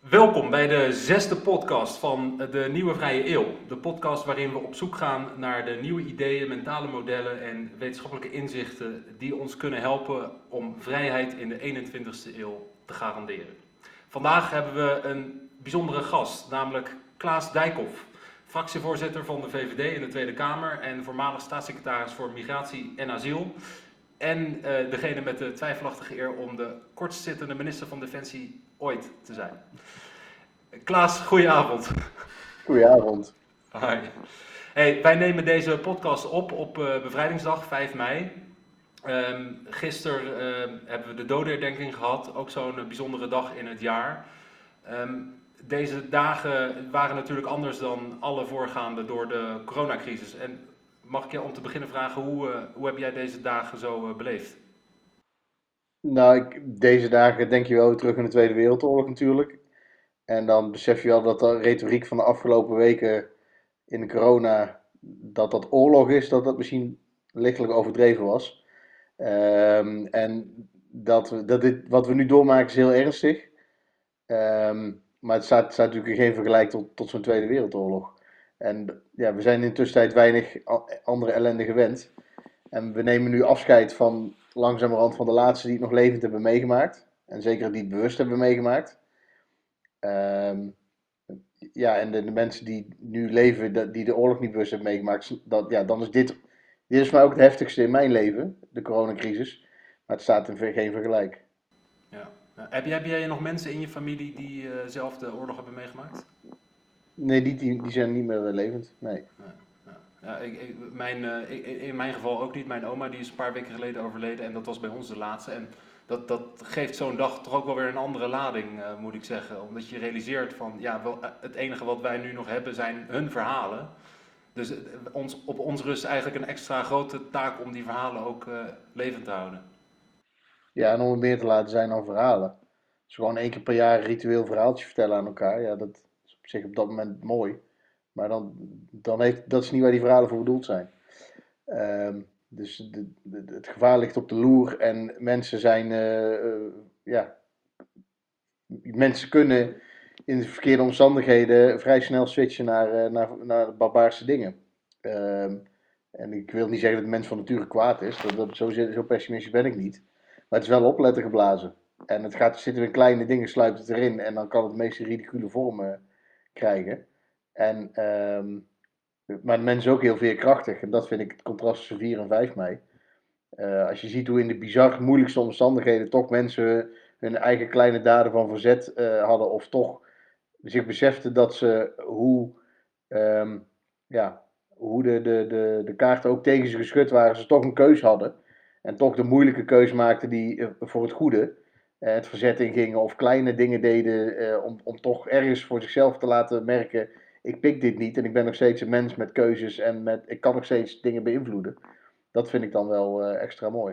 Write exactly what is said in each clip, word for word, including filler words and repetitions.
Welkom bij de zesde podcast van de Nieuwe Vrije Eeuw. De podcast waarin we op zoek gaan naar de nieuwe ideeën, mentale modellen en wetenschappelijke inzichten die ons kunnen helpen om vrijheid in de eenentwintigste eeuw te garanderen. Vandaag hebben we een bijzondere gast, namelijk Klaas Dijkhoff, fractievoorzitter van de V V D in de Tweede Kamer en voormalig staatssecretaris voor Migratie en Asiel. En uh, degene met de twijfelachtige eer om de kortstzittende minister van Defensie ooit te zijn. Klaas, goedenavond. Goedenavond. Hi. Hey, wij nemen deze podcast op op uh, Bevrijdingsdag, vijf mei. Um, gisteren uh, hebben we de dodenherdenking gehad, ook zo'n uh, bijzondere dag in het jaar. Um, deze dagen waren natuurlijk anders dan alle voorgaande door de coronacrisis. En mag ik je om te beginnen vragen, hoe, uh, hoe heb jij deze dagen zo uh, beleefd? Nou, ik, deze dagen denk je wel weer terug in de Tweede Wereldoorlog natuurlijk. En dan besef je wel dat de retoriek van de afgelopen weken in de corona, dat dat oorlog is, dat dat misschien lichtelijk overdreven was. Ehm, en dat, we, dat dit, wat we nu doormaken is heel ernstig. Ehm, maar het staat, staat natuurlijk in geen vergelijk tot, tot zo'n Tweede Wereldoorlog. En ja, we zijn in de tussentijd weinig a- andere ellende gewend. En we nemen nu afscheid van langzamerhand van de laatste die het nog levend hebben meegemaakt. En zeker die het bewust hebben meegemaakt. Ehm, ja, en de, de mensen die nu leven, die de oorlog niet bewust hebben meegemaakt, dat, ja, dan is dit, dit is voor mij ook het heftigste in mijn leven, de coronacrisis. Maar het staat in ver- geen vergelijk. Ja. Ja. Heb, jij, heb jij nog mensen in je familie die uh, zelf de oorlog hebben meegemaakt? Nee, die, die, die zijn niet meer eh, levend. Nee. Ja, ja. Ja, ik, ik, mijn, uh, ik, in mijn geval ook niet. Mijn oma die is een paar weken geleden overleden en dat was bij ons de laatste. En dat, dat geeft zo'n dag toch ook wel weer een andere lading, uh, moet ik zeggen. Omdat je realiseert van, ja, wel, het enige wat wij nu nog hebben zijn hun verhalen. Dus uh, ons, op ons rust eigenlijk een extra grote taak om die verhalen ook uh, levend te houden. Ja, en om het meer te laten zijn dan verhalen. Dus gewoon één keer per jaar een ritueel verhaaltje vertellen aan elkaar. Ja, dat is op zich op dat moment mooi. Maar dan, dan heeft, dat is niet waar die verhalen voor bedoeld zijn. Ehm, dus de, de- het gevaar ligt op de loer en mensen zijn, eh, eh, ja, mensen kunnen in de verkeerde omstandigheden vrij snel switchen naar, eh, naar, naar barbaarse dingen. Ehm, en ik wil niet zeggen dat de mens van nature kwaad is, dat, dat, zo, zo pessimistisch ben ik niet. Maar het is wel opletten geblazen. En het gaat, zitten in kleine dingen, sluipt het erin en dan kan het de meest ridicule vormen krijgen. En ehm, maar de mens is ook heel veerkrachtig. En dat vind ik het contrast tussen vier en vijf mei. Uh, als je ziet hoe in de bizar moeilijkste omstandigheden toch mensen hun eigen kleine daden van verzet uh, hadden. Of toch zich beseften dat ze hoe, um, ja, hoe de, de, de, de kaarten ook tegen ze geschud waren. Ze toch een keus hadden. En toch de moeilijke keus maakten die uh, voor het goede. Uh, het verzet ingingen of kleine dingen deden uh, om, om toch ergens voor zichzelf te laten merken. Ik pik dit niet en ik ben nog steeds een mens met keuzes en met, ik kan nog steeds dingen beïnvloeden. Dat vind ik dan wel uh, extra mooi.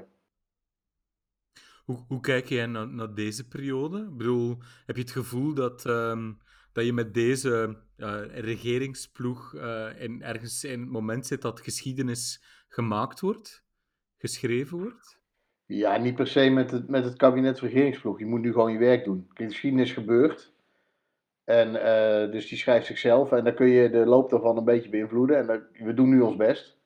Hoe, hoe kijk jij naar, naar deze periode? Ik bedoel, heb je het gevoel dat, um, dat je met deze uh, regeringsploeg uh, in, ergens in het moment zit dat geschiedenis gemaakt wordt, geschreven wordt? Ja, niet per se met het, met het kabinet regeringsploeg. Je moet nu gewoon je werk doen. De geschiedenis gebeurt. En uh, dus die schrijft zichzelf. En dan kun je de loop daarvan een beetje beïnvloeden. En dat, we doen nu ons best.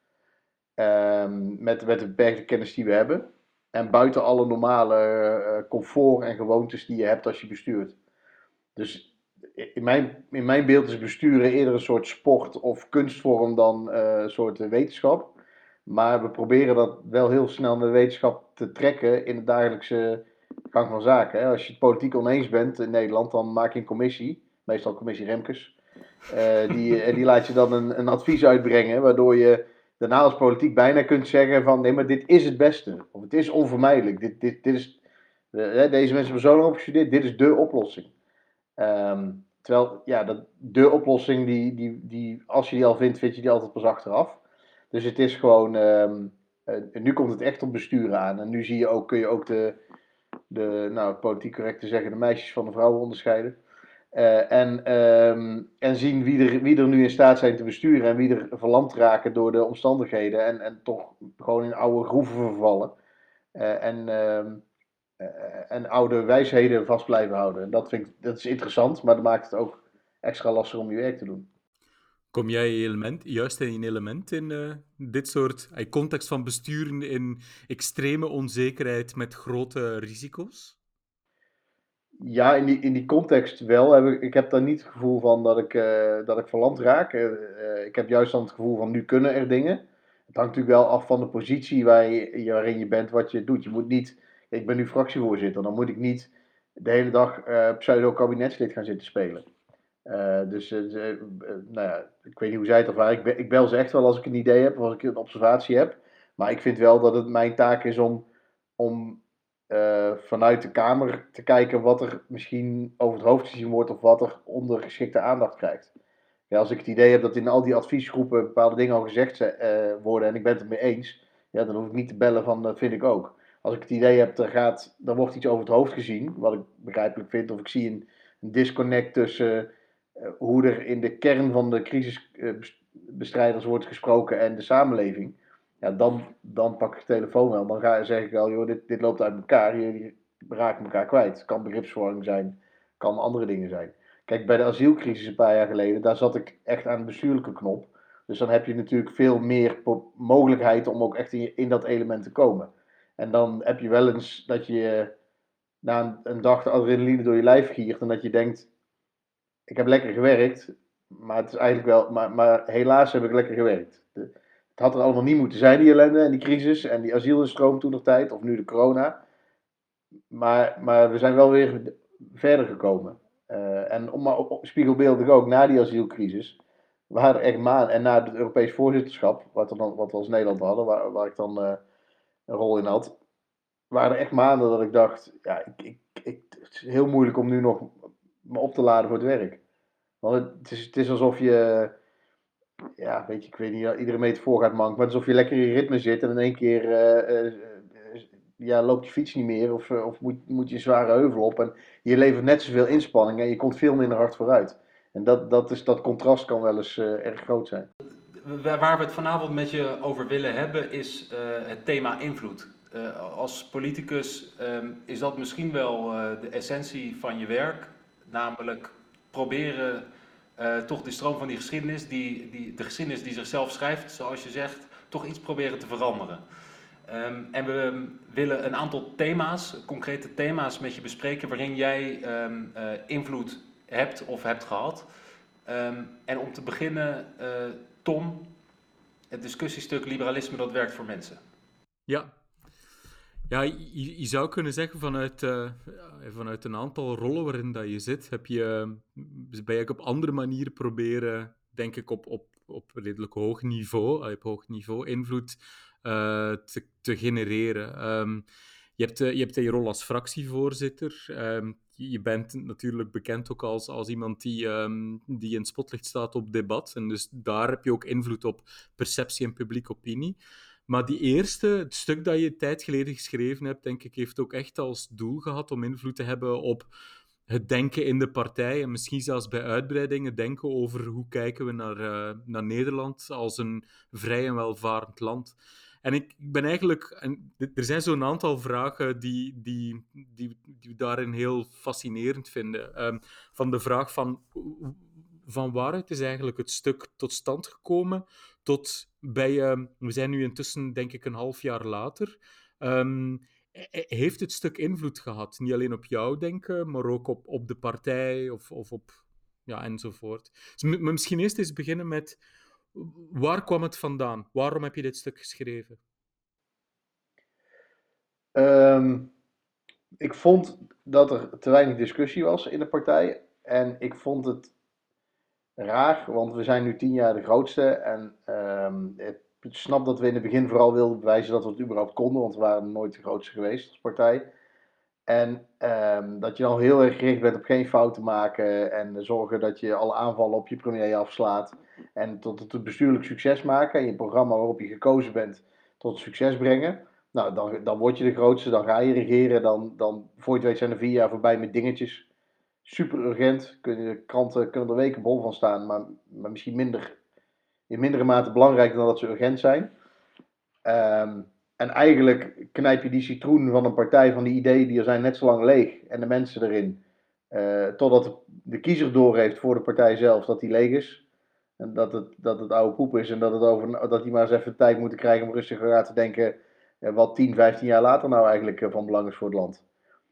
Um, met, met de beperkte kennis die we hebben. En buiten alle normale uh, comfort en gewoontes die je hebt als je bestuurt. Dus in mijn, in mijn beeld is besturen eerder een soort sport of kunstvorm dan uh, een soort wetenschap. Maar we proberen dat wel heel snel naar de wetenschap te trekken in de dagelijkse gang van zaken. Als je het politiek oneens bent in Nederland, dan maak je een commissie, meestal commissie Remkes. Uh, die, die laat je dan een, een advies uitbrengen, waardoor je daarna als politiek bijna kunt zeggen van nee, maar dit is het beste. Of het is onvermijdelijk. Dit, dit, dit is, uh, deze mensen hebben zo lang opgestudeerd, dit is dé oplossing. Um, terwijl, ja, dat, de oplossing, die, die, die, als je die al vindt, vind je die altijd pas achteraf. Dus het is gewoon, um, uh, nu komt het echt op besturen aan. En nu zie je ook, kun je ook de, de nou, politiek correct te zeggen, de meisjes van de vrouwen onderscheiden. Uh, en, um, en zien wie er, wie er nu in staat zijn te besturen en wie er verlamd raken door de omstandigheden. En, en toch gewoon in oude groeven vervallen. Uh, en... Um, uh, en oude wijsheden vast blijven houden. En dat, vind ik, dat is interessant, maar dat maakt het ook extra lastig om je werk te doen. Kom jij element, juist in een element in uh, dit soort uh, context van besturen in extreme onzekerheid met grote risico's? Ja, in die, in die context wel. Heb ik, ik heb daar niet het gevoel van dat ik, uh, dat ik verlamd raak. Uh, uh, ik heb juist dan het gevoel van nu kunnen er dingen. Het hangt natuurlijk wel af van de positie waar je, waarin je bent, wat je doet. Je moet niet, ik ben nu fractievoorzitter, dan moet ik niet de hele dag uh, pseudo-kabinetslid gaan zitten spelen. Uh, dus, uh, uh, nou ja, ik weet niet hoe zij het ervaren. Ik, be, ik bel ze echt wel als ik een idee heb of als ik een observatie heb. Maar ik vind wel dat het mijn taak is om, om uh, vanuit de Kamer te kijken wat er misschien over het hoofd gezien wordt of wat er ondergeschikte aandacht krijgt. Ja, als ik het idee heb dat in al die adviesgroepen bepaalde dingen al gezegd uh, worden en ik ben het ermee eens, ja, dan hoef ik niet te bellen van dat vind ik ook. Als ik het idee heb, er, gaat, er wordt iets over het hoofd gezien, wat ik begrijpelijk vind, of ik zie een, een disconnect tussen uh, hoe er in de kern van de crisisbestrijders wordt gesproken en de samenleving, ja, dan, dan pak ik de telefoon wel. Dan ga, zeg ik wel, joh, dit, dit loopt uit elkaar, jullie raken elkaar kwijt. Het kan begripsvorming zijn, kan andere dingen zijn. Kijk, bij de asielcrisis een paar jaar geleden, daar zat ik echt aan de bestuurlijke knop. Dus dan heb je natuurlijk veel meer mogelijkheid om ook echt in, in dat element te komen. En dan heb je wel eens dat je na een, een dag de adrenaline door je lijf giert en dat je denkt, ik heb lekker gewerkt, maar het is eigenlijk wel, maar, maar helaas heb ik lekker gewerkt. De, het had er allemaal niet moeten zijn, die ellende en die crisis en die asielinstroom toen nog tijd, of nu de corona. Maar, maar we zijn wel weer verder gekomen. Uh, en om, maar spiegelbeeldig ook, na die asielcrisis, waren er echt maanden, en na het Europees voorzitterschap, wat, dan, wat we als Nederland hadden, waar, waar ik dan uh, een rol in had, waren er echt maanden dat ik dacht, ja, ik, ik, ik, het is heel moeilijk om nu nog me op te laden voor het werk. Want het, het, is, het is alsof je, ja, weet je, ik weet niet, iedere metafoor gaat mank, maar het is alsof je lekker in je ritme zit en in één keer uh, uh, ja, loopt je fiets niet meer of, of moet, moet je een zware heuvel op en je levert net zoveel inspanning en je komt veel minder hard vooruit. En dat, dat, is, dat contrast kan wel eens uh, erg groot zijn. Waar we het vanavond met je over willen hebben is uh, het thema invloed. Uh, als politicus um, is dat misschien wel uh, de essentie van je werk, namelijk proberen uh, toch de stroom van die geschiedenis, die, die, de geschiedenis die zichzelf schrijft, zoals je zegt, toch iets proberen te veranderen. Um, en we willen een aantal thema's, concrete thema's met je bespreken waarin jij um, uh, invloed hebt of hebt gehad. Um, en om te beginnen, uh, Tom, het discussiestuk liberalisme dat werkt voor mensen. Ja, ja je, je zou kunnen zeggen vanuit, uh, vanuit een aantal rollen waarin dat je zit, heb je, ben je op andere manieren proberen, denk ik, op, op, op redelijk hoog niveau, op hoog niveau invloed uh, te, te genereren. Um, je, hebt, uh, je hebt je rol als fractievoorzitter. Um, je bent natuurlijk bekend ook als, als iemand die, um, die in het spotlicht staat op debat. En dus daar heb je ook invloed op perceptie en publieke opinie. Maar die eerste, het stuk dat je een tijd geleden geschreven hebt, denk ik, heeft ook echt als doel gehad om invloed te hebben op het denken in de partij en misschien zelfs bij uitbreiding het denken over hoe kijken we naar, uh, naar Nederland als een vrij en welvarend land. En ik, ik ben eigenlijk... En er zijn zo'n aantal vragen die, die, die, die we daarin heel fascinerend vinden. Um, van de vraag van... Van waaruit is eigenlijk het stuk tot stand gekomen tot bij... Uh, we zijn nu intussen, denk ik, een half jaar later. Um, heeft het stuk invloed gehad? Niet alleen op jouw denken, maar ook op, op de partij of, of op... Ja, enzovoort. Dus m- misschien eerst eens beginnen met... Waar kwam het vandaan? Waarom heb je dit stuk geschreven? Um, ik vond dat er te weinig discussie was in de partij. En ik vond het raar, want we zijn nu tien jaar de grootste. En um, ik snap dat we in het begin vooral wilden bewijzen dat we het überhaupt konden, want we waren nooit de grootste geweest als partij. En um, dat je dan heel erg gericht bent op geen fouten maken en zorgen dat je alle aanvallen op je premier afslaat. En tot het bestuurlijk succes maken en je programma waarop je gekozen bent tot succes brengen. Nou, dan, dan word je de grootste, dan ga je regeren, dan, dan voor je het weet zijn er vier jaar voorbij met dingetjes. Super urgent, kunnen de kranten kunnen er weken bol van staan, maar, maar misschien minder, in mindere mate belangrijk dan dat ze urgent zijn. Um, En eigenlijk knijp je die citroen van een partij, van die ideeën die er zijn, net zo lang leeg. En de mensen erin. Uh, totdat de kiezer doorheeft voor de partij zelf dat die leeg is. En dat het, dat het oude poep is. En dat, het over, dat die maar eens even tijd moeten krijgen om rustig na te denken. Uh, wat tien, vijftien jaar later nou eigenlijk uh, van belang is voor het land.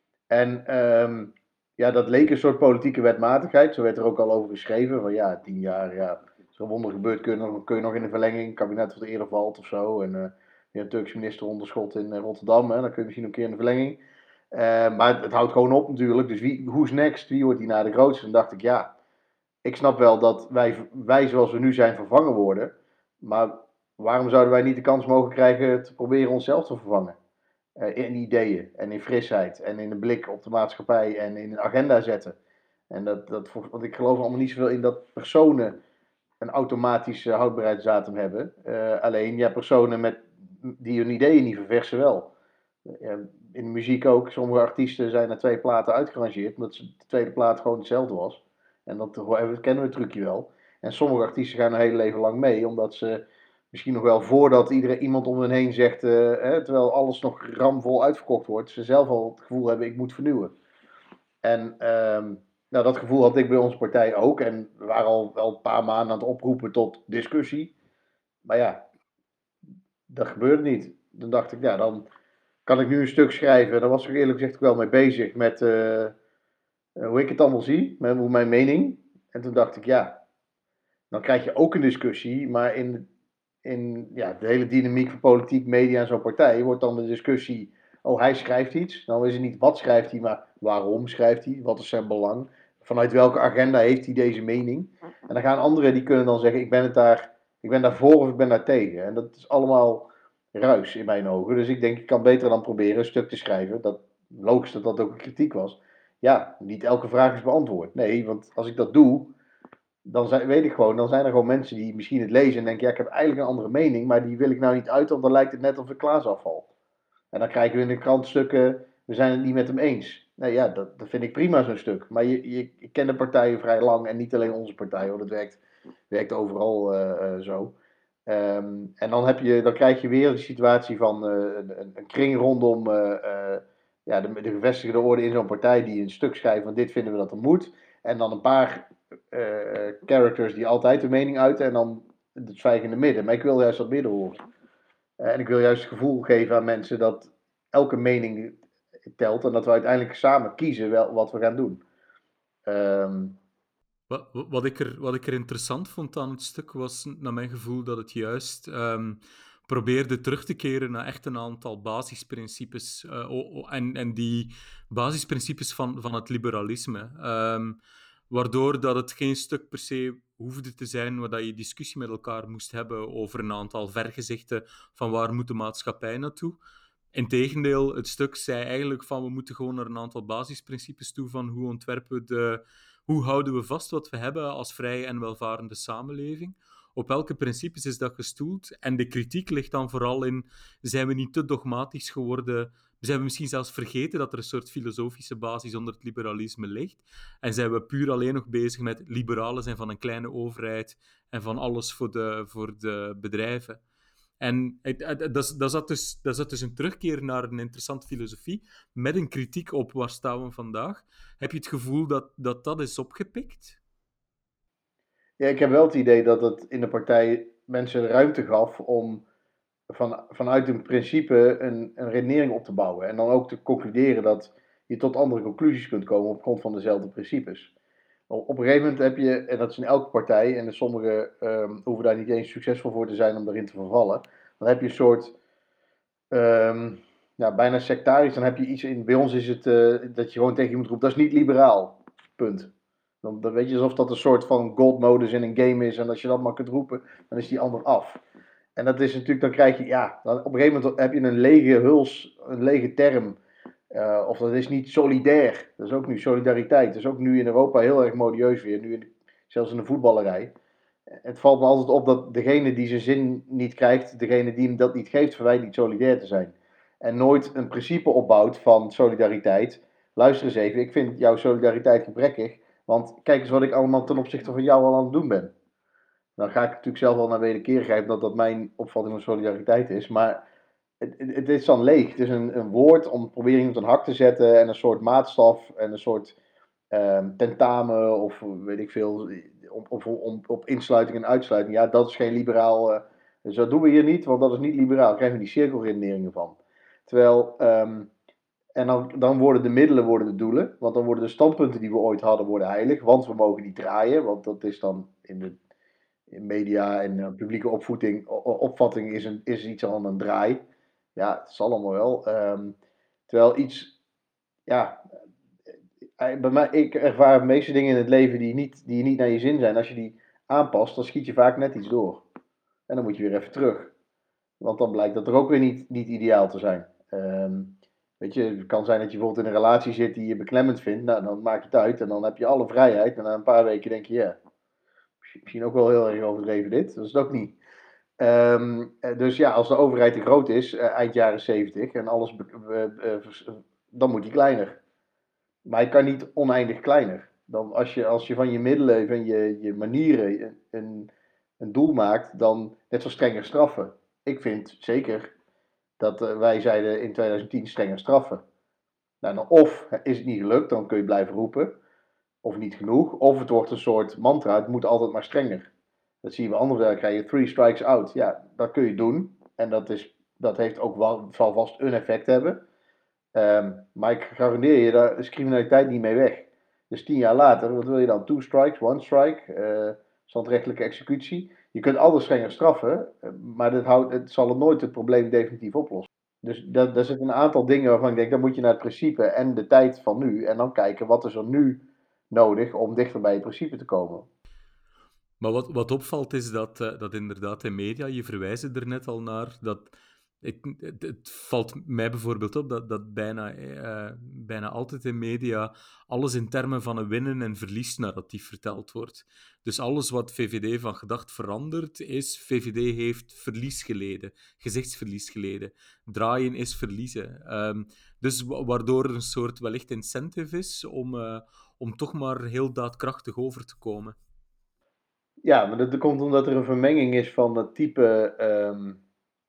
En um, ja, dat leek een soort politieke wetmatigheid. Zo werd er ook al over geschreven. Van ja, tien jaar, ja, als er een wonder gebeurt, kun je, nog, kun je nog in de verlenging. Het kabinet wat eerder valt of zo. En uh, ja, een Turkse minister onderschot in uh, Rotterdam. Hè, dan kun je misschien een keer in de verlenging. Uh, maar het, het houdt gewoon op natuurlijk. Dus wie, who's next? Wie wordt die na de grootste? Dan dacht ik, ja, ik snap wel dat wij, wij zoals we nu zijn vervangen worden. Maar waarom zouden wij niet de kans mogen krijgen te proberen onszelf te vervangen? Uh, in ideeën en in frisheid en in een blik op de maatschappij en in een agenda zetten. En dat, dat, want ik geloof allemaal niet zoveel in dat personen een automatische houdbaarheidsdatum hebben. Uh, alleen ja, personen met, die hun ideeën niet verversen wel. Uh, in de muziek ook. Sommige artiesten zijn na twee platen uitgerangeerd omdat ze de tweede plaat gewoon hetzelfde was. En dat kennen we het trucje wel. En sommige artiesten gaan een hele leven lang mee omdat ze misschien nog wel voordat iedereen, iemand om hen heen zegt, uh, hè, terwijl alles nog ramvol uitverkocht wordt, ze zelf al het gevoel hebben, ik moet vernieuwen. En um, nou, dat gevoel had ik bij onze partij ook. En we waren al wel een paar maanden aan het oproepen tot discussie. Maar ja, dat gebeurde niet. Dan dacht ik, ja, dan kan ik nu een stuk schrijven. Daar was ik eerlijk gezegd ook wel mee bezig met uh, hoe ik het allemaal zie, met mijn mening. En toen dacht ik, ja, dan krijg je ook een discussie, maar in in ja, de hele dynamiek van politiek, media en zo'n partij wordt dan de discussie, oh hij schrijft iets. Dan is het niet wat schrijft hij, maar waarom schrijft hij, wat is zijn belang, vanuit welke agenda heeft hij deze mening. En dan gaan anderen die kunnen dan zeggen, ik ben het daar, ik ben daar voor of ik ben daar tegen. En dat is allemaal ruis in mijn ogen. Dus ik denk, ik kan beter dan proberen een stuk te schrijven, dat logisch dat dat ook een kritiek was. Ja, niet elke vraag is beantwoord. Nee, want als ik dat doe, dan zijn, weet ik gewoon, dan zijn er gewoon mensen die misschien het lezen en denken, ja, ik heb eigenlijk een andere mening, maar die wil ik nou niet uit, want dan lijkt het net of ik Klaas afval. En dan krijgen we in de krant stukken, we zijn het niet met hem eens. Nee, ja, dat, dat vind ik prima zo'n stuk. Maar je, je, ik ken de partijen vrij lang en niet alleen onze partij, hoor. Dat werkt, werkt overal uh, uh, zo. Um, en dan, heb je, dan krijg je weer de situatie van uh, een, een kring rondom uh, uh, ja, de, de gevestigde orde in zo'n partij die een stuk schrijft van dit vinden we dat er moet. En dan een paar uh, characters die altijd de mening uiten en dan het zwijgen in de midden. Maar ik wil juist dat midden horen. Uh, en ik wil juist het gevoel geven aan mensen dat elke mening telt en dat we uiteindelijk samen kiezen wel, wat we gaan doen. Um, Wat, wat, ik er, wat ik er interessant vond aan het stuk was, naar mijn gevoel, dat het juist um, probeerde terug te keren naar echt een aantal basisprincipes. Uh, oh, oh, en, en die basisprincipes van, van het liberalisme. Um, waardoor dat het geen stuk per se hoefde te zijn waar dat je discussie met elkaar moest hebben over een aantal vergezichten van waar moet de maatschappij naartoe. Integendeel, het stuk zei eigenlijk van we moeten gewoon naar een aantal basisprincipes toe van hoe ontwerpen we de... Hoe houden we vast wat we hebben als vrije en welvarende samenleving? Op welke principes is dat gestoeld? En de kritiek ligt dan vooral in, zijn we niet te dogmatisch geworden? Zijn we misschien zelfs vergeten dat er een soort filosofische basis onder het liberalisme ligt? En zijn we puur alleen nog bezig met liberalen zijn van een kleine overheid en van alles voor de, voor de bedrijven? En dat zat dus, dat zat dus een terugkeer naar een interessante filosofie met een kritiek op waar staan we vandaag. Heb je het gevoel dat dat, dat is opgepikt? Ja, ik heb wel het idee dat het in de partij mensen ruimte gaf om van, vanuit een principe een, een redenering op te bouwen. En dan ook te concluderen dat je tot andere conclusies kunt komen op grond van dezelfde principes. Op een gegeven moment heb je, en dat is in elke partij, en sommigen um, hoeven daar niet eens succesvol voor te zijn om daarin te vervallen, dan heb je een soort, um, ja, bijna sectarisch, dan heb je iets in, bij ons is het uh, dat je gewoon tegen iemand roept, dat is niet liberaal, punt. Dan, dan weet je alsof dat een soort van goldmodus in een game is, en als je dat maar kunt roepen, dan is die ander af. En dat is natuurlijk, dan krijg je, ja, dan op een gegeven moment heb je een lege huls, een lege term. Uh, of dat is niet solidair. Dat is ook nu solidariteit. Dat is ook nu in Europa heel erg modieus weer. Nu in de, zelfs in de voetballerij. Het valt me altijd op dat degene die zijn zin niet krijgt, degene die hem dat niet geeft, verwijt niet solidair te zijn. En nooit een principe opbouwt van solidariteit. Luister eens even, ik vind jouw solidariteit gebrekkig. Want kijk eens wat ik allemaal ten opzichte van jou al aan het doen ben. Dan ga ik natuurlijk zelf al naar wederkerigheid, dat dat mijn opvatting van solidariteit is. Maar het, het, het is dan leeg. Het is een, een woord om te proberen iemand een hak te zetten en een soort maatstaf en een soort um, tentamen of weet ik veel, om, om, om, op insluiting en uitsluiting. Ja, dat is geen liberaal. Uh, dus dat doen we hier niet, want dat is niet liberaal. Daar krijgen we die cirkelredeneringen van. Terwijl, um, en dan, dan worden de middelen worden de doelen, want dan worden de standpunten die we ooit hadden worden heilig, want we mogen niet draaien, want dat is dan in de in media en uh, publieke opvoeding, opvatting is, een, is iets aan een draai. Ja, het zal allemaal wel. Um, terwijl iets, ja, bij mij, ik ervaar de meeste dingen in het leven die niet, die niet naar je zin zijn. Als je die aanpast, dan schiet je vaak net iets door. En dan moet je weer even terug. Want dan blijkt dat er ook weer niet, niet ideaal te zijn. Um, weet je, het kan zijn dat je bijvoorbeeld in een relatie zit die je beklemmend vindt. Nou, dan maakt het uit en dan heb je alle vrijheid. En na een paar weken denk je, ja, misschien ook wel heel erg overdreven dit. Dat is het ook niet. Um, dus ja, als de overheid te groot is, uh, eind jaren zeventig, en alles, be- uh, uh, dan moet die kleiner. Maar hij kan niet oneindig kleiner. Dan als je, als je van je middelen, van je, je manieren een, een doel maakt, dan net zo strenger straffen. Ik vind zeker dat uh, wij zeiden in twintig tien strenger straffen. Nou, dan of is het niet gelukt, dan kun je blijven roepen. Of niet genoeg. Of het wordt een soort mantra, het moet altijd maar strenger. Dat zie je bij andere, dan krijg je three strikes out. Ja, dat kun je doen. En dat, is, dat heeft ook wel, zal vast een effect hebben. Um, maar ik garandeer je, daar is criminaliteit niet mee weg. Dus tien jaar later, wat wil je dan? Two strikes, one strike, uh, standrechtelijke executie. Je kunt alles strenger straffen, maar dit houdt, het zal het nooit het probleem definitief oplossen. Dus dat, daar zitten een aantal dingen waarvan ik denk, dan moet je naar het principe en de tijd van nu. En dan kijken, wat is er nu nodig om dichter bij het principe te komen. Maar wat, wat opvalt is dat, uh, dat inderdaad in media, je verwijst er net al naar, dat ik, het, het valt mij bijvoorbeeld op dat, dat bijna, uh, bijna altijd in media alles in termen van een winnen- en verliesnarratief verteld wordt. Dus alles wat V V D van gedacht verandert, is V V D heeft verlies geleden, gezichtsverlies geleden. Draaien is verliezen. Um, dus wa- waardoor er een soort wellicht incentive is om, uh, om toch maar heel daadkrachtig over te komen. Ja, maar dat, dat komt omdat er een vermenging is van het type um,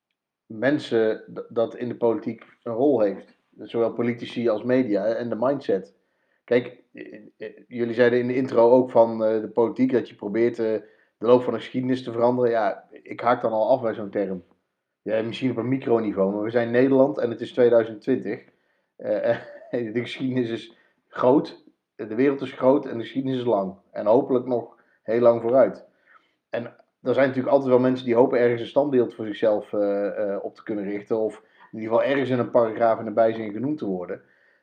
mensen dat in de politiek een rol heeft. Zowel politici als media en de mindset. Kijk, jullie zeiden in de intro ook van uh, de politiek dat je probeert uh, de loop van de geschiedenis te veranderen. Ja, ik haak dan al af bij zo'n term. Ja, misschien op een microniveau, maar we zijn Nederland en het is twintig twintig. Uh, de geschiedenis is groot, de wereld is groot en de geschiedenis is lang. En hopelijk nog heel lang vooruit. En er zijn natuurlijk altijd wel mensen die hopen ergens een standbeeld voor zichzelf uh, uh, op te kunnen richten. Of in ieder geval ergens in een paragraaf in een bijzin genoemd te worden.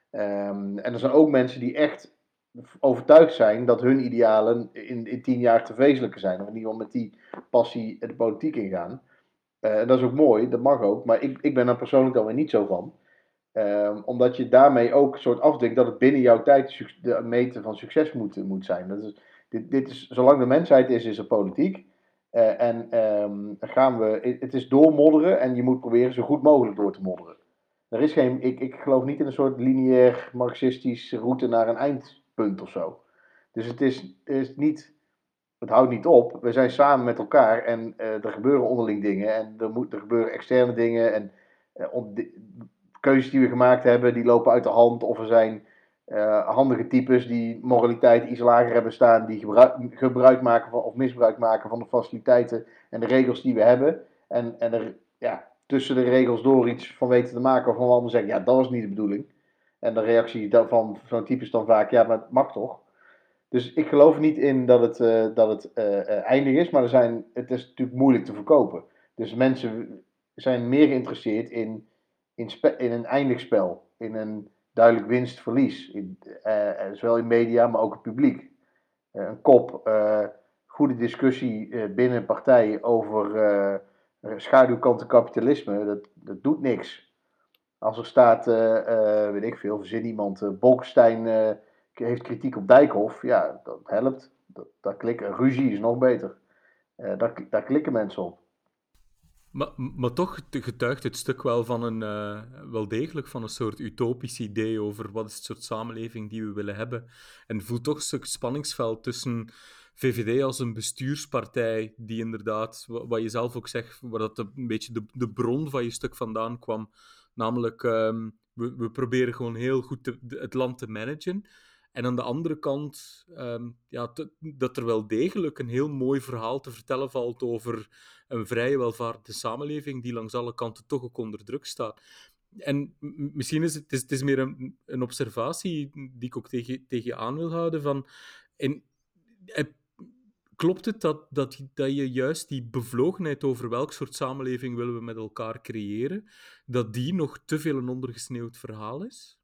Um, en er zijn ook mensen die echt overtuigd zijn dat hun idealen in, in tien jaar te wezenlijken zijn. Of in ieder geval met die passie de politiek ingaan. Uh, en dat is ook mooi, dat mag ook. Maar ik, ik ben daar persoonlijk dan weer niet zo van. Um, omdat je daarmee ook een soort afdwingt dat het binnen jouw tijd de meten van succes moet, moet zijn. Dat is, dit, dit is, zolang de mensheid is, is er politiek. Uh, en um, gaan we, het is doormodderen en je moet proberen zo goed mogelijk door te modderen. Er is geen, ik, ik geloof niet in een soort lineair marxistisch route naar een eindpunt of zo. Dus het is, het is niet, het houdt niet op. We zijn samen met elkaar en uh, er gebeuren onderling dingen en er, moet, er gebeuren externe dingen en uh, ont, keuzes die we gemaakt hebben, die lopen uit de hand. Of er zijn uh, handige types die moraliteit iets lager hebben staan, die gebruik, gebruik maken van, of misbruik maken van de faciliteiten en de regels die we hebben. En, en er ja, tussen de regels door iets van weten te maken waarvan we allemaal zeggen, ja, dat was niet de bedoeling. En de reactie van zo'n type is dan vaak, ja, maar het mag toch. Dus ik geloof niet in dat het, uh, dat het uh, uh, eindig is, maar er zijn, het is natuurlijk moeilijk te verkopen. Dus mensen zijn meer geïnteresseerd in in, spe, in een eindig spel, in een duidelijk winst-verlies, in, uh, zowel in media, maar ook het publiek. Uh, een kop, uh, goede discussie uh, binnen een partij over uh, schaduwkanten kapitalisme, dat, dat doet niks. Als er staat, uh, uh, weet ik veel, verzin iemand, uh, Bolkestein uh, heeft kritiek op Dijkhoff, ja, dat helpt. Dat, dat klikken. Ruzie is nog beter. Uh, daar, daar klikken mensen op. Maar, maar toch getuigt het stuk wel van een, uh, wel degelijk van een soort utopisch idee over wat is het soort samenleving die we willen hebben. En voelt toch een stuk spanningsveld tussen V V D als een bestuurspartij, die inderdaad, wat je zelf ook zegt, waar dat een beetje de, de bron van je stuk vandaan kwam, namelijk um, we, we proberen gewoon heel goed te, de, het land te managen. En aan de andere kant, um, ja, te, dat er wel degelijk een heel mooi verhaal te vertellen valt over een vrije, welvaardige samenleving die langs alle kanten toch ook onder druk staat. En m- misschien is het, het is, het is meer een, een observatie die ik ook tegen, tegen je aan wil houden. Van, en, eh, klopt het dat, dat, dat je juist die bevlogenheid over welk soort samenleving willen we met elkaar creëren, dat die nog te veel een ondergesneeuwd verhaal is?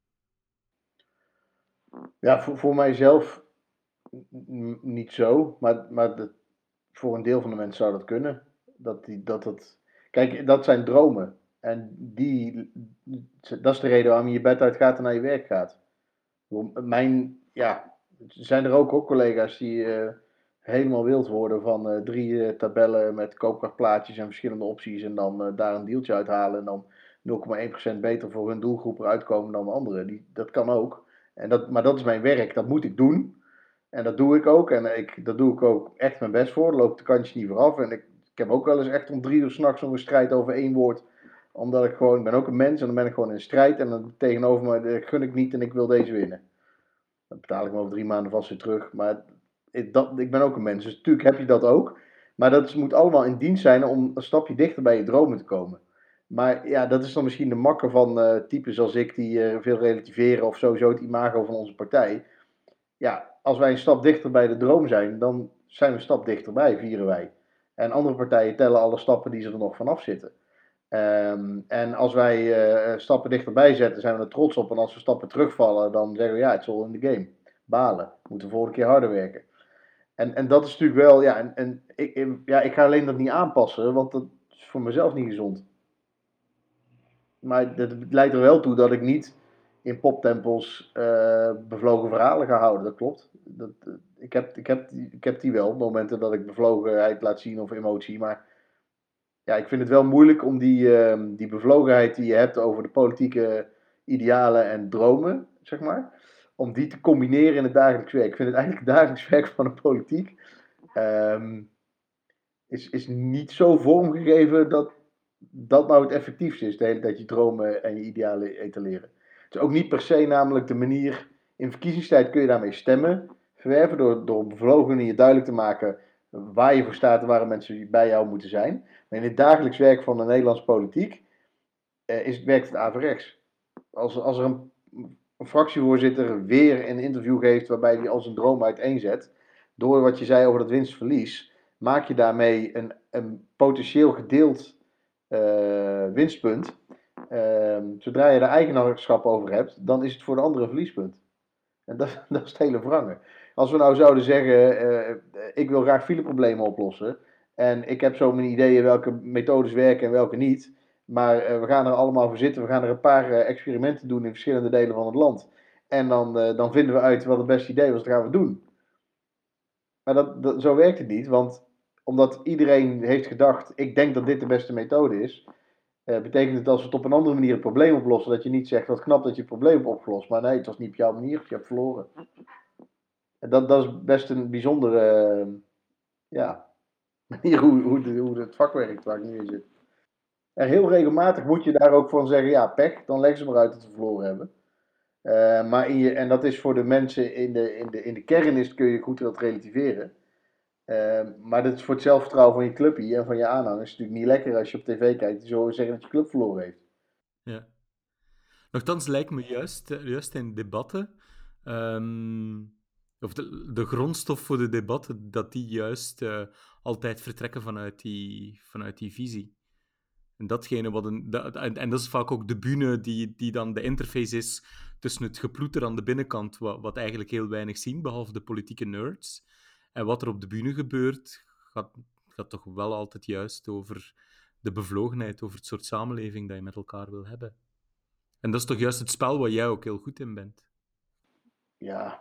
Ja, voor, voor mijzelf n- niet zo, maar, maar de, voor een deel van de mensen zou dat kunnen. Dat die, dat het, kijk, dat zijn dromen. En die, dat is de reden waarom je je bed uitgaat en naar je werk gaat. Mijn, ja, zijn er ook, ook collega's die uh, helemaal wild worden van uh, drie uh, tabellen met koopkrachtplaatjes en verschillende opties en dan uh, daar een deeltje uithalen en dan nul komma één procent beter voor hun doelgroep eruit komen dan de anderen. Die, dat kan ook. En dat, maar dat is mijn werk, dat moet ik doen. En dat doe ik ook. En ik, daar doe ik ook echt mijn best voor. Daar loop ik de kantjes niet vooraf. En ik, ik heb ook wel eens echt om drie uur s'nachts nog een strijd over één woord. Omdat ik gewoon, ik ben ook een mens en dan ben ik gewoon in een strijd. En dan tegenover me gun ik niet en ik wil deze winnen. Dan betaal ik me over drie maanden vast weer terug. Maar ik, dat, ik ben ook een mens. Dus natuurlijk heb je dat ook. Maar dat moet allemaal in dienst zijn om een stapje dichter bij je dromen te komen. Maar ja, dat is dan misschien de makker van uh, types als ik die uh, veel relativeren of sowieso het imago van onze partij. Ja, als wij een stap dichter bij de droom zijn, dan zijn we een stap dichterbij, vieren wij. En andere partijen tellen alle stappen die ze er nog vanaf zitten. Um, en als wij uh, stappen dichterbij zetten, zijn we er trots op. En als we stappen terugvallen, dan zeggen we ja, het is all in the game. Balen. We moeten de volgende keer harder werken. En, en dat is natuurlijk wel, ja, en, en ik, ja, ik ga alleen dat niet aanpassen, want dat is voor mezelf niet gezond. Maar dat leidt er wel toe dat ik niet in poptempels uh, bevlogen verhalen ga houden. Dat klopt. Dat, uh, ik, heb, ik, heb, ik heb die wel, momenten dat ik bevlogenheid laat zien of emotie. Maar ja, ik vind het wel moeilijk om die, uh, die bevlogenheid die je hebt over de politieke idealen en dromen, zeg maar, om die te combineren in het dagelijks werk. Ik vind het eigenlijk het dagelijks werk van de politiek um, is, is niet zo vormgegeven dat dat nou het effectiefste is, de hele tijd je dromen en je idealen etaleren. Het is ook niet per se namelijk de manier, in verkiezingstijd kun je daarmee stemmen verwerven, door, door op bevlogen manier duidelijk te maken waar je voor staat en waar mensen bij jou moeten zijn. Maar in het dagelijks werk van de Nederlandse politiek eh, is, werkt het averechts. Als, als er een, een fractievoorzitter weer een interview geeft waarbij hij al zijn droom uiteenzet, door wat je zei over dat winstverlies, maak je daarmee een, een potentieel gedeeld uh, winstpunt. Uh, zodra je er eigenaarschap over hebt, dan is het voor de andere een verliespunt. En dat, dat is het hele wrange. Als we nou zouden zeggen, uh, ik wil graag fileproblemen oplossen. En ik heb zo mijn ideeën welke methodes werken en welke niet. Maar uh, we gaan er allemaal voor zitten. We gaan er een paar uh, experimenten doen in verschillende delen van het land. En dan, uh, dan vinden we uit wat het beste idee was, dat gaan we doen. Maar dat, dat, zo werkt het niet, want omdat iedereen heeft gedacht, ik denk dat dit de beste methode is, uh, betekent het als we het op een andere manier het probleem oplossen, dat je niet zegt, wat knap dat je het probleem hebt opgelost. Maar nee, het was niet op jouw manier, je hebt verloren. En dat, dat is best een bijzondere uh, ja, manier hoe, hoe, de, hoe het vak werkt waar ik nu in zit. En heel regelmatig moet je daar ook van zeggen, ja, pech, dan leggen ze maar uit dat we verloren hebben. Uh, maar in je, en dat is voor de mensen in de, in de, in de kern is, kun je goed dat relativeren. Uh, maar dat is voor het zelfvertrouwen van je clubje en van je aanhangers natuurlijk niet lekker als je op tv kijkt die zo zeggen dat je club verloren heeft. Ja. Nochtans lijkt me juist, juist in debatten, um, of de, de grondstof voor de debatten, dat die juist uh, altijd vertrekken vanuit die, vanuit die visie. En datgene wat een, dat, en, en dat is vaak ook de bühne die, die dan de interface is tussen het geploeter aan de binnenkant, wat, wat eigenlijk heel weinig zien, behalve de politieke nerds. En wat er op de bühne gebeurt, gaat, gaat toch wel altijd juist over de bevlogenheid, over het soort samenleving dat je met elkaar wil hebben. En dat is toch juist het spel waar jij ook heel goed in bent? Ja.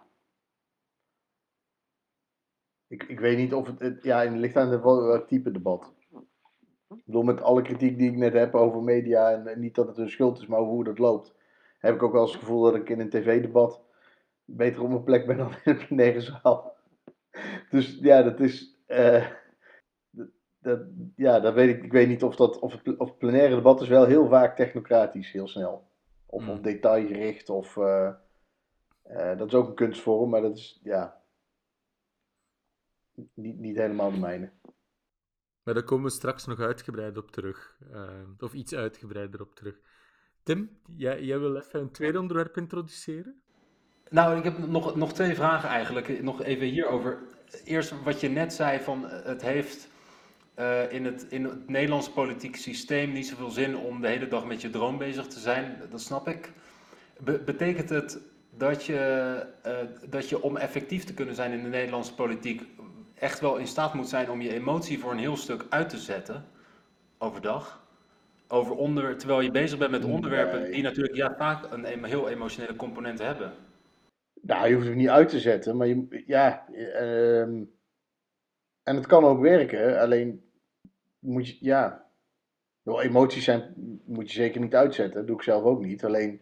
Ik, ik weet niet of het, het ja, het ligt aan de, welk type debat. Ik bedoel, met alle kritiek die ik net heb over media, en, en niet dat het hun schuld is, maar over hoe dat loopt, heb ik ook wel eens het gevoel dat ik in een tv-debat beter op mijn plek ben dan in een plenaire zaal. Dus ja, dat is... eh, dat, dat- ja, dat weet ik. Ik weet niet of dat... Of het, of het plenaire debat is wel heel vaak technocratisch, heel snel. Of, of Hmm. detailgericht, of... eh, eh, dat is ook een kunstvorm, maar dat is, ja, niet, niet helemaal de mijne. Maar daar komen we straks nog uitgebreid op terug. Eh, of iets uitgebreider op terug. Tim, jij, jij wil even een tweede onderwerp introduceren? Nou, ik heb nog, nog twee vragen eigenlijk. Nog even hierover. Eerst wat je net zei van eh, het heeft eh, in het, in het Nederlandse politieke systeem niet zoveel zin om de hele dag met je droom bezig te zijn. Dat snap ik. Be- betekent het dat je, eh, dat je om effectief te kunnen zijn in de Nederlandse politiek echt wel in staat moet zijn om je emotie voor een heel stuk uit te zetten overdag? Over onder, terwijl je bezig bent met onderwerpen die Nee. natuurlijk ja, vaak een em- heel emotionele component hebben. Nou, je hoeft het niet uit te zetten, maar je, ja, ehm, en het kan ook werken, alleen moet je, ja, wel, emoties zijn, moet je zeker niet uitzetten, dat doe ik zelf ook niet. Alleen,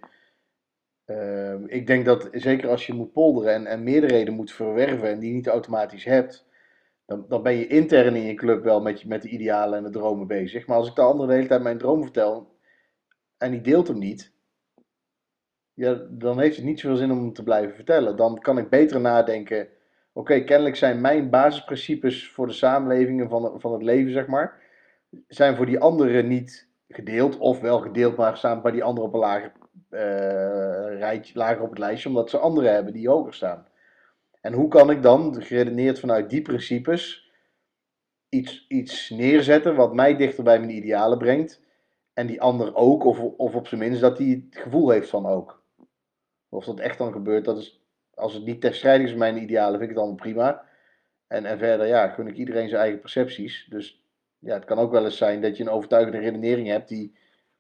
ehm, ik denk dat zeker als je moet polderen en, en meerderheden moet verwerven en die niet automatisch hebt, dan, dan ben je intern in je club wel met, je, met de idealen en de dromen bezig. Maar als ik de andere de hele tijd mijn droom vertel en die deelt hem niet, ja, dan heeft het niet zoveel zin om hem te blijven vertellen. Dan kan ik beter nadenken. Oké, kennelijk zijn mijn basisprincipes voor de samenleving en van, van het leven, zeg maar, zijn voor die anderen niet gedeeld. Of wel gedeeld, maar staan bij die anderen op een lager, eh, rijtje, lager op het lijstje, omdat ze anderen hebben die hoger staan. En hoe kan ik dan, geredeneerd vanuit die principes, iets, iets neerzetten wat mij dichter bij mijn idealen brengt. En die ander ook, of, of op zijn minst dat hij het gevoel heeft van ook. Of dat echt dan gebeurt, dat is, als het niet ter strijd is met mijn idealen, vind ik het allemaal prima. En, en verder, ja, gun ik iedereen zijn eigen percepties. Dus ja, het kan ook wel eens zijn dat je een overtuigende redenering hebt die,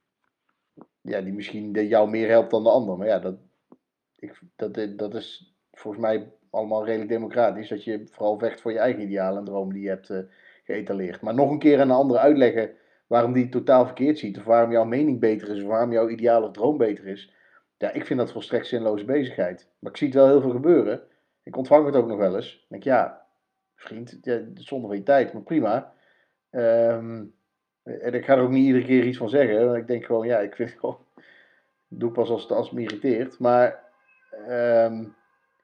ja, die misschien de jou meer helpt dan de ander. Maar ja, dat, ik, dat, dat is volgens mij allemaal redelijk democratisch. Dat je vooral vecht voor je eigen idealen en dromen die je hebt uh, geëtaleerd. Maar nog een keer aan een ander uitleggen waarom die het totaal verkeerd ziet. Of waarom jouw mening beter is. Of waarom jouw ideale of droom beter is. Ja, ik vind dat volstrekt zinloze bezigheid. Maar ik zie het wel heel veel gebeuren. Ik ontvang het ook nog wel eens. Ik denk, ja, vriend, ja, zonde van je tijd, maar prima. Um, en ik ga er ook niet iedere keer iets van zeggen. Want ik denk gewoon, ja, ik vind het gewoon... Ik doe pas als het, als het me irriteert. Maar um,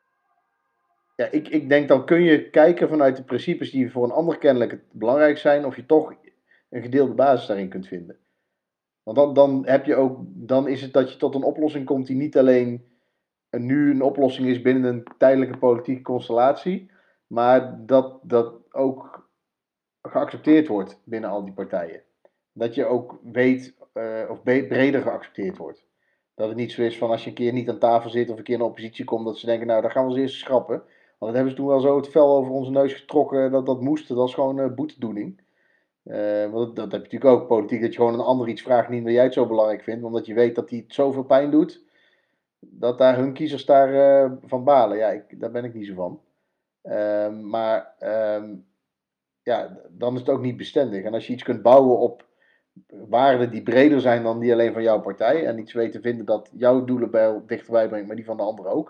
ja, ik, ik denk dan kun je kijken vanuit de principes die voor een ander kennelijk het belangrijk zijn. Of je toch een gedeelde basis daarin kunt vinden. Want dan, dan, heb je ook, dan is het dat je tot een oplossing komt die niet alleen een, nu een oplossing is binnen een tijdelijke politieke constellatie. Maar dat dat ook geaccepteerd wordt binnen al die partijen. Dat je ook weet, uh, of breder geaccepteerd wordt. Dat het niet zo is van als je een keer niet aan tafel zit of een keer in de oppositie komt, dat ze denken, nou, dat gaan we als eerste schrappen. Want dat hebben ze toen wel zo het vel over onze neus getrokken, dat dat moest. Dat was gewoon uh, boetedoening. Uh, want dat, dat heb je natuurlijk ook, politiek, dat je gewoon een ander iets vraagt, niet omdat jij het zo belangrijk vindt, omdat je weet dat hij het zoveel pijn doet, dat daar hun kiezers daar uh, van balen. Ja, ik, daar ben ik niet zo van. Uh, maar um, ja, dan is het ook niet bestendig. En als je iets kunt bouwen op waarden die breder zijn dan die alleen van jouw partij, en iets weet te vinden dat jouw doelen bij, dichterbij brengt, maar die van de ander ook,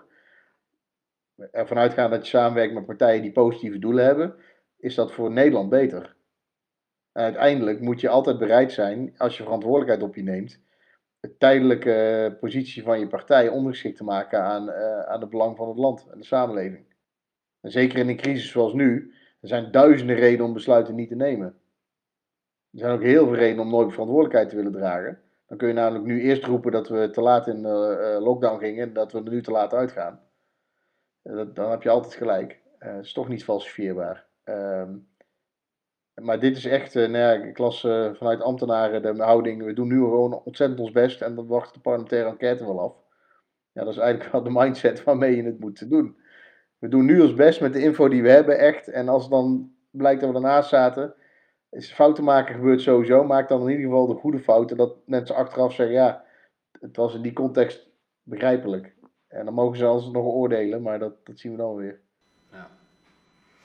ervan uitgaan dat je samenwerkt met partijen die positieve doelen hebben, is dat voor Nederland beter. En uiteindelijk moet je altijd bereid zijn, als je verantwoordelijkheid op je neemt, de tijdelijke positie van je partij ondergeschikt te maken aan, uh, aan het belang van het land en de samenleving. En zeker in een crisis zoals nu, er zijn duizenden redenen om besluiten niet te nemen. Er zijn ook heel veel redenen om nooit verantwoordelijkheid te willen dragen. Dan kun je namelijk nu eerst roepen dat we te laat in uh, lockdown gingen en dat we er nu te laat uitgaan. Dat, dan heb je altijd gelijk. Het uh, is toch niet falsifieerbaar. Uh, maar dit is echt, uh, nou ja, ik las uh, vanuit ambtenaren de houding, we doen nu gewoon ontzettend ons best en dan wacht de parlementaire enquête wel af. Ja, dat is eigenlijk wel de mindset waarmee je het moet doen. We doen nu ons best met de info die we hebben, echt. En als dan blijkt dat we ernaast zaten, is fouten maken gebeurt sowieso. Maak dan in ieder geval de goede fouten, dat mensen achteraf zeggen, ja, het was in die context begrijpelijk. En dan mogen ze alles nog oordelen, maar dat, dat zien we dan weer. Ja.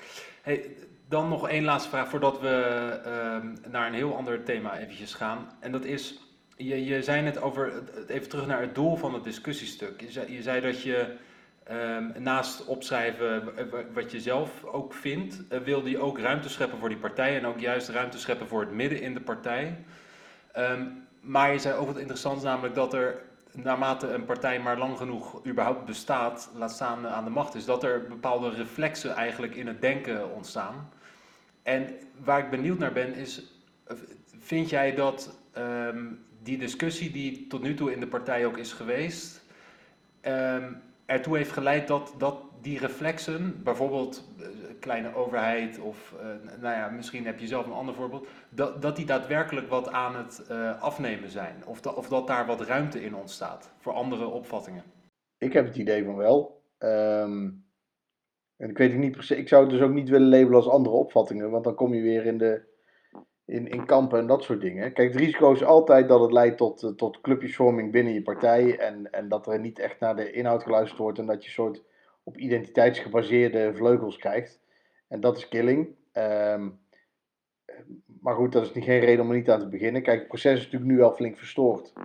Hey, dan nog één laatste vraag voordat we ehm, naar een heel ander thema eventjes gaan. En dat is, je, je zei net over, even terug naar het doel van het discussiestuk. Je zei, je zei dat je ehm, naast opschrijven wat je zelf ook vindt, eh, wilde je ook ruimte scheppen voor die partij en ook juist ruimte scheppen voor het midden in de partij. Ehm, maar je zei ook wat interessants, namelijk dat er naarmate een partij maar lang genoeg überhaupt bestaat, laat staan aan de macht is, dat er bepaalde reflexen eigenlijk in het denken ontstaan. En waar ik benieuwd naar ben is, vind jij dat um, die discussie die tot nu toe in de partij ook is geweest, um, ertoe heeft geleid dat, dat die reflexen, bijvoorbeeld uh, kleine overheid of uh, nou ja, misschien heb je zelf een ander voorbeeld, dat, dat die daadwerkelijk wat aan het uh, afnemen zijn? Of, da, of dat daar wat ruimte in ontstaat voor andere opvattingen? Ik heb het idee van wel. Um, en ik weet het niet precies. Ik zou het dus ook niet willen labelen als andere opvattingen, want dan kom je weer in de in, in kampen en dat soort dingen. Kijk, het risico is altijd dat het leidt tot, uh, tot clubjesvorming binnen je partij en, en dat er niet echt naar de inhoud geluisterd wordt en dat je een soort op identiteitsgebaseerde vleugels krijgt. En dat is killing. Um, maar goed, dat is niet, geen reden om er niet aan te beginnen. Kijk, het proces is natuurlijk nu wel flink verstoord.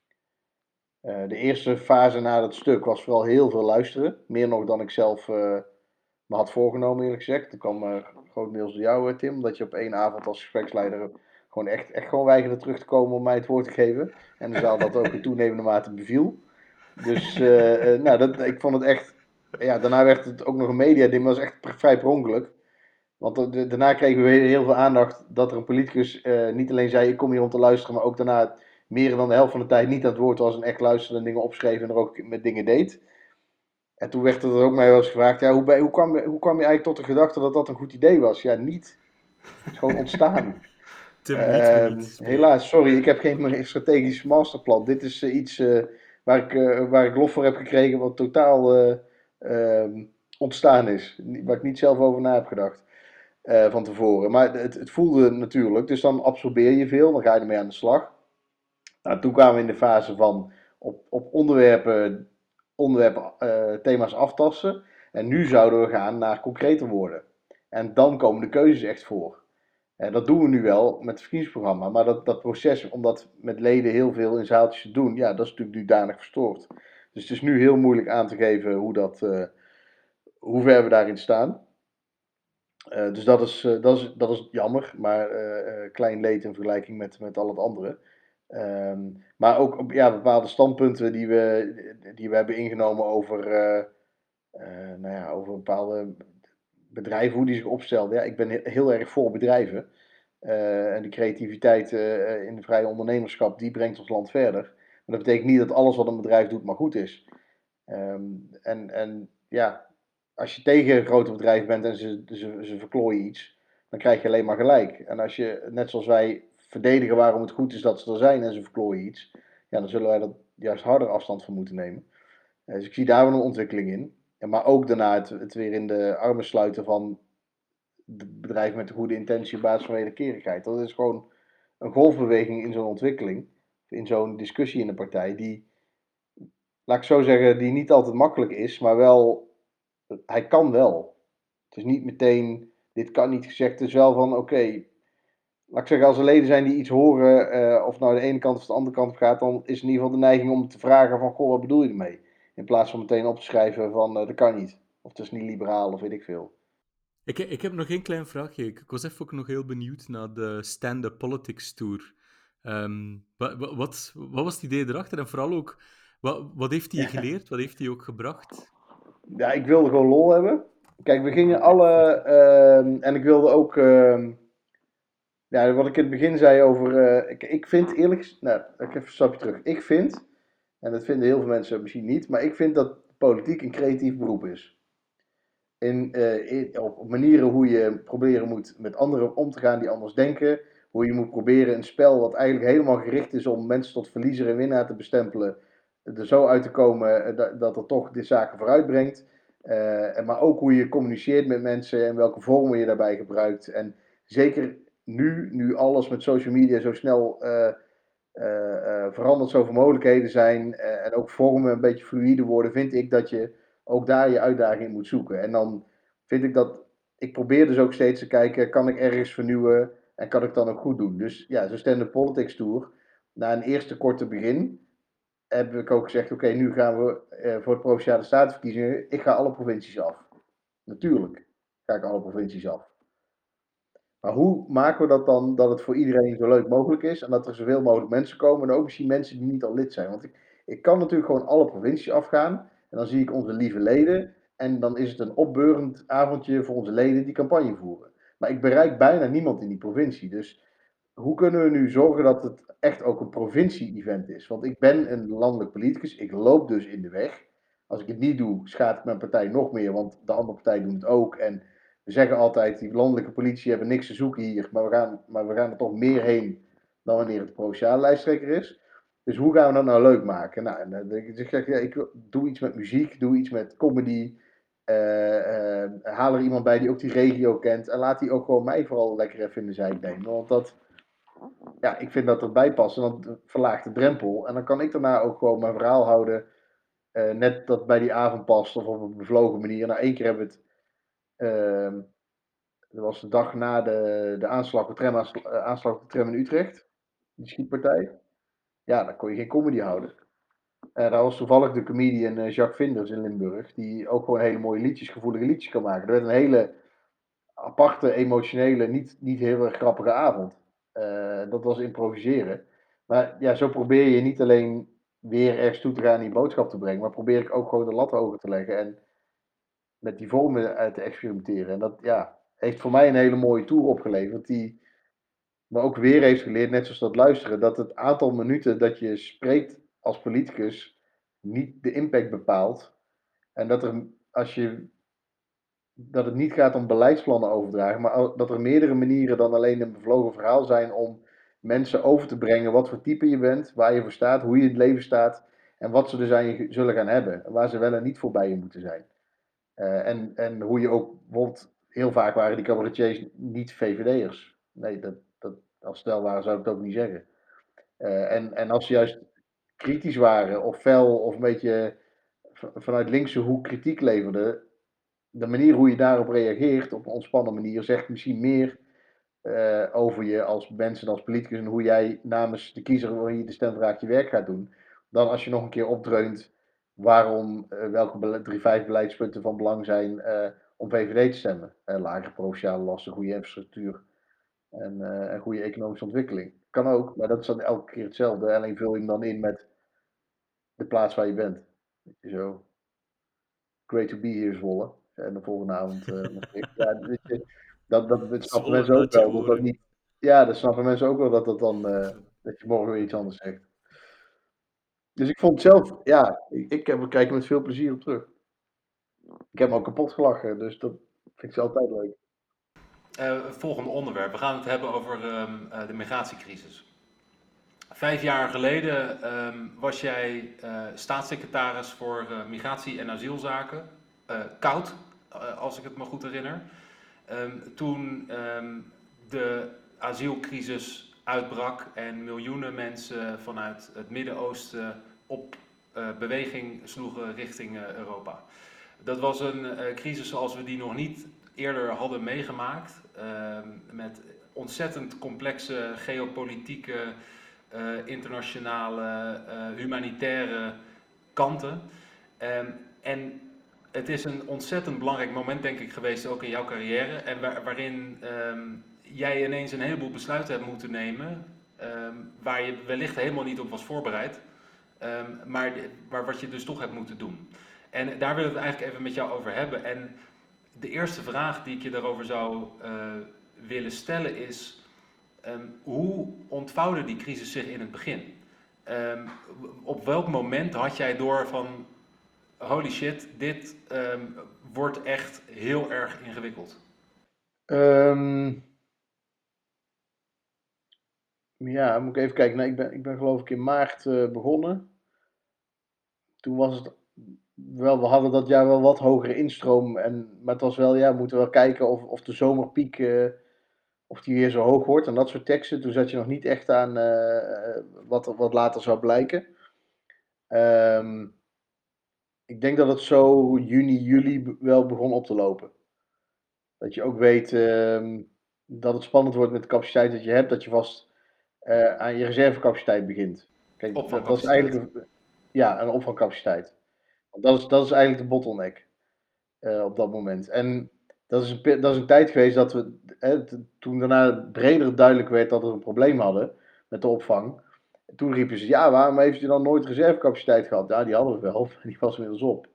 Uh, de eerste fase na dat stuk was vooral heel veel luisteren. Meer nog dan ik zelf uh, me had voorgenomen, eerlijk gezegd. Dat kwam uh, grotendeels door jou, Tim. Omdat je op één avond als gespreksleider gewoon echt, echt gewoon weigerde terug te komen om mij het woord te geven. En de zaal dat ook in toenemende mate beviel. Dus uh, uh, nou, dat, ik vond het echt... Ja, daarna werd het ook nog een mediading, maar dat was echt vrij per ongeluk. Want de, daarna kregen we heel veel aandacht dat er een politicus uh, niet alleen zei ik kom hier om te luisteren, maar ook daarna meer dan de helft van de tijd niet aan het woord was en echt luisterde en dingen opschreef en er ook met dingen deed. En toen werd er ook mij wel eens gevraagd, ja, hoe, hoe, kwam, hoe kwam je eigenlijk tot de gedachte dat dat een goed idee was? Ja, niet. Het is gewoon ontstaan. Tim liet me Uh, niet spreken. helaas, sorry, ik heb geen strategisch masterplan. Dit is uh, iets uh, waar, ik, uh, waar ik lof voor heb gekregen wat totaal uh, uh, ontstaan is. Waar ik niet zelf over na heb gedacht. Uh, van tevoren. Maar het, het voelde natuurlijk, dus dan absorbeer je veel, dan ga je ermee aan de slag. Nou, toen kwamen we in de fase van op, op onderwerpen, onderwerpen uh, thema's aftasten. En nu zouden we gaan naar concreter worden. En dan komen de keuzes echt voor. En dat doen we nu wel met het verkiezingsprogramma. Maar dat, dat proces om dat met leden heel veel in zaaltjes te doen, ja, dat is natuurlijk dudanig verstoord. Dus het is nu heel moeilijk aan te geven hoe, dat, uh, hoe ver we daarin staan. Uh, dus dat is, uh, dat, is, dat is jammer, maar uh, uh, klein leed in vergelijking met, met al het andere. Um, maar ook op ja, bepaalde standpunten die we, die we hebben ingenomen over, uh, uh, nou ja, over bepaalde bedrijven, hoe die zich opstelden. Ja, ik ben heel erg voor bedrijven. Uh, en die creativiteit uh, in de vrije ondernemerschap, die brengt ons land verder. Maar dat betekent niet dat alles wat een bedrijf doet maar goed is. Um, en, en ja, als je tegen een grote bedrijf bent en ze, ze, ze verklooien iets, dan krijg je alleen maar gelijk. En als je, net zoals wij, verdedigen waarom het goed is dat ze er zijn en ze verklooien iets, ja, dan zullen wij dat juist harder afstand van moeten nemen. Dus ik zie daar wel een ontwikkeling in. Maar ook daarna het, het weer in de armen sluiten van het bedrijf met de goede intentie op basis van wederkerigheid. Dat is gewoon een golfbeweging in zo'n ontwikkeling, in zo'n discussie in de partij, die, laat ik zo zeggen, die niet altijd makkelijk is, maar wel, hij kan wel. Het is niet meteen, dit kan niet gezegd, het is wel van, oké, okay, laat ik zeggen, als er leden zijn die iets horen, uh, of nou de ene kant of de andere kant op gaat, dan is in ieder geval de neiging om te vragen van, goh, wat bedoel je ermee? In plaats van meteen op te schrijven van, uh, dat kan niet. Of het is niet liberaal, of weet ik veel. Ik, ik heb nog één klein vraagje. Ik, ik was even ook nog heel benieuwd naar de Stand-Up Politics Tour. Um, wat, wat, wat was het idee erachter? En vooral ook, wat, wat heeft hij je geleerd? Wat heeft hij ook gebracht? Ja, ik wilde gewoon lol hebben. Kijk, we gingen alle... Uh, en ik wilde ook... Uh, ja, wat ik in het begin zei over... Uh, ik, ik vind eerlijk... Nou, ik even een stapje terug. Ik vind... En dat vinden heel veel mensen misschien niet. Maar ik vind dat politiek een creatief beroep is. In, uh, in, op manieren hoe je proberen moet met anderen om te gaan die anders denken. Hoe je moet proberen een spel wat eigenlijk helemaal gericht is om mensen tot verliezer en winnaar te bestempelen. Er zo uit te komen dat, dat er toch de zaken vooruit brengt. Uh, maar ook hoe je communiceert met mensen en welke vormen je daarbij gebruikt. En zeker nu, nu alles met social media zo snel uh, uh, uh, verandert, zoveel mogelijkheden zijn uh, en ook vormen een beetje fluïde worden, vind ik dat je ook daar je uitdaging in moet zoeken. En dan vind ik dat ik probeer dus ook steeds te kijken, kan ik ergens vernieuwen en kan ik dan ook goed doen. Dus ja, zo'n Stand Up Politics Tour, na een eerste korte begin, heb ik ook gezegd, oké, nu gaan we uh, voor de Provinciale Statenverkiezingen, ik ga alle provincies af. Natuurlijk ga ik alle provincies af. Maar hoe maken we dat dan dat het voor iedereen zo leuk mogelijk is en dat er zoveel mogelijk mensen komen en ook misschien mensen die niet al lid zijn? Want ik, ik kan natuurlijk gewoon alle provincies afgaan en dan zie ik onze lieve leden en dan is het een opbeurend avondje voor onze leden die campagne voeren. Maar ik bereik bijna niemand in die provincie. Dus hoe kunnen we nu zorgen dat het echt ook een provincie-event is? Want ik ben een landelijk politicus, ik loop dus in de weg. Als ik het niet doe, schaadt ik mijn partij nog meer, want de andere partijen doen het ook. En we zeggen altijd, die landelijke politie hebben niks te zoeken hier, maar we gaan, maar we gaan er toch meer heen dan wanneer het de provinciale lijsttrekker is. Dus hoe gaan we dat nou leuk maken? Nou, en, uh, ik zeg, ja, ik doe iets met muziek, doe iets met comedy. Uh, uh, haal er iemand bij die ook die regio kent. En laat die ook gewoon mij vooral lekker even in de zijk nemen. Want dat, ja, ik vind dat erbij passen. Dan verlaagt de drempel. En dan kan ik daarna ook gewoon mijn verhaal houden. Uh, net dat bij die avond past. Of op een bevlogen manier. Nou, één keer hebben we het. Uh, dat was de dag na de, de aanslag, de tram, aanslag op de tram in Utrecht. Die schietpartij. Ja, dan kon je geen comedy houden. Uh, daar was toevallig de comedian uh, Jacques Vinders in Limburg. Die ook gewoon hele mooie liedjes, gevoelige liedjes kan maken. Er werd een hele aparte, emotionele, niet, niet heel erg grappige avond. Uh, dat was improviseren. Maar ja, zo probeer je niet alleen weer ergens toe te gaan en die boodschap te brengen, maar probeer ik ook gewoon de lat hoger te leggen en met die vormen te experimenteren. En dat ja, heeft voor mij een hele mooie tour opgeleverd, die me ook weer heeft geleerd, net zoals dat luisteren, dat het aantal minuten dat je spreekt als politicus niet de impact bepaalt. En dat er, als je dat het niet gaat om beleidsplannen overdragen, maar dat er meerdere manieren dan alleen een bevlogen verhaal zijn om mensen over te brengen wat voor type je bent, waar je voor staat, hoe je in het leven staat en wat ze dus aan je zullen gaan hebben, waar ze wel en niet voorbij je moeten zijn. Uh, en, en hoe je ook, bijvoorbeeld, heel vaak waren die cabaretiers niet V V D'ers. Nee, dat, dat, als stel waren zou ik het ook niet zeggen. Uh, en, en als ze juist kritisch waren of fel of een beetje vanuit linkse hoek kritiek leverden, de manier hoe je daarop reageert, op een ontspannen manier, zegt misschien meer uh, over je als mens en als politicus en hoe jij namens de kiezer waar je de stemvraag je werk gaat doen, dan als je nog een keer opdreunt waarom, uh, welke drie, vijf beleidspunten van belang zijn uh, om V V D te stemmen. Uh, lagere provinciale lasten, goede infrastructuur en, uh, en goede economische ontwikkeling. Kan ook, maar dat is dan elke keer hetzelfde. Alleen vul je hem dan in met de plaats waar je bent. Weet je zo. Great to be here, Zwolle. En de volgende avond. Uh, ja, weet je, dat, dat, dat snappen Zwolle, mensen ook laat je wel. Dat dat horen. niet, ja, dat snappen mensen ook wel dat, dat, dan, uh, dat je morgen weer iets anders zegt. Dus ik vond zelf, ja, ik, ik heb er kijken met veel plezier op terug. Ik heb me ook kapot gelachen, dus dat vind ik altijd leuk. Uh, volgende onderwerp. We gaan het hebben over um, uh, de migratiecrisis. Vijf jaar geleden um, was jij uh, staatssecretaris voor uh, migratie en asielzaken. Uh, koud, uh, als ik het me goed herinner. Um, toen um, de asielcrisis uitbrak en miljoenen mensen vanuit het Midden-Oosten op uh, beweging sloegen richting uh, Europa. Dat was een uh, crisis zoals we die nog niet eerder hadden meegemaakt. Uh, met ontzettend complexe geopolitieke, uh, internationale, uh, humanitaire kanten. Um, en het is een ontzettend belangrijk moment, denk ik, geweest, ook in jouw carrière. En waar, waarin um, jij ineens een heleboel besluiten hebt moeten nemen, um, waar je wellicht helemaal niet op was voorbereid. Um, maar, maar wat je dus toch hebt moeten doen. En daar wil ik het eigenlijk even met jou over hebben. En de eerste vraag die ik je daarover zou uh, willen stellen is, um, hoe ontvouwde die crisis zich in het begin? Um, op welk moment had jij door van, holy shit, dit um, wordt echt heel erg ingewikkeld? Um, ja, moet ik even kijken. Nou, ik, ben, ik ben geloof ik in maart uh, begonnen. Toen was het wel, we hadden dat jaar wel wat hogere instroom. En, maar het was wel, ja, we moeten wel kijken of, of de zomerpiek, uh, of die weer zo hoog wordt. En dat soort teksten. Toen zat je nog niet echt aan uh, wat, wat later zou blijken. Um, ik denk dat het zo juni, juli wel begon op te lopen. Dat je ook weet uh, dat het spannend wordt met de capaciteit dat je hebt, dat je vast uh, aan je reservecapaciteit begint. Kijk, dat, dat is eigenlijk een, ja, een opvangcapaciteit. Want dat is, dat is eigenlijk de bottleneck uh, op dat moment. En dat is, een, dat is een tijd geweest dat we, hè, toen daarna breder duidelijk werd dat we een probleem hadden met de opvang. Toen riepen ze, ja, waarom heeft u dan nooit reservecapaciteit gehad? Ja, die hadden we wel, die was inmiddels op.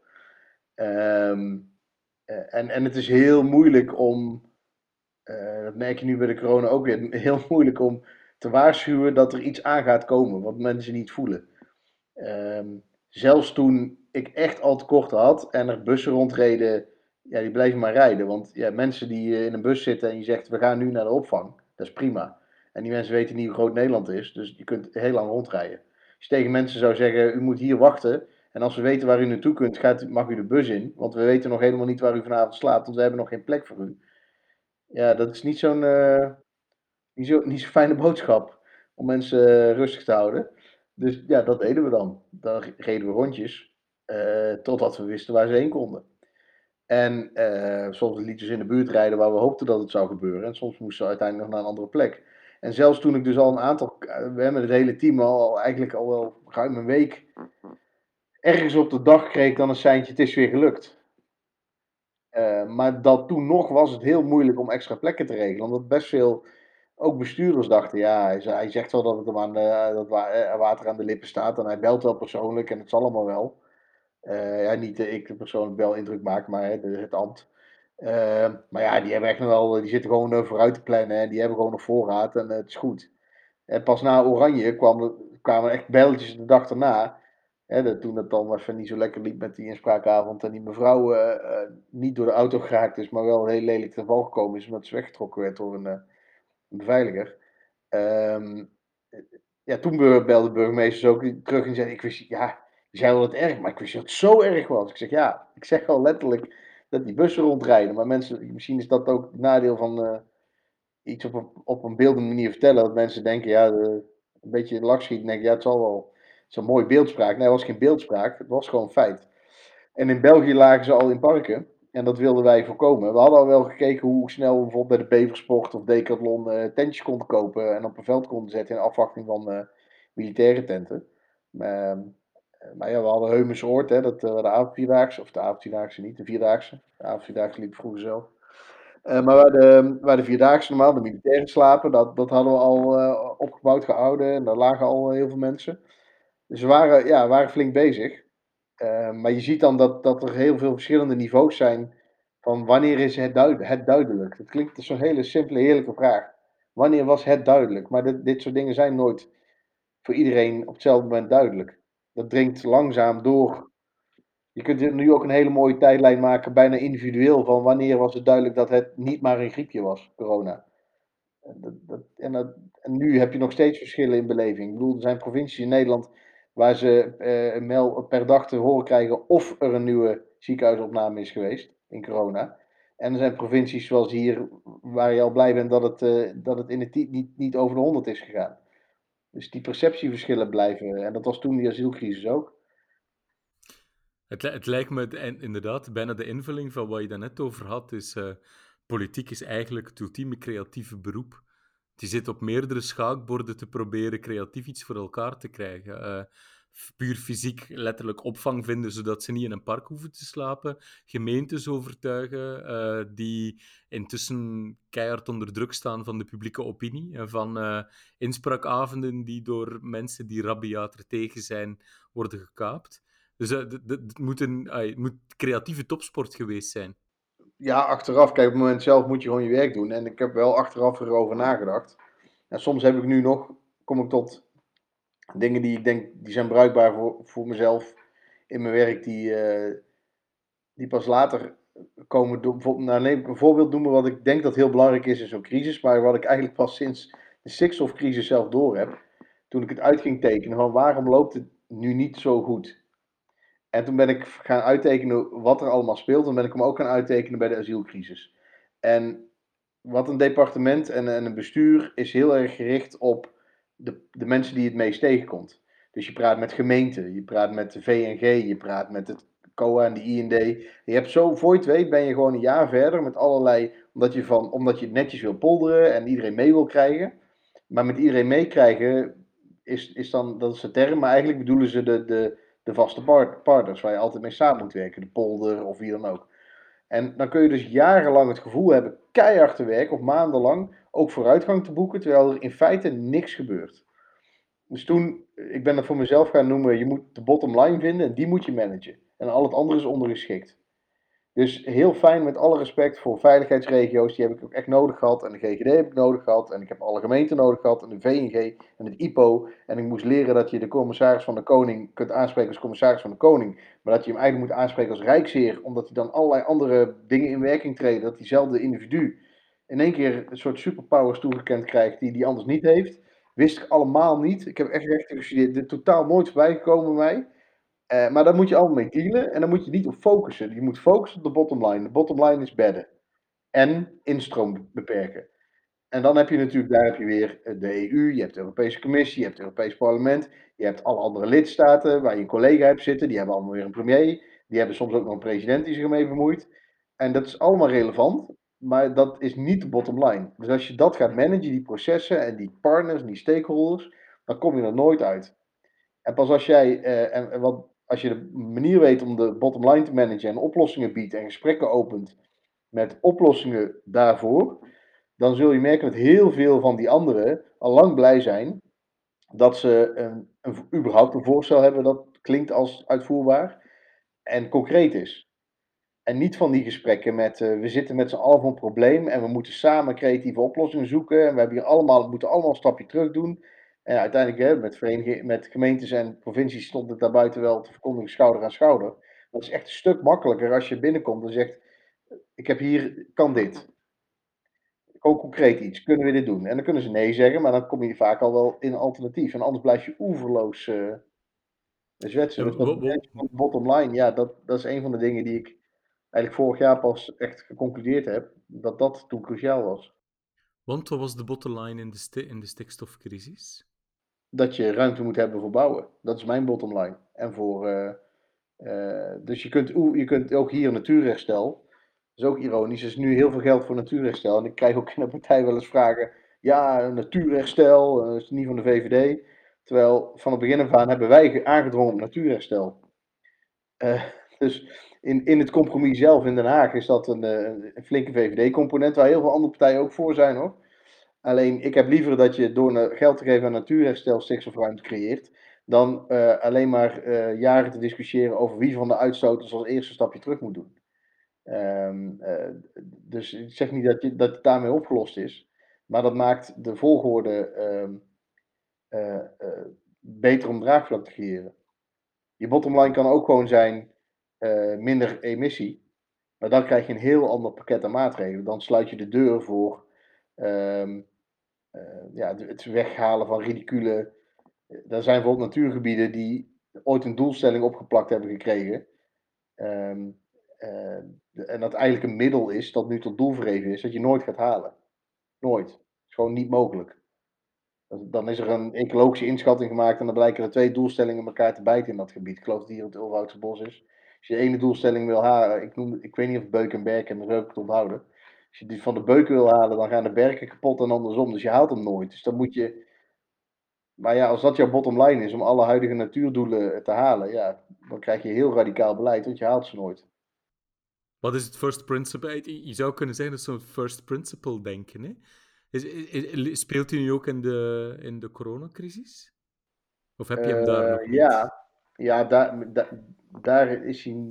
Um, en, en het is heel moeilijk om, uh, dat merk je nu bij de corona ook weer, heel moeilijk om te waarschuwen dat er iets aan gaat komen, wat mensen niet voelen. Um, zelfs toen ik echt al tekorten had en er bussen rondreden, ja, die bleven maar rijden. Want ja, mensen die in een bus zitten en je zegt, we gaan nu naar de opvang, dat is prima. En die mensen weten niet hoe groot Nederland is, dus je kunt heel lang rondrijden. Als je tegen mensen zou zeggen, u moet hier wachten, en als we weten waar u naartoe kunt, gaat, mag u de bus in. Want we weten nog helemaal niet waar u vanavond slaapt, want we hebben nog geen plek voor u. Ja, dat is niet zo'n uh, niet zo, niet zo'n fijne boodschap om mensen uh, rustig te houden. Dus ja, dat deden we dan. Dan reden we rondjes, uh, totdat we wisten waar ze heen konden. En uh, soms lieten ze in de buurt rijden waar we hoopten dat het zou gebeuren. En soms moesten ze uiteindelijk nog naar een andere plek. En zelfs toen ik dus al een aantal, we hebben het hele team al eigenlijk al wel ruim een week ergens op de dag kreeg ik dan een seintje, het is weer gelukt. Uh, maar dat toen nog was het heel moeilijk om extra plekken te regelen. Omdat best veel, ook bestuurders dachten, ja, hij, hij zegt wel dat het hem aan de, dat water aan de lippen staat. En hij belt wel persoonlijk en het zal allemaal wel. Uh, ja, niet uh, ik persoonlijk wel indruk maak, maar hè, het ambt. Uh, maar ja, die hebben echt nog wel, die zitten gewoon uh, vooruit te plannen en die hebben gewoon nog voorraad en uh, het is goed. En pas na Oranje kwam, kwamen echt belletjes de dag erna. Hè, dat, toen het dan even niet zo lekker liep met die inspraakavond en die mevrouw uh, uh, niet door de auto geraakt is, maar wel heel lelijk ten val gekomen is omdat ze weggetrokken werd door een, uh, een beveiliger. Um, ja, toen belde de burgemeester ook terug en zei, ik wist, ja, je zei wel dat het erg, maar ik wist dat het zo erg was. Ik zeg, ja, ik zeg al letterlijk dat die bussen rondrijden, maar mensen, misschien is dat ook het nadeel van uh, iets op een, op een beeldende manier vertellen, dat mensen denken, ja, de, een beetje in de lach schieten en denken, ja, het zal wel, het is een mooie beeldspraak. Nee, het was geen beeldspraak, het was gewoon feit. En in België lagen ze al in parken. En dat wilden wij voorkomen. We hadden al wel gekeken hoe snel we bijvoorbeeld bij de Beversport of Decathlon uh, tentjes konden kopen en op een veld konden zetten in afwachting van uh, militaire tenten. Uh, maar ja, we hadden Heumensoord, hè, dat uh, de avondvierdaagse, of de avondvierdaagse niet, de vierdaagse. De avondvierdaagse liep vroeger zelf. Uh, maar waar de, waar de vierdaagse normaal de militairen slapen, dat, dat hadden we al uh, opgebouwd gehouden en daar lagen al heel veel mensen. Dus we waren, ja, waren flink bezig. Uh, maar je ziet dan dat, dat er heel veel verschillende niveaus zijn van wanneer is het, duid het duidelijk? Dat klinkt als zo'n hele simpele, heerlijke vraag. Wanneer was het duidelijk? Maar dit, dit soort dingen zijn nooit voor iedereen op hetzelfde moment duidelijk. Dat dringt langzaam door. Je kunt nu ook een hele mooie tijdlijn maken, bijna individueel, van wanneer was het duidelijk dat het niet maar een griepje was, corona. Dat, dat, en, dat, en nu heb je nog steeds verschillen in beleving. Ik bedoel, er zijn provincies in Nederland waar ze uh, mail per dag te horen krijgen of er een nieuwe ziekenhuisopname is geweest in corona. En er zijn provincies zoals hier waar je al blij bent dat het, uh, dat het in het niet, niet over de honderd is gegaan. Dus die perceptieverschillen blijven. En dat was toen die asielcrisis ook. Het, het lijkt me en inderdaad bijna de invulling van wat je daarnet over had. Is, uh, politiek is eigenlijk het ultieme creatieve beroep. Je zit op meerdere schaakborden te proberen creatief iets voor elkaar te krijgen. Uh, puur fysiek letterlijk opvang vinden, zodat ze niet in een park hoeven te slapen. Gemeentes overtuigen uh, die intussen keihard onder druk staan van de publieke opinie. En van uh, inspraakavonden die door mensen die rabiater tegen zijn, worden gekaapt. Dus uh, het moet een uh, moet creatieve topsport geweest zijn. Ja, achteraf, kijk, op het moment zelf moet je gewoon je werk doen. En ik heb wel achteraf erover nagedacht. En soms heb ik nu nog, kom ik tot dingen die ik denk, die zijn bruikbaar voor, voor mezelf in mijn werk, die, uh, die pas later komen. Door, nou, neem ik een voorbeeld noemen wat ik denk dat heel belangrijk is in zo'n crisis, maar wat ik eigenlijk pas sinds de Sixoff-crisis zelf door heb. Toen ik het uit ging tekenen van waarom loopt het nu niet zo goed. En toen ben ik gaan uittekenen wat er allemaal speelt. En ben ik hem ook gaan uittekenen bij de asielcrisis. En wat een departement en, en een bestuur is heel erg gericht op de, de mensen die het meest tegenkomt. Dus je praat met gemeenten, je praat met de V N G, je praat met het C O A en de I N D. Je hebt zo, voor je het weet ben je gewoon een jaar verder met allerlei, omdat je, van, omdat je het netjes wil polderen en iedereen mee wil krijgen. Maar met iedereen meekrijgen is, is dan, dat is de term, maar eigenlijk bedoelen ze de, de, de vaste part- partners waar je altijd mee samen moet werken. De polder of wie dan ook. En dan kun je dus jarenlang het gevoel hebben keihard te werken, of maandenlang, ook vooruitgang te boeken, terwijl er in feite niks gebeurt. Dus toen, ik ben dat voor mezelf gaan noemen, je moet de bottom line vinden en die moet je managen. En al het andere is ondergeschikt. Dus heel fijn, met alle respect voor veiligheidsregio's, die heb ik ook echt nodig gehad. En de G G D heb ik nodig gehad. En ik heb alle gemeenten nodig gehad. En de V N G en het I P O. En ik moest leren dat je de commissaris van de Koning kunt aanspreken als commissaris van de Koning. Maar dat je hem eigenlijk moet aanspreken als Rijksheer. Omdat hij dan allerlei andere dingen in werking treden. Dat diezelfde individu in één keer een soort superpowers toegekend krijgt die hij anders niet heeft. Wist ik allemaal niet. Ik heb echt rechten gestudeerd. Dit totaal nooit voorbij gekomen bij mij. Uh, maar daar moet je allemaal mee dealen en daar moet je niet op focussen. Je moet focussen op de bottom line. De bottom line is bedden. En instroom beperken. En dan heb je natuurlijk, daar heb je weer de E U, je hebt de Europese Commissie, je hebt het Europees Parlement, je hebt alle andere lidstaten waar je een collega hebt zitten, die hebben allemaal weer een premier, die hebben soms ook nog een president die zich ermee bemoeit. En dat is allemaal relevant, maar dat is niet de bottom line. Dus als je dat gaat managen, die processen en die partners en die stakeholders, dan kom je er nooit uit. En pas als jij, uh, en, en wat, als je de manier weet om de bottom line te managen en oplossingen biedt en gesprekken opent met oplossingen daarvoor, dan zul je merken dat heel veel van die anderen al lang blij zijn dat ze een, een, überhaupt een voorstel hebben dat klinkt als uitvoerbaar en concreet is. En niet van die gesprekken met uh, we zitten met z'n allen voor een probleem en we moeten samen creatieve oplossingen zoeken en we hebben hier allemaal, we moeten allemaal een stapje terug doen. En uiteindelijk hè, met, vereniging, met gemeentes en provincies stond het daarbuiten wel te verkondigen schouder aan schouder. Dat is echt een stuk makkelijker als je binnenkomt en zegt ik heb hier, kan dit. Gewoon concreet iets. Kunnen we dit doen? En dan kunnen ze nee zeggen, maar dan kom je vaak al wel in een alternatief. En anders blijf je oeverloos uh, zwetsen. Ja, Dus dat wo- wo- van bottom line, ja, dat, dat is een van de dingen die ik eigenlijk vorig jaar pas echt geconcludeerd heb. Dat dat toen cruciaal was. Want wat was de bottom line in de, sti- in de stikstofcrisis? Dat je ruimte moet hebben voor bouwen. Dat is mijn bottom line. En voor, uh, uh, dus je kunt, je kunt ook hier natuurherstel. Dat is ook ironisch. Er is nu heel veel geld voor natuurherstel. En ik krijg ook in de partij wel eens vragen. Ja, natuurherstel, dat is niet van de V V D. Terwijl van het begin af aan hebben wij aangedrongen op natuurherstel. Uh, dus in, in het compromis zelf in Den Haag is dat een, een flinke V V D-component. Waar heel veel andere partijen ook voor zijn hoor. Alleen ik heb liever dat je door geld te geven aan natuurherstel stikstofruimte creëert. Dan uh, alleen maar uh, jaren te discussiëren over wie van de uitstoters als eerste stapje terug moet doen. Um, uh, dus ik zeg niet dat, je, dat het daarmee opgelost is. Maar dat maakt de volgorde um, uh, uh, beter om draagvlak te creëren. Je bottomline kan ook gewoon zijn uh, minder emissie. Maar dan krijg je een heel ander pakket aan maatregelen. Dan sluit je de deur voor um, uh, ja, het weghalen van ridicule. Er zijn bijvoorbeeld natuurgebieden die ooit een doelstelling opgeplakt hebben gekregen. Um, uh, en dat eigenlijk een middel is dat nu tot doel verheven is, dat je nooit gaat halen. Nooit. Het is gewoon niet mogelijk. Dan is er een ecologische inschatting gemaakt en dan blijken er twee doelstellingen elkaar te bijten in dat gebied. Ik geloof dat hier het Ulvoudse bos is. Als je de ene doelstelling wil halen, ik, noem, ik weet niet of Beuk en Berken, maar zo heb ik het onthouden. Als je die van de Beuken wil halen, dan gaan de berken kapot en andersom. Dus je haalt hem nooit. Dus dan moet je. Maar ja, als dat jouw bottom line is om alle huidige natuurdoelen te halen, ja, dan krijg je heel radicaal beleid, want je haalt ze nooit. Wat is het first principle? Je zou kunnen zeggen dat zo'n first principle denken. Hè? Is, is, speelt u nu ook in de, in de coronacrisis? Of heb je hem daar Uh, nog niet? ja, ja daar, daar, daar is hij.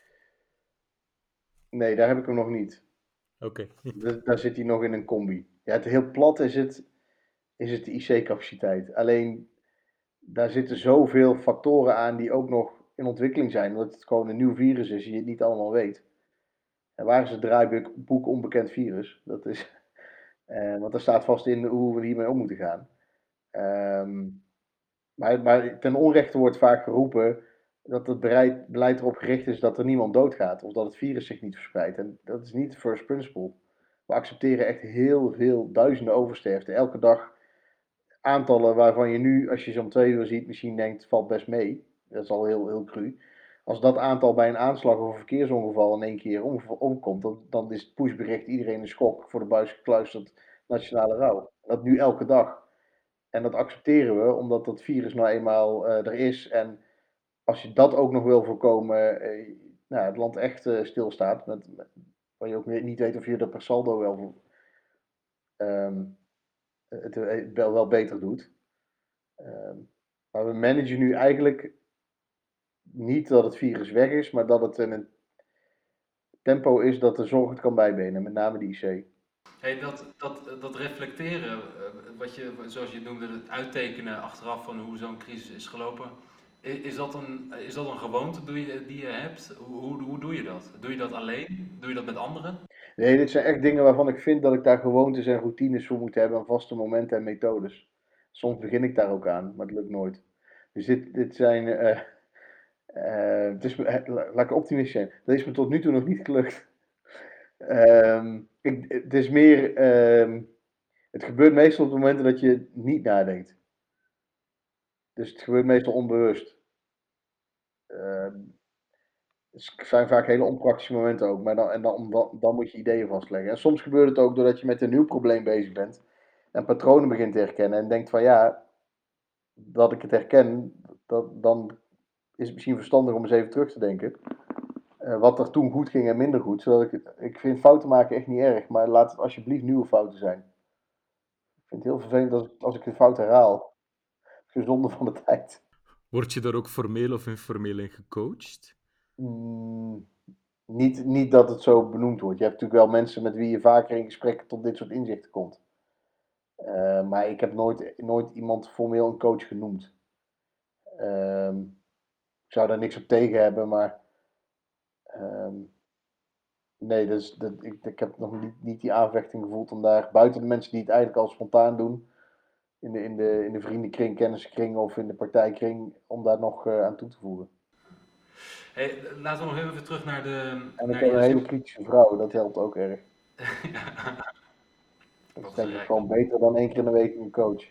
Nee, daar heb ik hem nog niet. Oké. Okay. Daar, daar zit hij nog in een combi. Ja, het heel plat is het, is het de I C-capaciteit. Alleen, daar zitten zoveel factoren aan die ook nog in ontwikkeling zijn. Omdat het gewoon een nieuw virus is en je het niet allemaal weet. En waar is het draaiboek onbekend virus? Dat is, uh, want daar staat vast in hoe we hiermee om moeten gaan. Um, maar, maar ten onrechte wordt vaak geroepen dat het beleid, beleid erop gericht is dat er niemand doodgaat. Of dat het virus zich niet verspreidt. En dat is niet first principle. We accepteren echt heel veel duizenden oversterften. Elke dag aantallen waarvan je nu, als je ze om twee uur ziet, misschien denkt, valt best mee. Dat is al heel, heel cru. Als dat aantal bij een aanslag of een verkeersongeval in één keer om, omkomt, dan, dan is het pushbericht iedereen een schok voor de buis gekluisterd nationale rouw. Dat nu elke dag. En dat accepteren we, omdat dat virus nou eenmaal uh, er is. En als je dat ook nog wil voorkomen, uh, nou, het land echt uh, stilstaat, met, met, waar je ook niet weet of je dat per saldo wel, um, het wel, wel beter doet. Um, maar we managen nu eigenlijk niet dat het virus weg is, maar dat het in een tempo is dat de zorg het kan bijbenen, met name de I C. Hey, dat, dat, dat reflecteren, wat je, zoals je het noemde, het uittekenen achteraf van hoe zo'n crisis is gelopen. Is dat een, is dat een gewoonte die je, die je hebt? Hoe, hoe, hoe doe je dat? Doe je dat alleen? Doe je dat met anderen? Nee, dit zijn echt dingen waarvan ik vind dat ik daar gewoontes en routines voor moet hebben, en vaste momenten en methodes. Soms begin ik daar ook aan, maar het lukt nooit. Dus dit, dit zijn. Uh, uh, het is, uh, laat ik optimistisch zijn. Dat is me tot nu toe nog niet gelukt. Um, ik, het is meer. Um, het gebeurt meestal op momenten dat je niet nadenkt. Dus het gebeurt meestal onbewust. Uh, het zijn vaak hele onpraktische momenten ook, maar dan, en dan, dan, dan moet je ideeën vastleggen. En soms gebeurt het ook doordat je met een nieuw probleem bezig bent en patronen begint te herkennen en denkt van ja, dat ik het herken, dat, dan is het misschien verstandig om eens even terug te denken. Uh, wat er toen goed ging en minder goed. Zodat ik, het, ik vind fouten maken echt niet erg, maar laat het alsjeblieft nieuwe fouten zijn. Ik vind het heel vervelend als, als ik de fout herhaal. Gezonde van de tijd. Word je daar ook formeel of informeel in gecoacht? Mm, niet, niet dat het zo benoemd wordt. Je hebt natuurlijk wel mensen met wie je vaker in gesprekken tot dit soort inzichten komt. Uh, maar ik heb nooit, nooit iemand formeel een coach genoemd. Uh, ik zou daar niks op tegen hebben, maar um, nee, dus, dat, ik, ik heb nog niet, niet die aanvechting gevoeld om daar, buiten de mensen die het eigenlijk al spontaan doen, in de, in de, in de vriendenkring, kennissenkring of in de partijkring, om daar nog uh, aan toe te voegen. Hey, laten we nog even terug naar de... En ik naar ben die een hele kritische vrouw, dat helpt ook erg. ja. Dat is Dat is denk een ik gewoon rijkdom. beter dan één keer in de week een coach.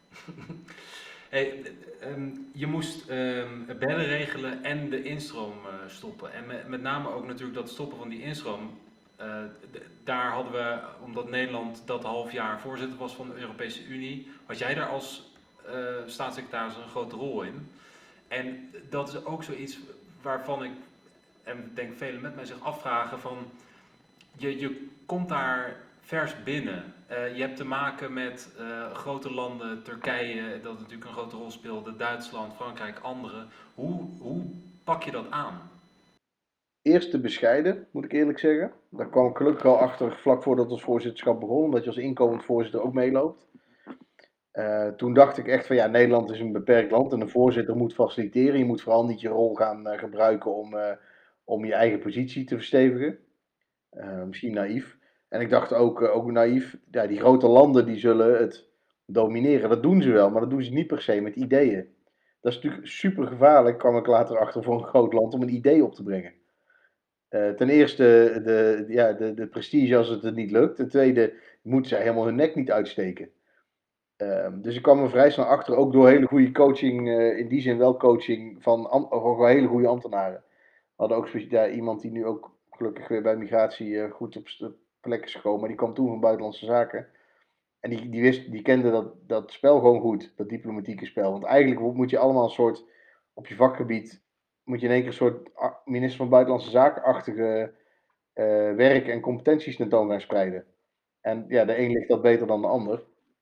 Hey, um, je moest um, bedden regelen en de instroom uh, stoppen. En met, met name ook natuurlijk dat stoppen van die instroom. Uh, d- daar hadden we, omdat Nederland dat half jaar voorzitter was van de Europese Unie, had jij daar als uh, staatssecretaris een grote rol in. En dat is ook zoiets waarvan ik, en denk velen met mij zich afvragen van, je, je komt daar vers binnen. Uh, je hebt te maken met uh, grote landen, Turkije, dat natuurlijk een grote rol speelde, Duitsland, Frankrijk, andere. Hoe, hoe pak je dat aan? Eerst te bescheiden, moet ik eerlijk zeggen. Daar kwam ik gelukkig al achter vlak voordat ons voorzitterschap begon, omdat je als inkomend voorzitter ook meeloopt. Uh, toen dacht ik echt van ja, Nederland is een beperkt land en een voorzitter moet faciliteren. Je moet vooral niet je rol gaan uh, gebruiken om, uh, om je eigen positie te verstevigen. Uh, misschien naïef. En ik dacht ook, uh, ook naïef, ja, die grote landen die zullen het domineren. Dat doen ze wel, maar dat doen ze niet per se met ideeën. Dat is natuurlijk super gevaarlijk, kwam ik later achter, voor een groot land om een idee op te brengen. Uh, ten eerste de, ja, de, de prestige als het er niet lukt. Ten tweede moeten zij helemaal hun nek niet uitsteken. Uh, dus ik kwam er vrij snel achter, ook door hele goede coaching, uh, in die zin wel coaching van, van hele goede ambtenaren. We hadden ook ja, iemand die nu ook gelukkig weer bij migratie uh, goed op de plek is gekomen, maar die kwam toen van Buitenlandse Zaken. En die, die, wist, die kende dat, dat spel gewoon goed, dat diplomatieke spel. Want eigenlijk moet je allemaal een soort, op je vakgebied, moet je in één keer een soort minister van Buitenlandse Zaken-achtige uh, werk en competenties tentoon gaan spreiden. En ja, de een ligt dat beter dan de ander.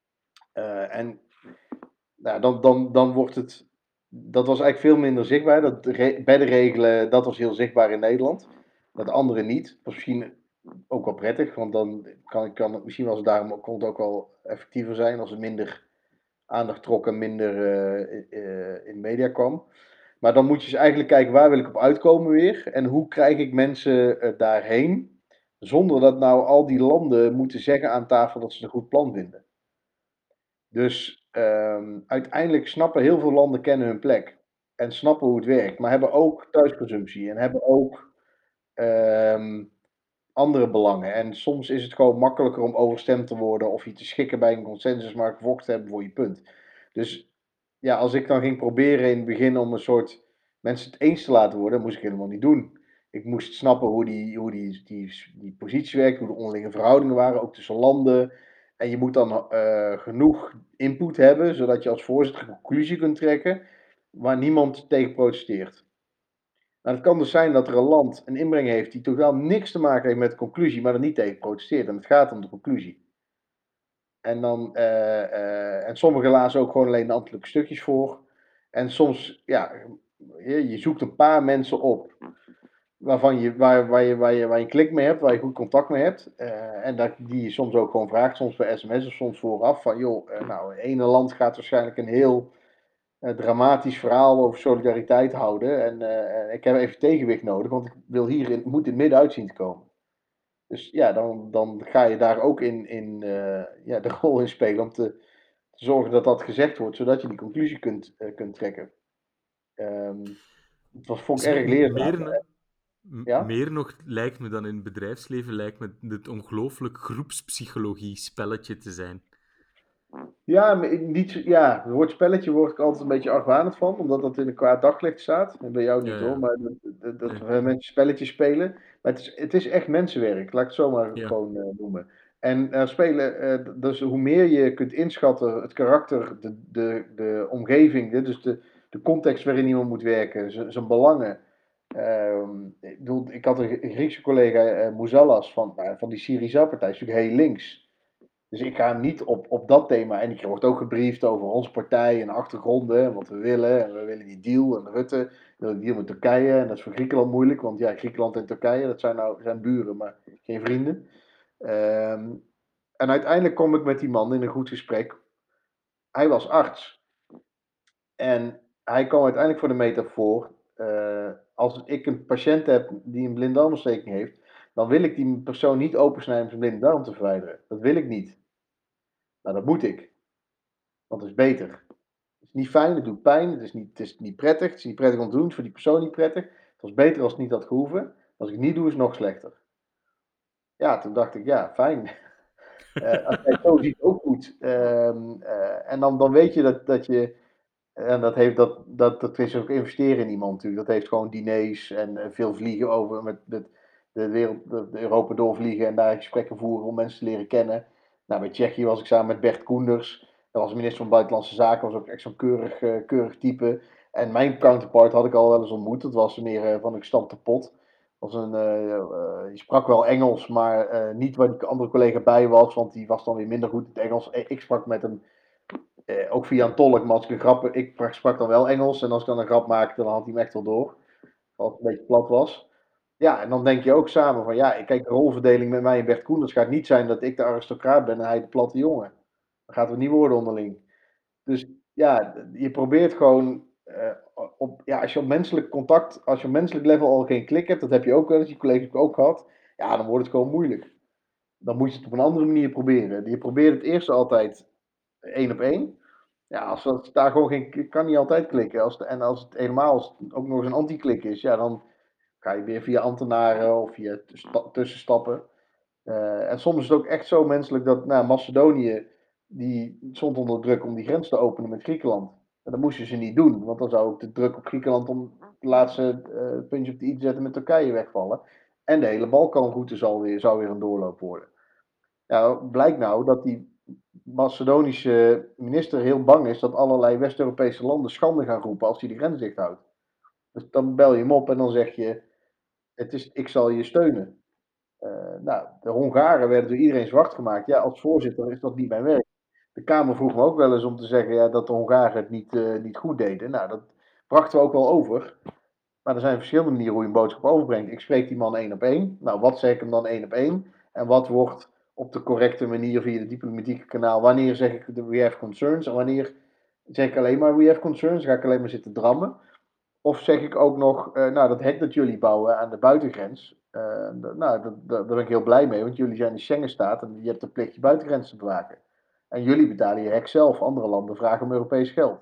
Uh, en nou, dan, dan, dan wordt het, dat was eigenlijk veel minder zichtbaar. Dat re, bedden regelen, dat was heel zichtbaar in Nederland. Dat andere niet. Dat was misschien ook wel prettig, want dan kan, kan het misschien wel eens daarom kon het ook wel effectiever zijn als het minder aandacht trok en minder uh, uh, in de media kwam. Maar dan moet je dus eigenlijk kijken, waar wil ik op uitkomen weer? En hoe krijg ik mensen uh, daarheen? Zonder dat nou al die landen moeten zeggen aan tafel dat ze het een goed plan vinden. Dus um, uiteindelijk snappen heel veel landen kennen hun plek. En snappen hoe het werkt. Maar hebben ook thuisconsumptie. En hebben ook um, andere belangen. En soms is het gewoon makkelijker om overstemd te worden. Of je te schikken bij een consensus, maar gevochten te hebben voor je punt. Dus ja, als ik dan ging proberen in het begin om een soort mensen het eens te laten worden, moest ik helemaal niet doen. Ik moest snappen hoe die, hoe die, die, die positie werkt, hoe de onderlinge verhoudingen waren, ook tussen landen. En je moet dan uh, genoeg input hebben, zodat je als voorzitter een conclusie kunt trekken waar niemand tegen protesteert. Nou, het kan dus zijn dat er een land een inbreng heeft die totaal niks te maken heeft met de conclusie, maar er niet tegen protesteert. En het gaat om de conclusie. En, dan, uh, uh, en sommigen lazen ook gewoon alleen de ambtelijke stukjes voor. En soms, ja, je, je zoekt een paar mensen op waarvan je, waar, waar, je, waar, je, waar je een klik mee hebt, waar je goed contact mee hebt. Uh, en dat, die je soms ook gewoon vraagt, soms per sms of soms vooraf. Van joh, uh, nou, het ene land gaat waarschijnlijk een heel uh, dramatisch verhaal over solidariteit houden. En uh, ik heb even tegenwicht nodig, want ik wil hier in, moet in het midden uitzien te komen. Dus ja, dan, dan ga je daar ook in, in uh, ja, de rol in spelen om te, te zorgen dat dat gezegd wordt, zodat je die conclusie kunt, uh, kunt trekken. Um, het was, vond ik erg leerzaam. Meer, Ja? meer nog lijkt me dan in het bedrijfsleven lijkt me het ongelooflijk groepspsychologie spelletje te zijn. Ja, niet, ja, het woord spelletje word ik altijd een beetje argwanend van, omdat dat in een kwaad daglicht staat. En bij jou niet ja, hoor, ja. maar dat, dat, dat nee. mensen spelletjes spelen. Maar het is, het is echt mensenwerk, laat ik het zo maar ja. gewoon uh, noemen. En uh, spelen, uh, dus hoe meer je kunt inschatten, het karakter, de, de, de omgeving, de, dus de, de context waarin iemand moet werken, zijn belangen. Uh, ik, bedoel, ik had een Griekse collega, uh, Mouzalas, van, uh, van die Syriza-partij, is natuurlijk heel links. Dus ik ga hem niet op, op dat thema. En ik word ook gebriefd over onze partij en achtergronden. En wat we willen. En we willen die deal. En Rutte wil een deal met Turkije. En dat is voor Griekenland moeilijk. Want ja, Griekenland en Turkije, dat zijn nou zijn buren, maar geen vrienden. Um, en uiteindelijk kom ik met die man in een goed gesprek. Hij was arts. En hij kwam uiteindelijk voor de metafoor. Uh, als ik een patiënt heb die een blinddarmontsteking heeft, dan wil ik die persoon niet opensnijden om zijn blinddarm te verwijderen. Dat wil ik niet. Nou, dat moet ik. Want het is beter. Het is niet fijn, het doet pijn, het is niet, het is niet prettig. Het is niet prettig om te doen, het is voor die persoon niet prettig. Het was beter als het niet had gehoeven. Als ik het niet doe, is het nog slechter. Ja, toen dacht ik, ja, fijn. uh, als jij het zo ziet, ook goed. Uh, uh, en dan, dan weet je dat, dat je... En dat, heeft, dat, dat, dat is ook investeren in iemand natuurlijk. Dat heeft gewoon diners en uh, veel vliegen over met, met de wereld, de, de Europa doorvliegen en daar gesprekken voeren om mensen te leren kennen. Nou, bij Tsjechië was ik samen met Bert Koenders. Dat was minister van Buitenlandse Zaken, was ook echt zo'n keurig, uh, keurig type. En mijn counterpart had ik al wel eens ontmoet. Dat was meneer uh, van ik stamp de pot. Was een, uh, uh, die sprak wel Engels, maar uh, niet waar die andere collega bij was, want die was dan weer minder goed in het Engels. Ik sprak met hem uh, ook via een tolk, maar als ik een grap, ik sprak dan wel Engels. En als ik dan een grap maakte, dan had hij hem echt wel door. Als het een beetje plat was. Ja, en dan denk je ook samen van, ja, kijk, de rolverdeling met mij en Bert Koenders gaat niet zijn dat ik de aristocraat ben en hij de platte jongen. Dat gaat het niet worden onderling. Dus ja, je probeert gewoon, uh, op, ja, als je op menselijk contact, als je op menselijk level al geen klik hebt, dat heb je ook wel eens, die collega's heb ik ook gehad, ja, dan wordt het gewoon moeilijk. Dan moet je het op een andere manier proberen. Je probeert het eerst altijd één op één. Ja, als dat daar gewoon geen, kan niet altijd klikken. Als de, en als het helemaal als het ook nog eens een anti-klik is, ja, dan ga je weer via ambtenaren of via tussenstappen. Uh, en soms is het ook echt zo menselijk dat nou, Macedonië, die stond onder druk om die grens te openen met Griekenland. En dat moesten ze niet doen, want dan zou ook de druk op Griekenland om het laatste uh, puntje op de i te zetten met Turkije wegvallen. En de hele Balkanroute zou weer, zou weer een doorloop worden. Ja, blijkt nou dat die Macedonische minister heel bang is dat allerlei West-Europese landen schande gaan roepen als hij de grens dicht houdt. Dus dan bel je hem op en dan zeg je, het is, ik zal je steunen. Uh, nou, de Hongaren werden door iedereen zwart gemaakt. Ja, als voorzitter is dat niet mijn werk. De Kamer vroeg me ook wel eens om te zeggen ja, dat de Hongaren het niet, uh, niet goed deden. Nou, dat brachten we ook wel over. Maar er zijn verschillende manieren hoe je een boodschap overbrengt. Ik spreek die man één op één. Nou, wat zeg ik hem dan één op één? En wat wordt op de correcte manier via de diplomatieke kanaal? Wanneer zeg ik we have concerns? En wanneer zeg ik alleen maar we have concerns? Ga ik alleen maar zitten drammen? Of zeg ik ook nog, uh, nou, dat hek dat jullie bouwen aan de buitengrens, uh, d- nou, dat, dat, daar ben ik heel blij mee, want jullie zijn de Schengenstaat en je hebt de plicht je buitengrens te bewaken. En jullie betalen je hek zelf, andere landen vragen om Europees geld.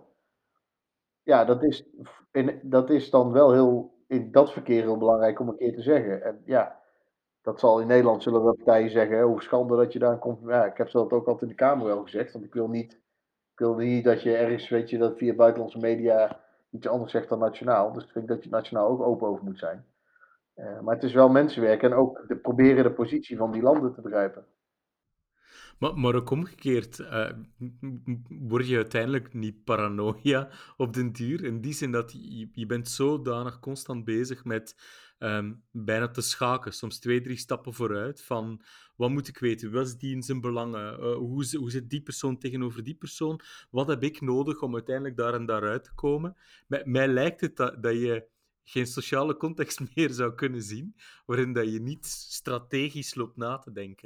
Ja, dat is, in, dat is dan wel heel, in dat verkeer heel belangrijk om een keer te zeggen. En ja, dat zal in Nederland zullen wel partijen zeggen, hè, hoe schande dat je daar komt. Ja, ik heb dat ook altijd in de Kamer wel gezegd, want ik wil niet, ik wil niet dat je ergens, weet je, dat via buitenlandse media iets anders zegt dan nationaal. Dus ik vind dat je nationaal ook open over moet zijn. Uh, maar het is wel mensenwerk en ook de, proberen de positie van die landen te begrijpen. Maar, maar ook omgekeerd, uh, word je uiteindelijk niet paranoia op den duur? In die zin dat je, je bent zodanig constant bezig met um, bijna te schaken, soms twee, drie stappen vooruit, van wat moet ik weten, wat is die in zijn belangen, uh, hoe, hoe zit die persoon tegenover die persoon, wat heb ik nodig om uiteindelijk daar en daaruit te komen? Mij, mij lijkt het dat, dat je geen sociale context meer zou kunnen zien, waarin dat je niet strategisch loopt na te denken.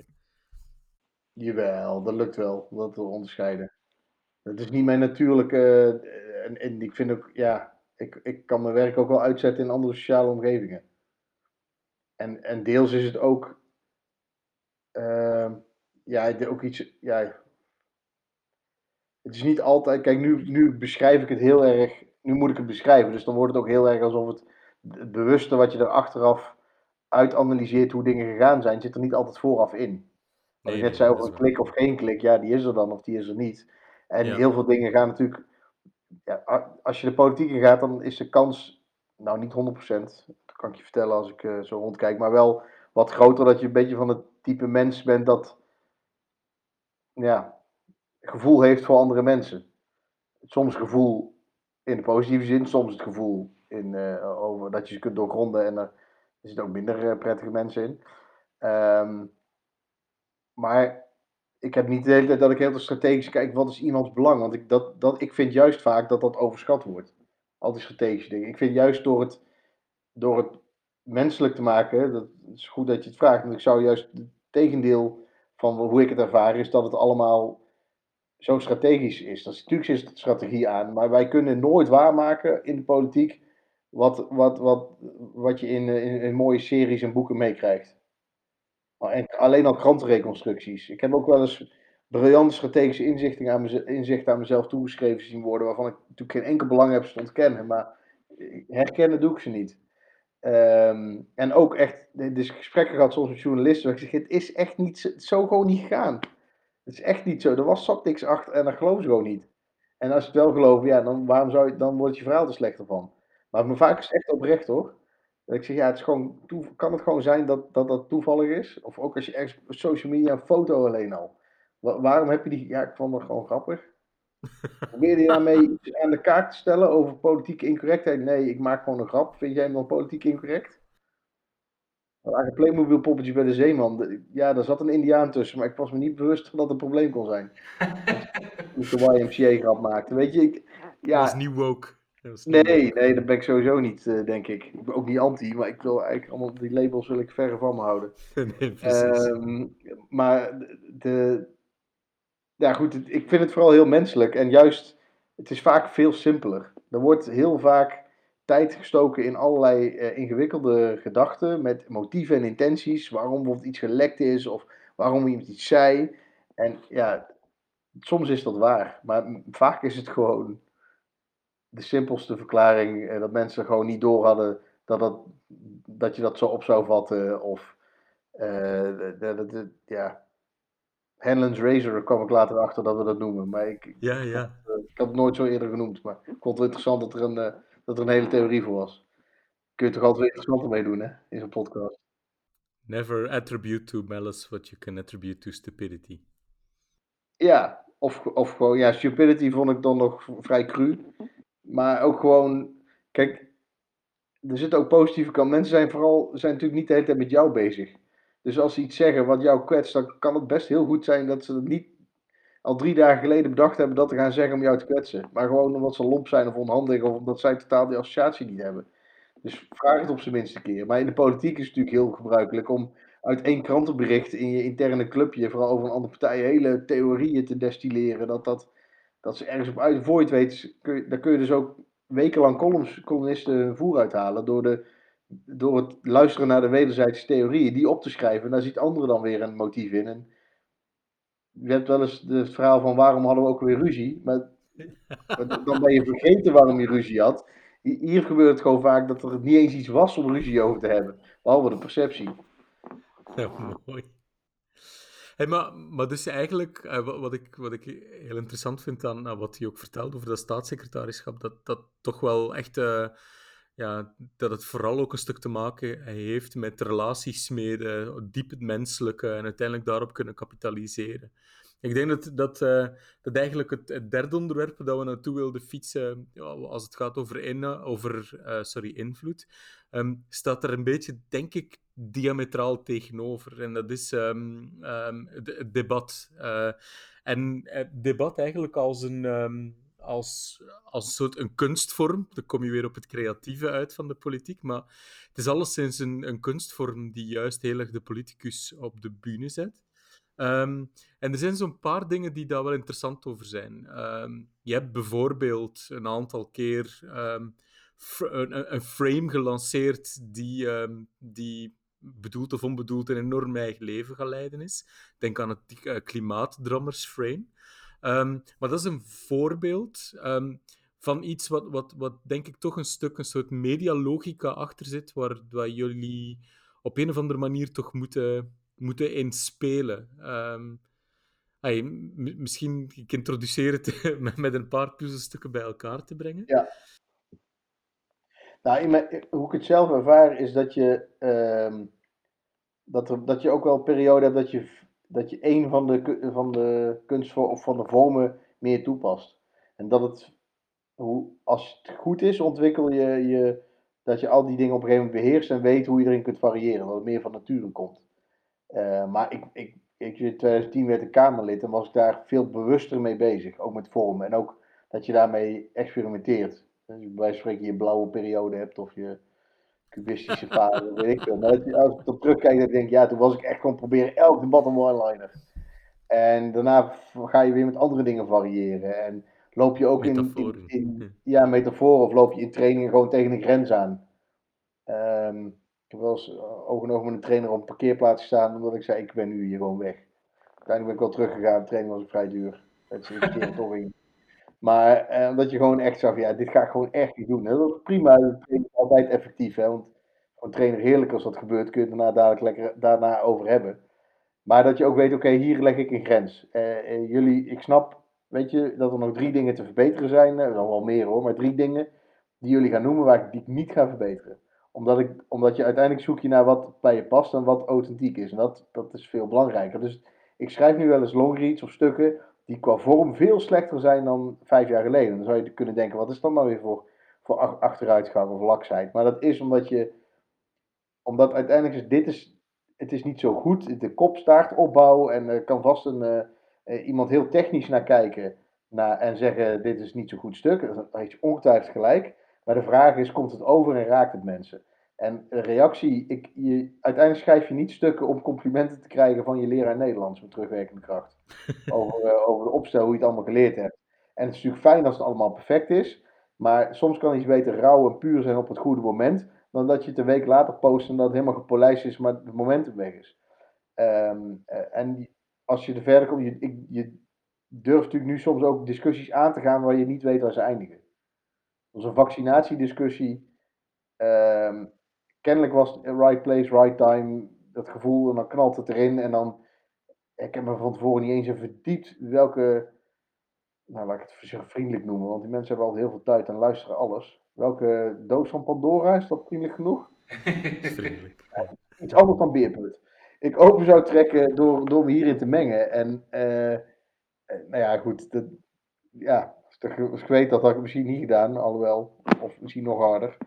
Jawel, dat lukt wel, dat te onderscheiden. Het is niet mijn natuurlijke. Uh, en, en ik vind ook, ja, ik, ik kan mijn werk ook wel uitzetten in andere sociale omgevingen. En, en deels is het ook, uh, ja, ook iets, ja, het is niet altijd, kijk, nu, nu beschrijf ik het heel erg, nu moet ik het beschrijven, dus dan wordt het ook heel erg alsof het, het bewuste wat je er achteraf uitanalyseert hoe dingen gegaan zijn, zit er niet altijd vooraf in. Wat ik Nee, net nee, zei dat over is een waar. klik of geen klik, ja, die is er dan of die is er niet. En Ja. heel veel dingen gaan natuurlijk, ja, als je de politiek in gaat, dan is de kans, nou niet honderd procent, dat kan ik je vertellen als ik uh, zo rondkijk, maar wel wat groter dat je een beetje van het type mens bent dat, ja, gevoel heeft voor andere mensen. Soms gevoel in de positieve zin, soms het gevoel in, uh, over dat je ze kunt doorgronden en er zitten ook minder uh, prettige mensen in. Um, maar ik heb niet de hele tijd dat ik heel strategisch kijk, wat is iemands belang? Want ik, dat, dat, ik vind juist vaak dat dat overschat wordt. Al die strategische dingen. Ik vind juist door het, door het menselijk te maken, dat is goed dat je het vraagt, want ik zou juist het tegendeel van hoe ik het ervaar, is dat het allemaal zo strategisch is. Dat is, natuurlijk is het strategie aan, maar wij kunnen nooit waarmaken in de politiek wat, wat, wat, wat je in, in, in mooie series en boeken meekrijgt. En alleen al krantenreconstructies. Ik heb ook wel eens briljante strategische inzichten aan, mez- inzichten aan mezelf toegeschreven zien worden, waarvan ik natuurlijk geen enkel belang heb ze te ontkennen, maar herkennen doe ik ze niet. Um, en ook echt, dus gesprekken gehad soms met journalisten, waar ik zeg, het is echt niet zo, zo gewoon niet gegaan. Het is echt niet zo. Er was zat niks achter en dat geloven ze gewoon niet. En als je het wel gelooft, ja, dan, waarom zou je, dan wordt je verhaal er slechter van. Maar me vaak is het echt oprecht hoor. Dat ik zeg, ja, het is gewoon, toe, kan het gewoon zijn dat, dat dat toevallig is? Of ook als je ergens op social media een foto alleen al. Wa- waarom heb je die, ja, ik vond het gewoon grappig. Probeer je daarmee iets aan de kaak te stellen over politieke incorrectheid? Nee, ik maak gewoon een grap. Vind jij hem dan politiek incorrect? Een Playmobil poppetje bij de Zeeman. Ja, daar zat een Indiaan tussen, maar ik was me niet bewust dat het een probleem kon zijn. Toen ik de Y M C A grap maakte. Weet je, ik, Dat was ja, niet woke. Dat was niet nee, woke. nee, dat ben ik sowieso niet, uh, denk ik. Ik ben ook niet anti, maar ik wil eigenlijk allemaal die labels wil ik verre van me houden. Nee, precies. Um, maar de, ja goed, het, ik vind het vooral heel menselijk en juist, het is vaak veel simpeler. Er wordt heel vaak tijd gestoken in allerlei uh, ingewikkelde gedachten met motieven en intenties, waarom bijvoorbeeld iets gelekt is of waarom iemand iets zei. En ja, soms is dat waar, maar vaak is het gewoon de simpelste verklaring uh, dat mensen gewoon niet door hadden dat, dat, dat je dat zo op zou vatten of uh, dat, dat, dat, ja. Hanlon's Razor, daar kwam ik later achter dat we dat noemen. Maar ik, ik, Ja, ik, vond, ja. uh, ik had het nooit zo eerder genoemd. Maar ik vond het wel interessant dat er een, uh, dat er een hele theorie voor was. Kun je toch altijd weer interessanter mee doen, hè? In zo'n podcast. Never attribute to malice what you can attribute to stupidity. Ja, of, of gewoon, ja, stupidity vond ik dan nog vrij cru. Maar ook gewoon, kijk, er zitten ook positieve kanten. Mensen zijn vooral, zijn natuurlijk niet de hele tijd met jou bezig. Dus als ze iets zeggen wat jou kwetst, dan kan het best heel goed zijn dat ze het niet al drie dagen geleden bedacht hebben dat te gaan zeggen om jou te kwetsen. Maar gewoon omdat ze lomp zijn of onhandig of omdat zij totaal die associatie niet hebben. Dus vraag het op zijn minste keer. Maar in de politiek is het natuurlijk heel gebruikelijk om uit één krantenbericht in je interne clubje, vooral over een andere partij, hele theorieën te destilleren. Dat, dat, dat ze ergens op uit, voor je het weet, kun je, daar kun je dus ook wekenlang columns, columnisten voer uithalen door, de, door het luisteren naar de wederzijdse theorieën, die op te schrijven. En daar ziet anderen dan weer een motief in. En je hebt wel eens het verhaal van waarom hadden we ook weer ruzie, maar dan ben je vergeten waarom je ruzie had. Hier gebeurt het gewoon vaak dat er niet eens iets was om ruzie over te hebben, behalve de perceptie. Ja, mooi. Hey, maar, maar dus eigenlijk, eh, wat, wat ik, wat ik heel interessant vind aan, aan wat hij ook vertelt over dat staatssecretarischap, dat dat toch wel echt, eh, ja, dat het vooral ook een stuk te maken heeft met relaties smeden, diep het menselijke en uiteindelijk daarop kunnen kapitaliseren. Ik denk dat, dat, eh, dat eigenlijk het, het derde onderwerp dat we naartoe wilden fietsen, ja, als het gaat over, in, over eh, sorry, invloed, ehm, staat er een beetje, denk ik, diametraal tegenover. En dat is ehm, ehm, de- het debat. Eh, en het debat eigenlijk als een, ehm, als, als een soort een kunstvorm. Dan kom je weer op het creatieve uit van de politiek. Maar het is alleszins een, een kunstvorm die juist heel erg de politicus op de bühne zet. Ehm, en er zijn zo'n paar dingen die daar wel interessant over zijn. Ehm, je hebt bijvoorbeeld een aantal keer ehm, fr- een, een frame gelanceerd die, ehm, die bedoeld of onbedoeld een enorm eigen leven gaat leiden is. Denk aan het uh, klimaatdrammers frame. Um, maar dat is een voorbeeld um, van iets wat, wat, wat denk ik toch een stuk een soort medialogica achter zit, waar, waar jullie op een of andere manier toch moeten, moeten inspelen. Um, hey, m- misschien ik introduceer het met, met een paar puzzelstukken bij elkaar te brengen. Ja, nou, in mijn- hoe ik het zelf ervaar is dat je, ehm, dat, er, dat je ook wel een periode hebt dat je, dat je een van de, ku- van de kunstvormen of van de vormen meer toepast. En dat het, hoe, als het goed is, ontwikkel je, je dat je al die dingen op een gegeven moment beheerst en weet hoe je erin kunt variëren, dat het meer van nature komt. Eh, maar ik, ik, ik, in twintig tien werd ik Kamerlid en was ik daar veel bewuster mee bezig, ook met vormen. En ook dat je daarmee experimenteert. Dus bij wijze van spreken je blauwe periode hebt of je cubistische fase, weet ik veel. Maar dat, je- als ik erop terugkijk, dan denk ik, ja, toen was ik echt gewoon proberen elk debat een one-liner. En daarna ga je weer met andere dingen variëren. En loop je ook in, in, Metaforen. in ja, metaforen of loop je in trainingen gewoon tegen een grens aan. Ehm, ik heb wel eens uh, oog in oog met een trainer op een parkeerplaats gestaan, omdat ik zei, ik ben nu hier gewoon weg. Uiteindelijk ben ik wel teruggegaan, de training was ook vrij duur. Het is investeren toch in. Maar eh, omdat je gewoon echt zag, ja, dit ga ik gewoon echt niet doen. Dat is prima, de training is altijd effectief. Hè, want voor een trainer heerlijk als dat gebeurt, kun je het daarna dadelijk lekker daarna over hebben. Maar dat je ook weet, oké, hier leg ik een grens. Eh, eh, jullie, ik snap, weet je, dat er nog drie dingen te verbeteren zijn. Er zijn wel meer hoor, maar drie dingen die jullie gaan noemen waar ik, die ik niet ga verbeteren. Omdat, ik, omdat je uiteindelijk zoek je naar wat bij je past en wat authentiek is. En dat, dat is veel belangrijker. Dus ik schrijf nu wel eens longreads of stukken die qua vorm veel slechter zijn dan vijf jaar geleden. Dan zou je kunnen denken, wat is dat nou weer voor, voor achteruitgang of laksheid? Maar dat is omdat je, omdat uiteindelijk is dit is, het is niet zo goed. De kopstaart opbouw en er kan vast een, eh, eh, iemand heel technisch naar kijken naar, en zeggen dit is niet zo'n goed stuk. Dan heeft je ongetwijfeld gelijk. Maar de vraag is, komt het over en raakt het mensen? En een reactie, ik, je, uiteindelijk schrijf je niet stukken om complimenten te krijgen van je leraar Nederlands met terugwerkende kracht. Over, eh, over de opstel, hoe je het allemaal geleerd hebt. En het is natuurlijk fijn als het allemaal perfect is. Maar soms kan iets beter rauw en puur zijn op het goede moment dan dat je het een week later post en dat het helemaal gepolijst is, maar het momentum weg is. Ehm, eh, en als je er verder komt, je, ik, je durft natuurlijk nu soms ook discussies aan te gaan waar je niet weet waar ze eindigen. Dus een vaccinatiediscussie. ehm, Kennelijk was het right place, right time, dat gevoel, en dan knalt het erin. En dan, ik heb me van tevoren niet eens even verdiept welke, nou laat ik het zo vriendelijk noemen, want die mensen hebben altijd heel veel tijd en luisteren alles. Welke doos van Pandora, is dat vriendelijk genoeg? Dat is vriendelijk. Ja. Iets anders dan Beerput. Ik open zou trekken door, door me hierin te mengen. En uh, nou ja, goed. Dat, ja, als ik weet dat had ik misschien niet gedaan, alhoewel. Of misschien nog harder.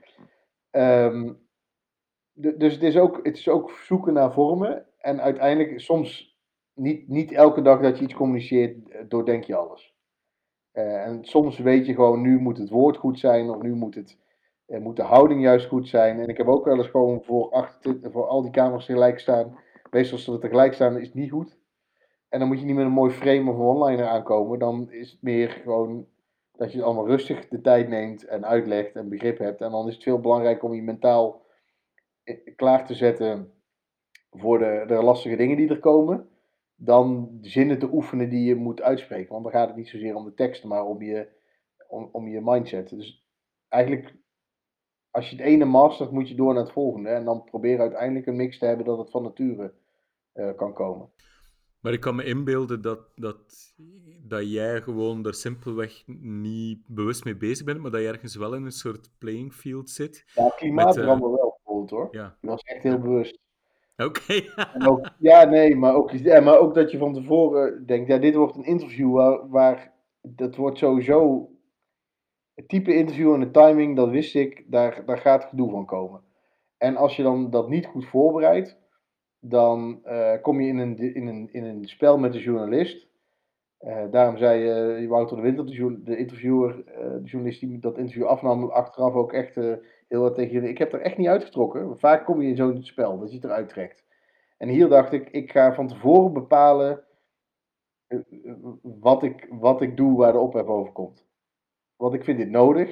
Um, de, dus het is, ook, het is ook zoeken naar vormen. En uiteindelijk, soms niet, niet elke dag dat je iets communiceert, doordenk je alles. Uh, en soms weet je gewoon, nu moet het woord goed zijn, of nu moet, het, uh, moet de houding juist goed zijn. En ik heb ook wel eens gewoon voor, achter, voor al die camera's tegelijk staan. Meestal als ze er tegelijk staan, is het niet goed. En dan moet je niet met een mooi frame of een one-liner aankomen. Dan is het meer gewoon dat je het allemaal rustig de tijd neemt en uitlegt en begrip hebt. En dan is het veel belangrijker om je mentaal klaar te zetten voor de, de lastige dingen die er komen, dan zinnen te oefenen die je moet uitspreken. Want dan gaat het niet zozeer om de teksten, maar om je, om, om je mindset. Dus eigenlijk, als je het ene mastert, moet je door naar het volgende. En dan proberen uiteindelijk een mix te hebben dat het van nature uh, kan komen. Maar ik kan me inbeelden dat, dat, dat jij gewoon er simpelweg niet bewust mee bezig bent, maar dat je ergens wel in een soort playing field zit. Ja, Met, eh, klimaatrampen wel bijvoorbeeld hoor. ja, Dat was echt heel ja. bewust. Oké. En ook, ja, nee, maar ook, ja, maar ook dat je van tevoren denkt, ja, dit wordt een interview waar, waar dat wordt sowieso het type interview en de timing, dat wist ik, daar, daar gaat gedoe van komen. En als je dan dat niet goed voorbereidt, dan eh, kom je in een, in, een, in een spel met de journalist. Uh, daarom zei uh, Wouter de Winter, de, de interviewer, uh, de journalist die dat interview afnam, achteraf ook echt uh, heel wat tegen je. Ik heb er echt niet uitgetrokken. Vaak kom je in zo'n spel, dat je het eruit trekt. En hier dacht ik, ik ga van tevoren bepalen uh, wat, ik, wat ik doe waar de ophef over komt. Want ik vind dit nodig.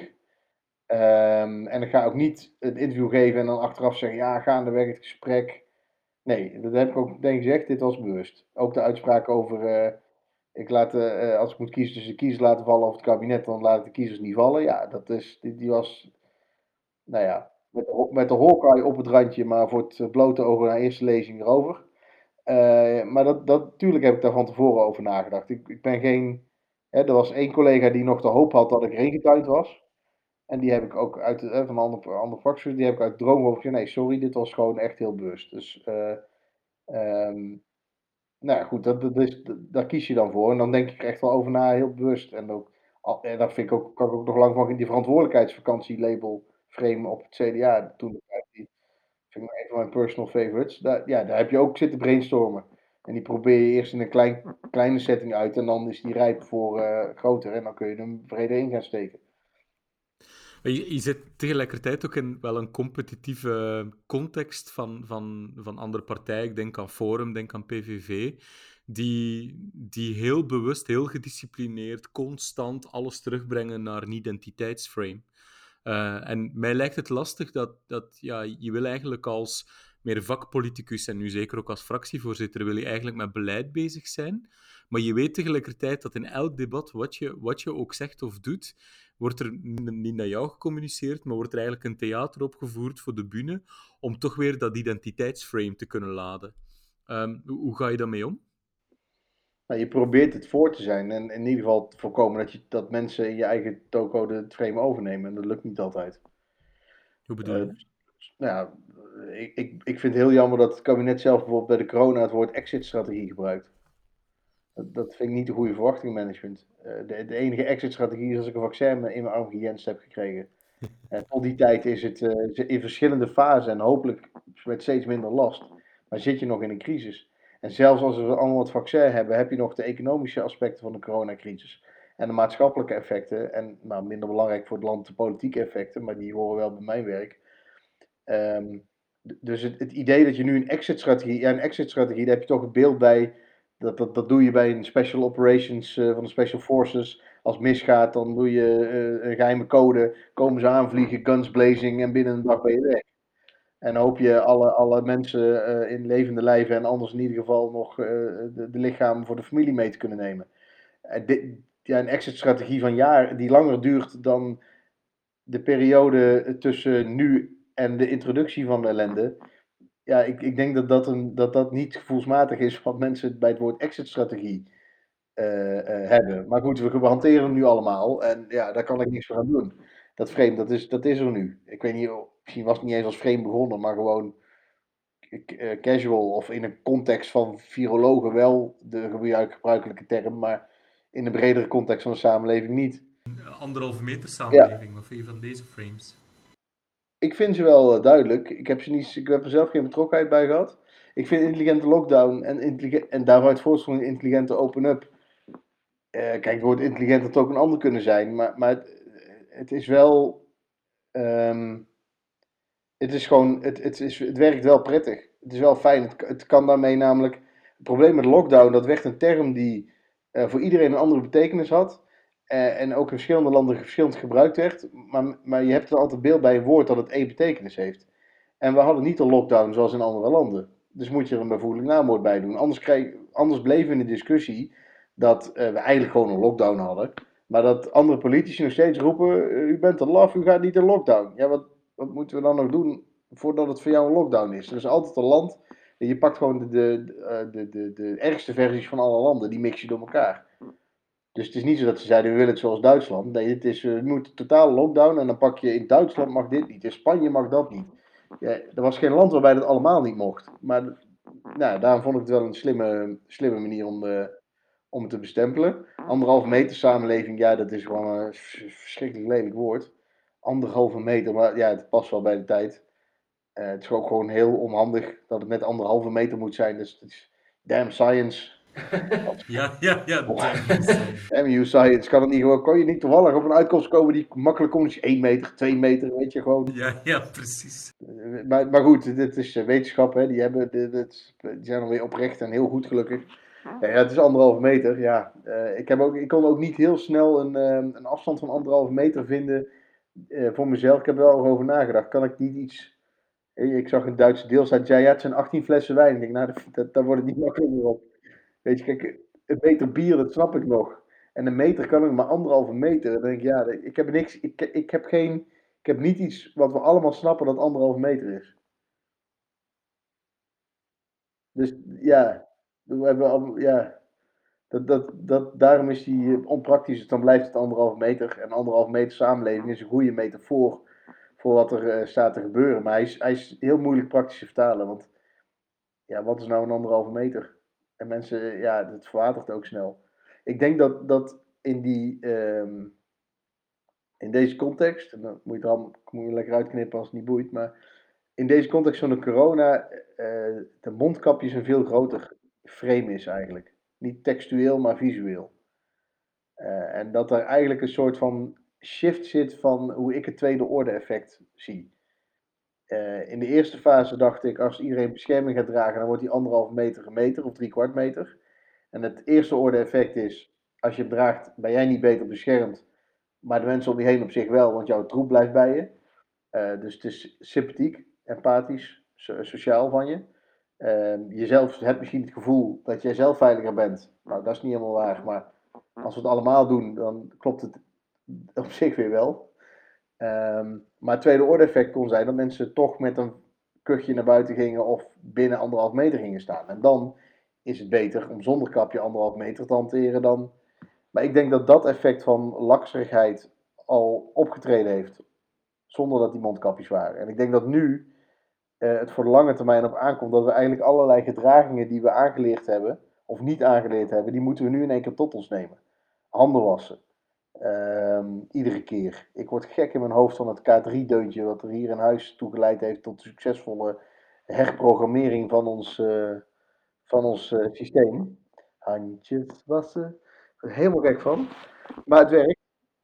Um, en ik ga ook niet het interview geven en dan achteraf zeggen, ja, gaandeweg het gesprek. Nee, dat heb ik ook denk ik gezegd, dit was bewust. Ook de uitspraak over, uh, ik laat, uh, als ik moet kiezen tussen de kiezers laten vallen of het kabinet, dan laat ik de kiezers niet vallen. Ja, dat is, die, die was, nou ja, met de, met de Hawkeye op het randje, maar voor het blote ogen naar eerste lezing erover. Uh, maar dat, dat, natuurlijk heb ik daar van tevoren over nagedacht. Ik, ik ben geen, hè, er was één collega die nog de hoop had dat ik erin getuind was. En die heb ik ook uit de, van een andere, andere fracties, die heb ik uit droom over gezegd. Nee, sorry, dit was gewoon echt heel bewust. Dus, uh, um, nou ja, goed, dat, dat is, dat, daar kies je dan voor. En dan denk ik er echt wel over na, heel bewust. En, ook, en dat vind ik ook, kan ik ook nog lang van die verantwoordelijkheidsvakantie-label frame op het C D A. Toen, die vind ik een van mijn personal favorites. Daar, ja, daar heb je ook zitten brainstormen. En die probeer je eerst in een klein, kleine setting uit. En dan is die rijp voor uh, groter. En dan kun je hem breder in gaan steken. Je, je zit tegelijkertijd ook in wel een competitieve context van, van, van andere partijen. Ik denk aan Forum, denk aan P V V, die, die heel bewust, heel gedisciplineerd, constant alles terugbrengen naar een identiteitsframe. Uh, en mij lijkt het lastig dat, dat ja, je wil eigenlijk als meer vakpoliticus en nu zeker ook als fractievoorzitter wil je eigenlijk met beleid bezig zijn, maar je weet tegelijkertijd dat in elk debat, wat je, wat je ook zegt of doet, wordt er niet naar jou gecommuniceerd, maar wordt er eigenlijk een theater opgevoerd voor de bühne om toch weer dat identiteitsframe te kunnen laden. Um, hoe, hoe ga je daarmee om? Nou, je probeert het voor te zijn en in ieder geval te voorkomen dat, je, dat mensen in je eigen toko het frame overnemen. En dat lukt niet altijd. Hoe bedoel je? Uh, nou ja, ik, ik, ik vind het heel jammer dat het kabinet zelf bijvoorbeeld bij de corona het woord exit-strategie gebruikt. Dat, dat vind ik niet de goede verwachtingmanagement. Uh, de, de enige exit-strategie is als ik een vaccin in mijn arm gejenst heb gekregen. En tot die tijd is het uh, in verschillende fasen en hopelijk met steeds minder last. Maar zit je nog in een crisis. En zelfs als we allemaal het vaccin hebben, heb je nog de economische aspecten van de coronacrisis. En de maatschappelijke effecten. En nou, minder belangrijk voor het land de politieke effecten, maar die horen wel bij mijn werk. Um, dus het, het idee dat je nu een exit-strategie, ja, een exit-strategie, daar heb je toch het beeld bij. Dat, dat, dat doe je bij een special operations uh, van de special forces. Als het misgaat, dan doe je uh, een geheime code, komen ze aanvliegen, guns blazing en binnen een dag ben je weg. En hoop je alle, alle mensen uh, in levende lijven en anders in ieder geval nog uh, de, de lichamen voor de familie mee te kunnen nemen. Uh, dit, ja, een exit-strategie van jaar die langer duurt dan de periode tussen nu en de introductie van de ellende. Ja, ik, ik denk dat dat, een, dat dat niet gevoelsmatig is wat mensen bij het woord exit-strategie uh, uh, hebben. Maar goed, we hanteren hem nu allemaal en ja, daar kan ik niks voor aan doen. Dat frame, dat is, dat is er nu. Ik weet niet, misschien was het niet eens als frame begonnen, maar gewoon uh, casual of in een context van virologen wel de gebruikelijke term, maar in een bredere context van de samenleving niet. Anderhalve meter samenleving, ja. Wat vind je van deze frames? Ik vind ze wel uh, duidelijk. Ik heb, ze niet, ik heb er zelf geen betrokkenheid bij gehad. Ik vind intelligente lockdown en, intelligent, en daaruit voortstromend intelligente open-up. Uh, kijk, het woord intelligent had ook een ander kunnen zijn, maar, maar het, het is wel. Um, het is gewoon. Het, het, is, het werkt wel prettig. Het is wel fijn. Het, het kan daarmee namelijk. Het probleem met lockdown, dat werd een term die uh, voor iedereen een andere betekenis had. Uh, en ook in verschillende landen verschillend gebruikt werd. Maar, maar je hebt er altijd beeld bij een woord dat het één betekenis heeft. En we hadden niet een lockdown zoals in andere landen. Dus moet je er een bijvoeglijk naamwoord bij doen. Anders, krijg, anders bleven we in de discussie dat uh, we eigenlijk gewoon een lockdown hadden. Maar dat andere politici nog steeds roepen, uh, u bent te laf, u gaat niet in lockdown. Ja, wat, wat moeten we dan nog doen voordat het voor jou een lockdown is? Er is altijd een land Je pakt gewoon de, de, de, de, de, de ergste versies van alle landen, die mix je door elkaar. Dus het is niet zo dat ze zeiden, we willen het zoals Duitsland. Nee, het is, uh, moet totale lockdown en dan pak je in Duitsland mag dit niet, in Spanje mag dat niet. Ja, er was geen land waarbij dat allemaal niet mocht. Maar nou, daarom vond ik het wel een slimme, slimme manier om, uh, om het te bestempelen. Anderhalve meter samenleving, ja, dat is gewoon een verschrikkelijk lelijk woord. Anderhalve meter, maar ja, het past wel bij de tijd. Uh, het is ook gewoon heel onhandig dat het net anderhalve meter moet zijn. Dus het is damn science. Ja, ja, ja, damn science. Damn you science. Kan het niet gewoon, kon je niet toevallig op een uitkomst komen die makkelijk komt? Dus één meter, twee meter, weet je gewoon. Ja, ja, precies. Uh, maar, maar goed, dit is uh, wetenschap, hè. Die, hebben, dit, dit, die zijn alweer oprecht en heel goed gelukkig. Ja, ja, het is anderhalve meter, ja. Uh, ik, heb ook, ik kon ook niet heel snel een, uh, een afstand van anderhalve meter vinden uh, voor mezelf. Ik heb er wel over nagedacht. Kan ik niet iets... Ik zag een Duitse deelstaat, ja, ja, het zijn achttien flessen wijn. Ik denk, nou, dat, daar wordt het niet makkelijker op. Weet je, kijk, een meter bier, dat snap ik nog. En een meter kan ik maar anderhalve meter. Dan denk ik, ja, ik heb niks, ik, ik heb geen, ik heb niet iets wat we allemaal snappen dat anderhalve meter is. Dus ja, we hebben al, ja, dat, dat, dat, daarom is die onpraktisch. Dus dan blijft het anderhalve meter. En anderhalve meter samenleving is een goede metafoor voor wat er uh, staat te gebeuren. Maar hij is, hij is heel moeilijk praktisch te vertalen. Want ja, wat is nou een anderhalve meter? En mensen, ja, het verwatert ook snel. Ik denk dat, dat in, die, um, in deze context, en dan moet je het al moet je lekker uitknippen als het niet boeit, maar in deze context van de corona, uh, de mondkapjes een veel groter frame is eigenlijk. Niet textueel, maar visueel. Uh, en dat er eigenlijk een soort van shift zit van hoe ik het tweede orde effect zie. Uh, in de eerste fase dacht ik, als iedereen bescherming gaat dragen, dan wordt die anderhalve meter een meter of drie kwart meter. En het eerste orde effect is, als je hem draagt, ben jij niet beter beschermd, maar de mensen om je heen op zich wel, want jouw troep blijft bij je. Uh, dus het is sympathiek, empathisch, so- sociaal van je. Uh, jezelf hebt misschien het gevoel dat jij zelf veiliger bent. Nou, dat is niet helemaal waar, maar als we het allemaal doen, dan klopt het op zich weer wel. Um, maar het tweede orde effect kon zijn dat mensen toch met een kuchje naar buiten gingen of binnen anderhalf meter gingen staan. En dan is het beter om zonder kapje anderhalf meter te hanteren dan... Maar ik denk dat dat effect van lakserigheid al opgetreden heeft, zonder dat die mondkapjes waren. En ik denk dat nu uh, het voor de lange termijn op aankomt dat we eigenlijk allerlei gedragingen die we aangeleerd hebben, of niet aangeleerd hebben, die moeten we nu in één keer tot ons nemen. Handen wassen. Um, iedere keer. Ik word gek in mijn hoofd van het K drie deuntje wat er hier in huis toegeleid heeft tot de succesvolle herprogrammering van ons, uh, van ons uh, systeem. Handjes wassen. Ik word er helemaal gek van. Maar het werkt.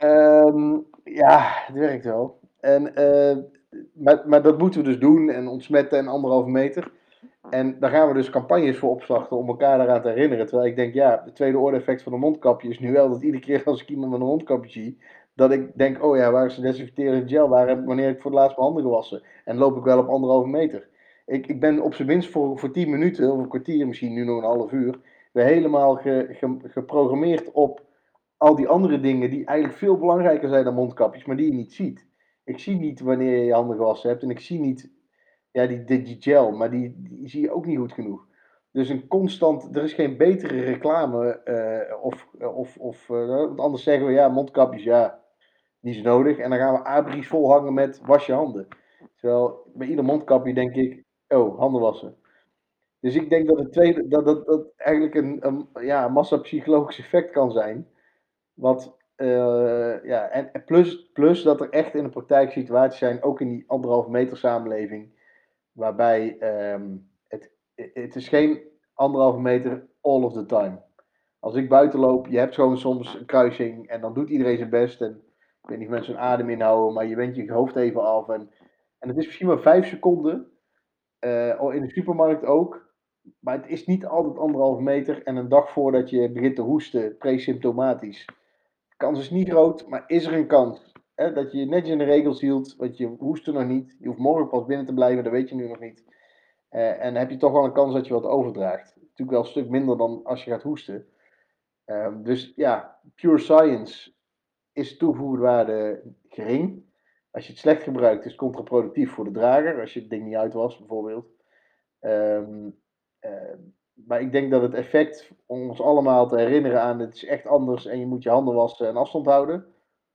Um, ja, het werkt wel. En, uh, maar, maar dat moeten we dus doen en ontsmetten en anderhalve meter. En daar gaan we dus campagnes voor opstarten om elkaar daaraan te herinneren. Terwijl ik denk, ja, het tweede orde effect van een mondkapje is nu wel dat iedere keer als ik iemand met een mondkapje zie, dat ik denk, oh ja, waar is de desinfecterende gel? Waar heb, wanneer heb ik voor het laatst mijn handen gewassen? En loop ik wel op anderhalve meter. Ik, ik ben op zijn minst voor, voor tien minuten, of een kwartier, misschien nu nog een half uur, weer helemaal ge, ge, geprogrammeerd op al die andere dingen die eigenlijk veel belangrijker zijn dan mondkapjes, maar die je niet ziet. Ik zie niet wanneer je je handen gewassen hebt en ik zie niet... Ja, die, die gel, maar die, die zie je ook niet goed genoeg. Dus een constant, er is geen betere reclame, uh, of, of, of uh, want anders zeggen we, ja, mondkapjes, ja, niet zo nodig. En dan gaan we abris volhangen met was je handen. Terwijl bij ieder mondkapje denk ik, oh, handen wassen. Dus ik denk dat het tweede, dat dat, dat eigenlijk een, een ja, massapsychologisch effect kan zijn. Wat, uh, ja, en plus, plus dat er echt in de praktijk situaties zijn, ook in die anderhalve meter samenleving, waarbij um, het, het is geen anderhalve meter all of the time. Als ik buiten loop, je hebt gewoon soms een kruising en dan doet iedereen zijn best. En ik weet niet of mensen hun adem inhouden, maar je wendt je hoofd even af. En, en het is misschien maar vijf seconden, uh, in de supermarkt ook. Maar het is niet altijd anderhalve meter en een dag voordat je begint te hoesten, presymptomatisch. De kans is niet groot, maar is er een kans? Hè, dat je je netjes in de regels hield, want je hoest er nog niet. Je hoeft morgen pas binnen te blijven, dat weet je nu nog niet. Uh, en heb je toch wel een kans dat je wat overdraagt. Natuurlijk wel een stuk minder dan als je gaat hoesten. Uh, dus ja, pure science is toegevoegde waarde gering. Als je het slecht gebruikt is het contraproductief voor de drager. Als je het ding niet uit was bijvoorbeeld. Um, Uh, maar ik denk dat het effect om ons allemaal te herinneren aan het is echt anders en je moet je handen wassen en afstand houden.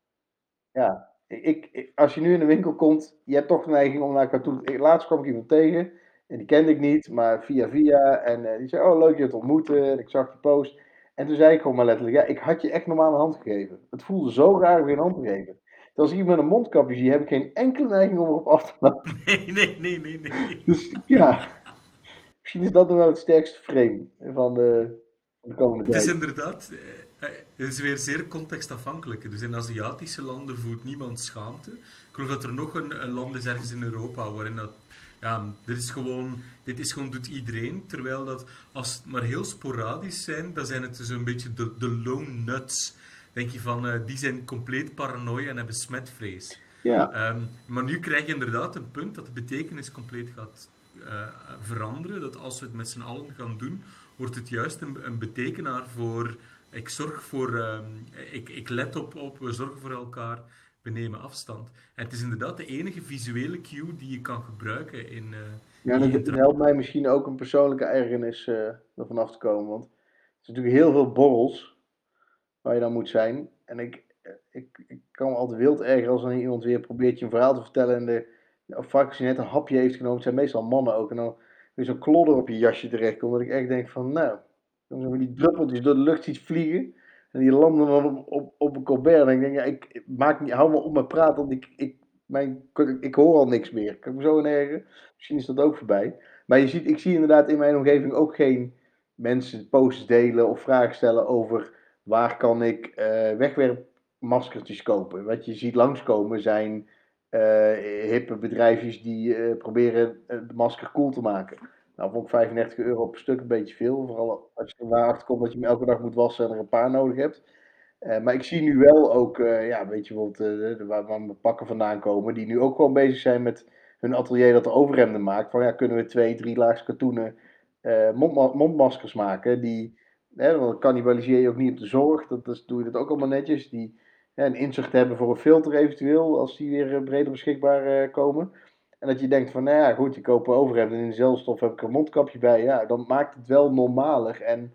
Ja, ik, ik, als je nu in de winkel komt, je hebt toch de neiging om naar elkaar toe te... Laatst kwam ik iemand tegen en die kende ik niet, maar via via. En uh, die zei, oh leuk je te ontmoeten. En ik zag die post. En toen zei ik gewoon maar letterlijk, ja, ik had je echt normaal een hand gegeven. Het voelde zo raar om je een hand te geven. Terwijl als ik iemand met een mondkapje zie, heb ik geen enkele neiging om erop af te laten. Nee, nee, nee, nee, nee. Dus ja, misschien is dat nog wel het sterkste frame van de, van de komende Het is tijd. inderdaad, eh, eh, het is weer zeer contextafhankelijk. Dus in Aziatische landen voelt niemand schaamte. Ik geloof dat er nog een, een land is ergens in Europa waarin dat, ja, dit is gewoon, dit is gewoon doet iedereen. Terwijl dat, als het maar heel sporadisch zijn, dan zijn het dus een beetje de, de lone nuts. Denk je van, eh, die zijn compleet paranoia en hebben smetvrees. Ja, Um, maar nu krijg je inderdaad een punt dat de betekenis compleet gaat uh, veranderen. Dat als we het met z'n allen gaan doen, wordt het juist een, een betekenaar voor... Ik zorg voor... Um, ik, ik let op, op, we zorgen voor elkaar, we nemen afstand. En het is inderdaad de enige visuele cue die je kan gebruiken in, uh, ja, in je en het, het helpt mij misschien ook een persoonlijke ergernis uh, ervan af te komen. Want er zijn natuurlijk heel veel borrels waar je dan moet zijn. En ik, ik, ik kan me altijd wild ergeren als dan iemand weer probeert je een verhaal te vertellen. En de, of vaak als je net een hapje heeft genomen, het zijn meestal mannen ook. En dan weer zo'n klodder op je jasje terechtkomt. Dat ik echt denk van, nou, dan zijn die druppeltjes door de lucht ziet vliegen. En die landen dan op, op, op een colbert. En ik denk, ja, ik maak niet, hou me op mijn praat, want ik, ik, mijn, ik hoor al niks meer. Kan ik me zo in ergeren? Misschien is dat ook voorbij. Maar je ziet, ik zie inderdaad in mijn omgeving ook geen mensen posts delen of vragen stellen over waar kan ik uh, wegwerpmaskertjes kopen. Wat je ziet langskomen zijn uh, hippe bedrijfjes die uh, proberen de masker cool te maken. Nou, vond ik vijfendertig euro per stuk een beetje veel. Vooral als je er maar achter komt dat je hem elke dag moet wassen en er een paar nodig hebt. Uh, maar ik zie nu wel ook, uh, ja, weet je bijvoorbeeld, uh, waar, waar mijn pakken vandaan komen, die nu ook gewoon bezig zijn met hun atelier dat de overhemden maakt. Van ja, kunnen we twee, drie laags katoenen uh, mondma mondmaskers maken die, hè, dan cannibaliseer je ook niet op de zorg, dat, dat doe je dat ook allemaal netjes. Die hè, een inzicht hebben voor een filter eventueel, als die weer breder beschikbaar uh, komen. En dat je denkt van, nou ja, goed, ik koop een overhemd en in dezelfde stof heb ik er een mondkapje bij. Ja, dan maakt het wel normaler en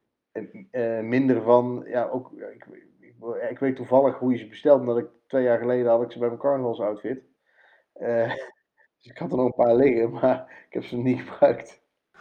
uh, minder van, ja, ook, ik, ik, ik weet toevallig hoe je ze bestelt, omdat ik twee jaar geleden had ik ze bij mijn carnavalsoutfit. Uh, dus ik had er nog een paar liggen, maar ik heb ze nog niet gebruikt.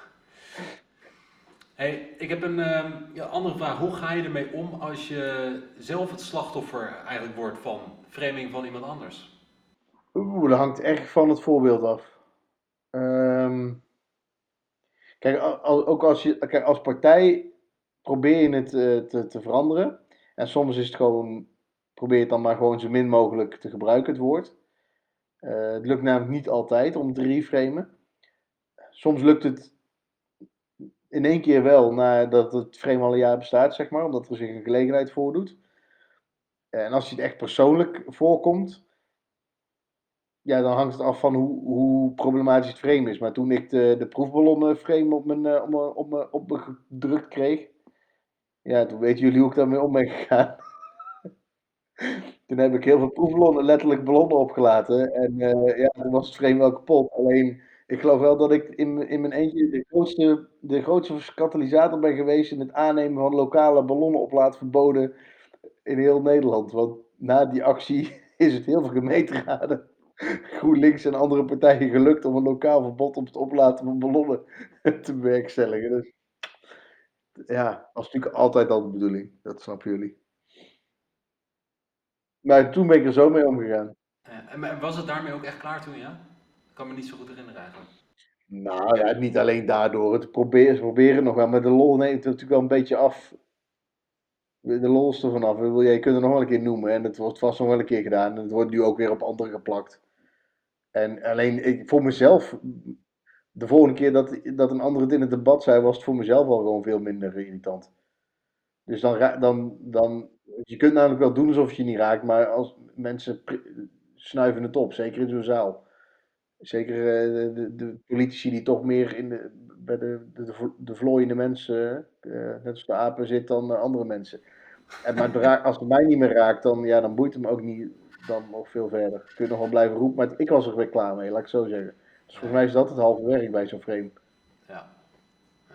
Hey, ik heb een uh, ja, andere vraag. Hoe ga je ermee om als je zelf het slachtoffer eigenlijk wordt van framing van iemand anders? Oeh, dat hangt erg van het voorbeeld af. Um, kijk, als, ook als, je, kijk, als partij probeer je het uh, te, te veranderen. En soms is het gewoon, probeer het dan maar gewoon zo min mogelijk te gebruiken, het woord. Uh, het lukt namelijk niet altijd om te reframen. Soms lukt het in één keer wel, nadat het frame al een jaar bestaat, zeg maar, omdat er zich een gelegenheid voordoet. En als je het echt persoonlijk voorkomt, ja, dan hangt het af van hoe, hoe problematisch het frame is. Maar toen ik de, de proefballonnen frame op mijn, op mijn, op mijn, op me gedrukt kreeg, ja, toen weten jullie hoe ik daarmee om ben gegaan. Toen heb ik heel veel proefballonnen, letterlijk ballonnen opgelaten. En uh, ja, toen was het frame wel kapot. Alleen, ik geloof wel dat ik in, in mijn eentje de grootste, de grootste katalysator ben geweest in het aannemen van lokale ballonnenoplaadverboden in heel Nederland. Want na die actie is het heel veel gemeenteraden, GroenLinks en andere partijen gelukt om een lokaal verbod op het oplaten van ballonnen te bewerkstelligen. Dus ja, dat was natuurlijk altijd al de bedoeling. Dat snappen jullie. Maar toen ben ik er zo mee omgegaan. Uh, en was het daarmee ook echt klaar toen, ja? Ik kan me niet zo goed herinneren eigenlijk. Nou ja, niet alleen daardoor. Het proberen, proberen nog wel. Maar de lol neemt het natuurlijk wel een beetje af. De lol is er vanaf. Je kunt het nog wel een keer noemen. En het wordt vast nog wel een keer gedaan. En het wordt nu ook weer op anderen geplakt. En alleen ik, voor mezelf, de volgende keer dat, dat een ander het in het debat zei, was het voor mezelf al gewoon veel minder irritant. Dus dan, dan, dan je kunt namelijk wel doen alsof je je niet raakt, maar als mensen snuiven het op, zeker in zo'n zaal. Zeker uh, de, de politici die toch meer in de, bij de, de, de vlooiende mensen, uh, net als de apen, zit dan uh, andere mensen. En, maar het raakt, als het mij niet meer raakt, dan, ja, dan boeit het me ook niet dan nog veel verder. Kun je nog wel blijven roepen, maar ik was er weer klaar mee, laat ik zo zeggen. Dus volgens mij is dat het halve werk bij zo'n frame. Ja.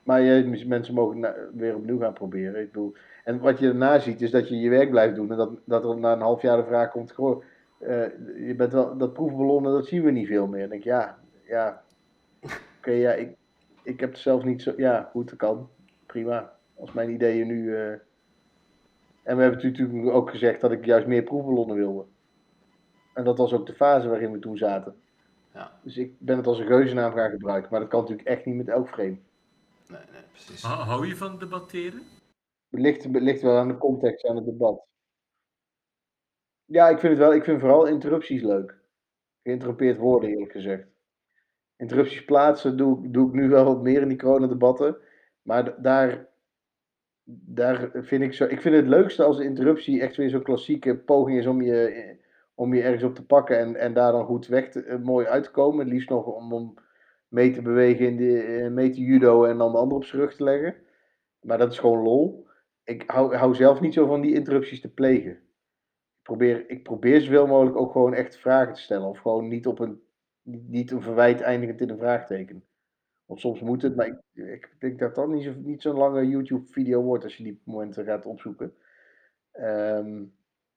Maar je, mensen mogen na, weer opnieuw gaan proberen. Ik bedoel, en wat je daarna ziet, is dat je je werk blijft doen. En dat, dat er na een half jaar de vraag komt, goh, uh, je bent wel, dat proefballonnen, dat zien we niet veel meer. Dan denk ik, ja, ja, oké, okay, ja, ik, ik heb het zelf niet zo, ja, goed, dat kan, prima. Als mijn ideeën nu, uh... en we hebben natuurlijk ook gezegd dat ik juist meer proefballonnen wilde. En dat was ook de fase waarin we toen zaten. Ja. Dus ik ben het als een geuzennaam gaan gebruiken, maar dat kan natuurlijk echt niet met elk frame. Nee, nee, precies. Hou je van debatteren? Het ligt, het ligt wel aan de context, aan het debat. Ja, ik vind het wel. Ik vind vooral interrupties leuk. Geïnterrumpeerd worden, eerlijk gezegd. Interrupties plaatsen doe, doe ik nu wel wat meer in die coronadebatten. Maar daar, daar vind ik zo. Ik vind het leukste als de interruptie echt weer zo'n klassieke poging is om je, om je ergens op te pakken en, en daar dan goed weg te, mooi uit te komen. Het liefst nog om, om mee te bewegen, in de, mee te judo en dan de ander op zijn rug te leggen. Maar dat is gewoon lol. Ik hou, hou zelf niet zo van die interrupties te plegen. Ik probeer, ik probeer zoveel mogelijk ook gewoon echt vragen te stellen. Of gewoon niet op een, niet een verwijt eindigend in een vraagteken. Want soms moet het, maar ik, ik denk dat dat niet, zo, niet zo'n lange YouTube-video wordt als je die momenten gaat opzoeken. Um,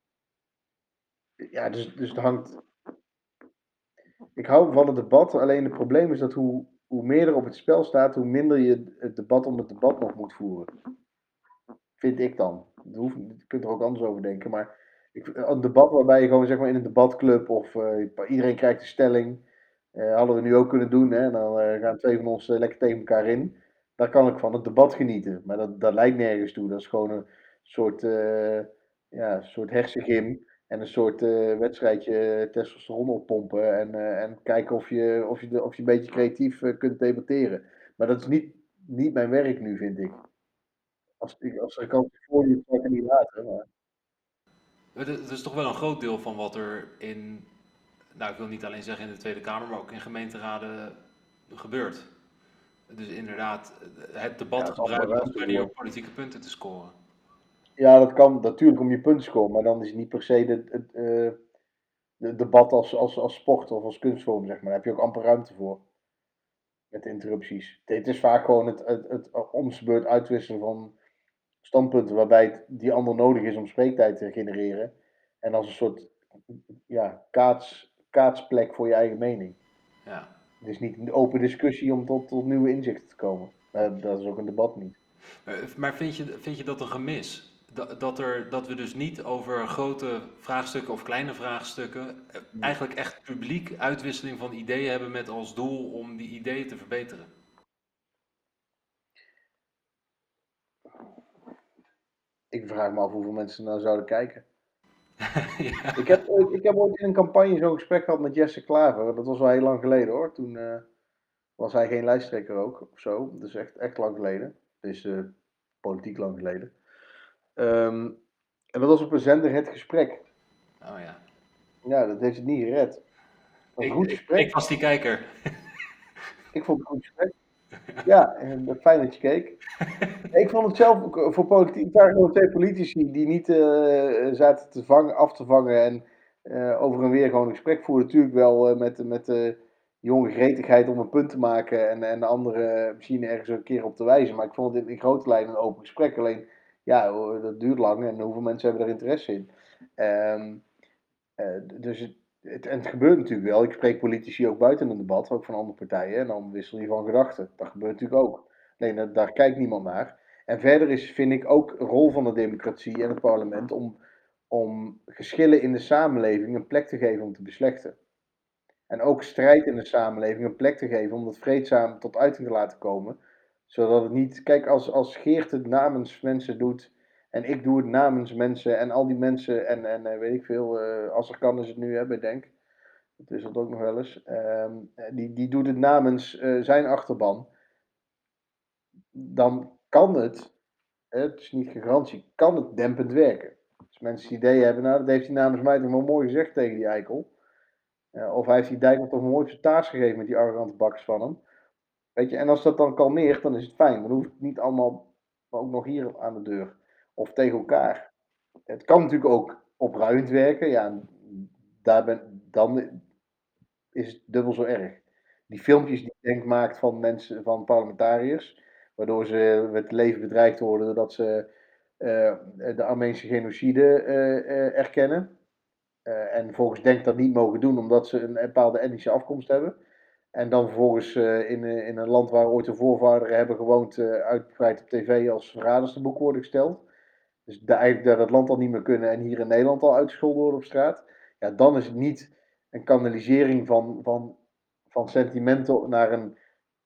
ja, dus, dus het hangt. Ik hou van het debat, alleen het probleem is dat hoe, hoe meer er op het spel staat, hoe minder je het debat om het debat nog moet voeren. Vind ik dan. Hoeft, je kunt er ook anders over denken, maar ik, een debat waarbij je gewoon zeg maar in een debatclub of uh, iedereen krijgt een stelling, uh, hadden we nu ook kunnen doen, hè? Dan uh, gaan twee van ons uh, lekker tegen elkaar in. Daar kan ik van het debat genieten, maar dat, dat lijkt nergens toe. Dat is gewoon een soort, uh, ja, soort hersengym en een soort uh, wedstrijdje testosteron oppompen en, uh, en kijken of je, of, je de, of je een beetje creatief uh, kunt debatteren. Maar dat is niet, niet mijn werk nu, vind ik. Als, als er kans is voor je, zal ik het niet laten. Maar... Het, het is toch wel een groot deel van wat er in, nou ik wil niet alleen zeggen in de Tweede Kamer, maar ook in gemeenteraden gebeurt. Dus inderdaad, het debat Ja, gebruiken als manier om politieke punten te scoren. Ja, dat kan natuurlijk om je punt te scoren, maar dan is het niet per se het, het, uh, het debat als, als, als sport of als kunstvorm, zeg maar. Daar heb je ook amper ruimte voor. Met interrupties. Het is vaak gewoon het, het, het omsbeurt uitwisselen van standpunten waarbij het die ander nodig is om spreektijd te genereren. En als een soort ja, kaats, kaatsplek voor je eigen mening. Ja. Het is niet een open discussie om tot, tot nieuwe inzichten te komen. Maar dat is ook een debat niet. Maar vind je, vind je dat een gemis? Dat, dat, er, dat we dus niet over grote vraagstukken of kleine vraagstukken eigenlijk echt publiek uitwisseling van ideeën hebben met als doel om die ideeën te verbeteren? Ik vraag me af hoeveel mensen nou zouden kijken. ja. ik, heb ooit, ik heb ooit in een campagne zo'n gesprek gehad met Jesse Klaver. Dat was wel heel lang geleden hoor. Toen uh, was hij geen lijsttrekker ook of zo. Dus echt, echt lang geleden. Dus uh, politiek lang geleden. Um, en dat was op een zender Het Gesprek. Oh ja. Ja, dat heeft het niet gered. Dat was ik, een goed gesprek. Ik, ik was die kijker. ik vond het een goed gesprek. Ja, en fijn dat je keek. Ik vond het zelf ook voor politiek. Het waren gewoon twee politici die niet uh, zaten te vangen, af te vangen en uh, over en weer gewoon een gesprek voerden. Natuurlijk wel uh, met, met de jonge gretigheid om een punt te maken en, en de andere misschien ergens een keer op te wijzen. Maar ik vond het in, in grote lijnen een open gesprek. Alleen, ja, dat duurt lang en hoeveel mensen hebben er interesse in? Um, uh, dus het, het, en het gebeurt natuurlijk wel. Ik spreek politici ook buiten een debat, ook van andere partijen. En dan wissel je van gedachten. Dat gebeurt natuurlijk ook. Alleen, dat, daar kijkt niemand naar. En verder is, vind ik, ook een rol van de democratie en het parlement om, om geschillen in de samenleving een plek te geven om te beslechten. En ook strijd in de samenleving een plek te geven om dat vreedzaam tot uiting te laten komen. Zodat het niet, kijk, als, als Geert het namens mensen doet en ik doe het namens mensen en al die mensen en, en weet ik veel, uh, als er kan is het nu, hè, bij Denk. Dat is dat ook nog wel eens. Uh, die, die doet het namens uh, zijn achterban. Dan kan het, het is niet garantie, kan het dempend werken. Als mensen het idee hebben, nou dat heeft hij namens mij toch wel mooi gezegd tegen die eikel. Uh, of hij heeft die Dijkman toch mooi op zijn taas gegeven met die arrogante bakkers van hem. Weet je, en als dat dan kalmeert, dan is het fijn. Dan hoeft het niet allemaal ook nog hier aan de deur. Of tegen elkaar. Het kan natuurlijk ook opruimend werken. Ja, daar ben, dan is het dubbel zo erg. Die filmpjes die Denk maakt van mensen, van parlementariërs, waardoor ze met leven bedreigd worden doordat ze uh, de Armeense genocide uh, uh, erkennen. Uh, en vervolgens denkt dat niet mogen doen omdat ze een bepaalde etnische afkomst hebben. En dan vervolgens uh, in, uh, in een land waar ooit de voorvaderen hebben gewoond, uh, uitgebreid op tv als verraders te boek worden gesteld. Dus de, eigenlijk dat het land al niet meer kunnen en hier in Nederland al uitgescholden worden op straat. Ja, dan is het niet een kanalisering van, van, van sentimenten naar een